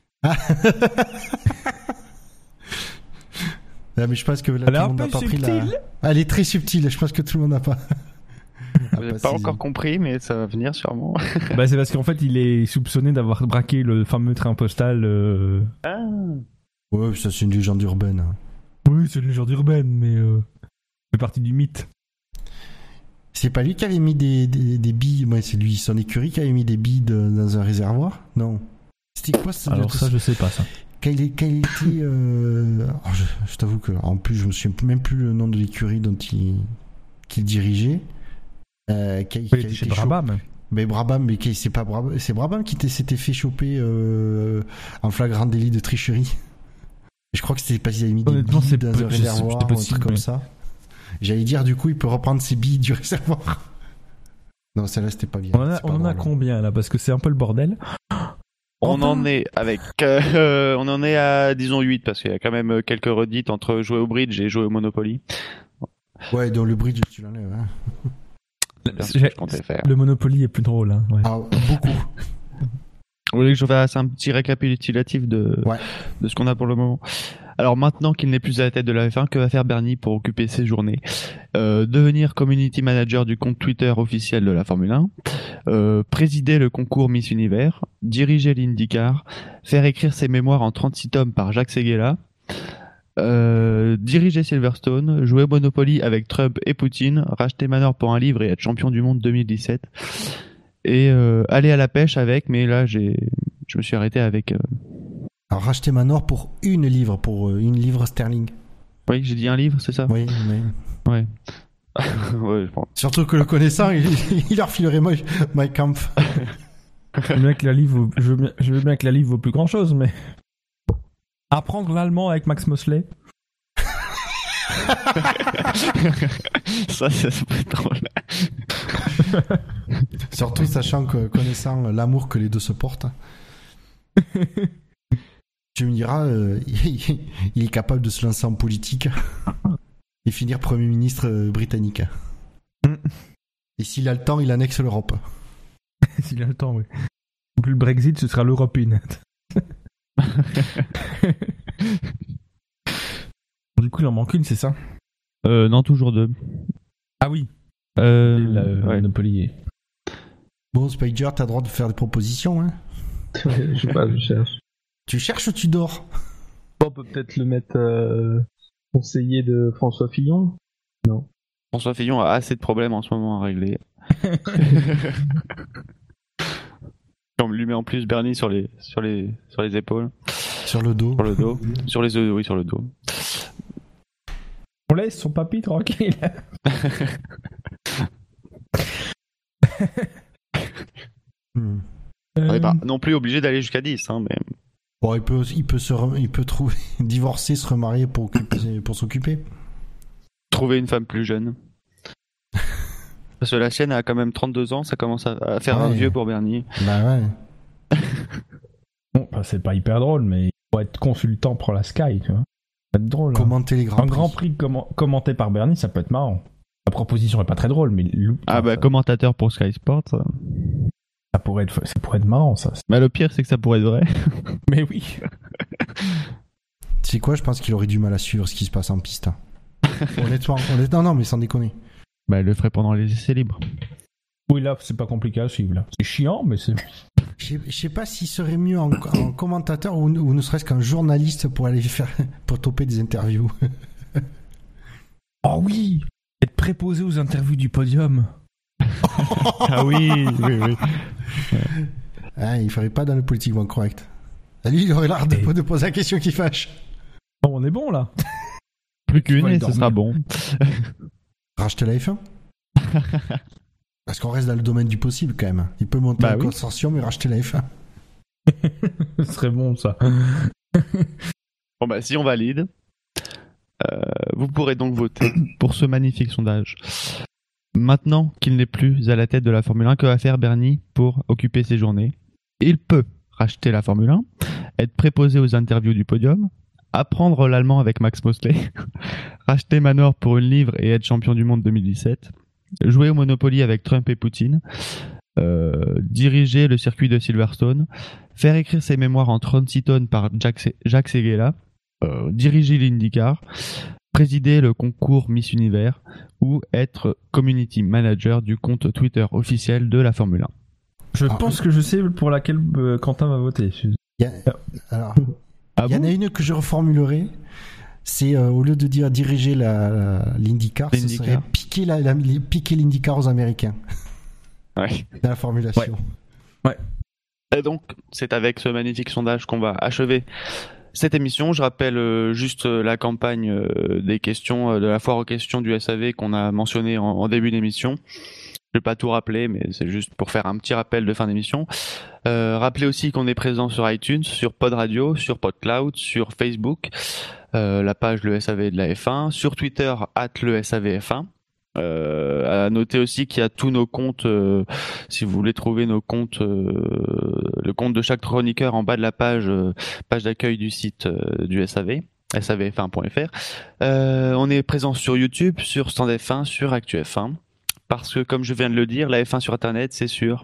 Ah, mais je pense que là, tout le monde n'a pas pris la... Elle est très subtile, je pense que tout le monde n'a pas... J'ai pas encore compris, mais ça va venir sûrement. Bah, c'est parce qu'en fait, il est soupçonné d'avoir braqué le fameux train postal. Ah. Ouais, ça c'est une légende urbaine. Oui, c'est une légende urbaine, mais c'est partie du mythe. C'est pas lui qui avait mis des billes, ouais, c'est lui, son écurie qui avait mis des billes dans un réservoir? Non. C'était quoi ça? Alors ça, je sais pas ça. Quand il était... je t'avoue que, en plus, je me souviens même plus le nom de l'écurie qu'il dirigeait. Il chez Brabham. Mais Brabham, mais c'est pas Brabham, c'est Brabham qui s'était fait choper en flagrant délit de tricherie. Je crois que c'était parce qu'il avait mis des billes dans un réservoir ou un truc comme ça. J'allais dire, du coup, il peut reprendre ses billes du réservoir. Non, celle-là, c'était pas bien. On en a combien, là? Parce que c'est un peu le bordel. On en est à, disons, 8, parce qu'il y a quand même quelques redites entre jouer au bridge et jouer au Monopoly. Ouais, dans le bridge, tu l'enlèves, hein. Le Monopoly est plus drôle, hein. Ouais. Ah, beaucoup. Vous voulez que je fasse un petit récapitulatif de ce qu'on a pour le moment? Alors maintenant qu'il n'est plus à la tête de la F1, que va faire Bernie pour occuper ses journées? Devenir community manager du compte Twitter officiel de la Formule 1, présider le concours Miss Univers, diriger l'IndyCar, faire écrire ses mémoires en 36 tomes par Jacques Seguela, diriger Silverstone, jouer au Monopoly avec Trump et Poutine, racheter Manor pour un livre et être champion du monde 2017, et aller à la pêche avec, mais là je me suis arrêté avec... Alors racheter Manor pour une livre sterling. Oui, j'ai dit un livre, c'est ça? Oui, mais... Ouais. Ouais, je pense. Surtout que le connaissant, il leur filerait Mein Kampf. Je veux bien que la livre vaut plus grand chose, mais... Apprendre l'allemand avec Max Mosley. Ça peut être drôle. Surtout sachant que, connaissant l'amour que les deux se portent. Tu me diras, il est capable de se lancer en politique et finir Premier ministre britannique. Et s'il a le temps, il annexe l'Europe. S'il a le temps, oui. Plus le Brexit, ce sera l'Europe Unite. Du coup, il en manque une, c'est ça? Non, toujours 2. Ah oui. Monopoly. Bon, Spider, t'as le droit de faire des propositions, hein? Je sais pas, je cherche. Tu cherches ou tu dors? On peut peut-être le mettre conseiller de François Fillon? Non. François Fillon a assez de problèmes en ce moment à régler. On lui met en plus Bernie sur les épaules. Sur le dos. Sur le dos. Sur les œufs, oui, sur le dos. On laisse son papy tranquille. On n'est pas non plus obligé d'aller jusqu'à 10, hein, mais... Bon, il peut trouver, divorcer, se remarier pour s'occuper. Trouver une femme plus jeune. Parce que la sienne a quand même 32 ans, ça commence à faire un vieux pour Bernie. Bah ouais. Bon, c'est pas hyper drôle, mais il faut être consultant pour la Sky, tu vois. Ça peut être drôle. Commenter les grands prix. Un grand prix commenté par Bernie, ça peut être marrant. La proposition est pas très drôle, mais... commentateur pour Sky Sports... Ça pourrait être marrant, ça. Mais le pire, c'est que ça pourrait être vrai. Mais oui. Tu sais quoi, je pense qu'il aurait du mal à suivre ce qui se passe en piste. Honnêtement, non, mais sans déconner. Bah, elle le ferait pendant les essais libres. Oui, là, c'est pas compliqué à suivre. Là. C'est chiant, mais c'est... Je sais pas s'il serait mieux en commentateur ou ne serait-ce qu'un journaliste pour toper des interviews. Oh oui, être préposé aux interviews du podium. Ah oui. Ah, il ferait pas dans le politiquement correct. Lui, il aurait l'air de poser la question qui fâche. Bon, on est bon là. Plus qu'une et ce sera bon. Racheter la F1 Parce qu'on reste dans le domaine du possible quand même. Il peut monter un consortium et racheter la F1. Ce serait bon ça. Bon bah si on valide, vous pourrez donc voter pour ce magnifique sondage. Maintenant qu'il n'est plus à la tête de la Formule 1, que va faire Bernie pour occuper ses journées? Il peut racheter la Formule 1, être préposé aux interviews du podium, apprendre l'allemand avec Max Mosley, racheter Manor pour une livre et être champion du monde 2017, jouer au Monopoly avec Trump et Poutine, diriger le circuit de Silverstone, faire écrire ses mémoires en 36 tonnes par Jacques Seguela, diriger l'IndyCar, présider le concours Miss Univers ou être community manager du compte Twitter officiel de la Formule 1. Je pense que je sais pour laquelle Quentin va voter. Alors, il y en a une que je reformulerai. C'est au lieu de dire diriger l'IndyCar, ce serait piquer l'IndyCar aux Américains. Ouais. Dans la formulation. Ouais. Et donc, c'est avec ce magnifique sondage qu'on va achever cette émission. Je rappelle juste la campagne des questions de la foire aux questions du SAV qu'on a mentionné en début d'émission. Je vais pas tout rappeler, mais c'est juste pour faire un petit rappel de fin d'émission. Rappelez aussi qu'on est présent sur iTunes, sur Pod Radio, sur PodCloud, sur Facebook, la page Le SAV de la F1, sur Twitter @LeSAVF1. À noter aussi qu'il y a tous nos comptes, si vous voulez trouver nos comptes, le compte de chaque chroniqueur en bas de la page d'accueil du site du SAV, savf1.fr. On est présent sur YouTube, sur Stand F1, sur Actu F1. Parce que, comme je viens de le dire, la F1 sur Internet, c'est sur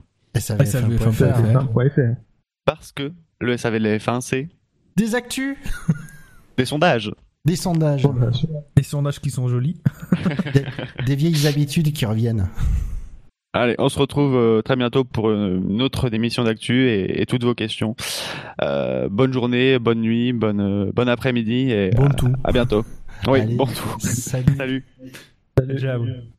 savf1.fr. Parce que le SAV de la F1, c'est des actus, des sondages. Des sondages. Des sondages qui sont jolis. des vieilles habitudes qui reviennent. Allez, on se retrouve très bientôt pour une autre émission d'actu et toutes vos questions. Bonne journée, bonne nuit, bon après-midi et bon tout. À bientôt. Oui, allez, bon tout. Salut. Salut. Ciao.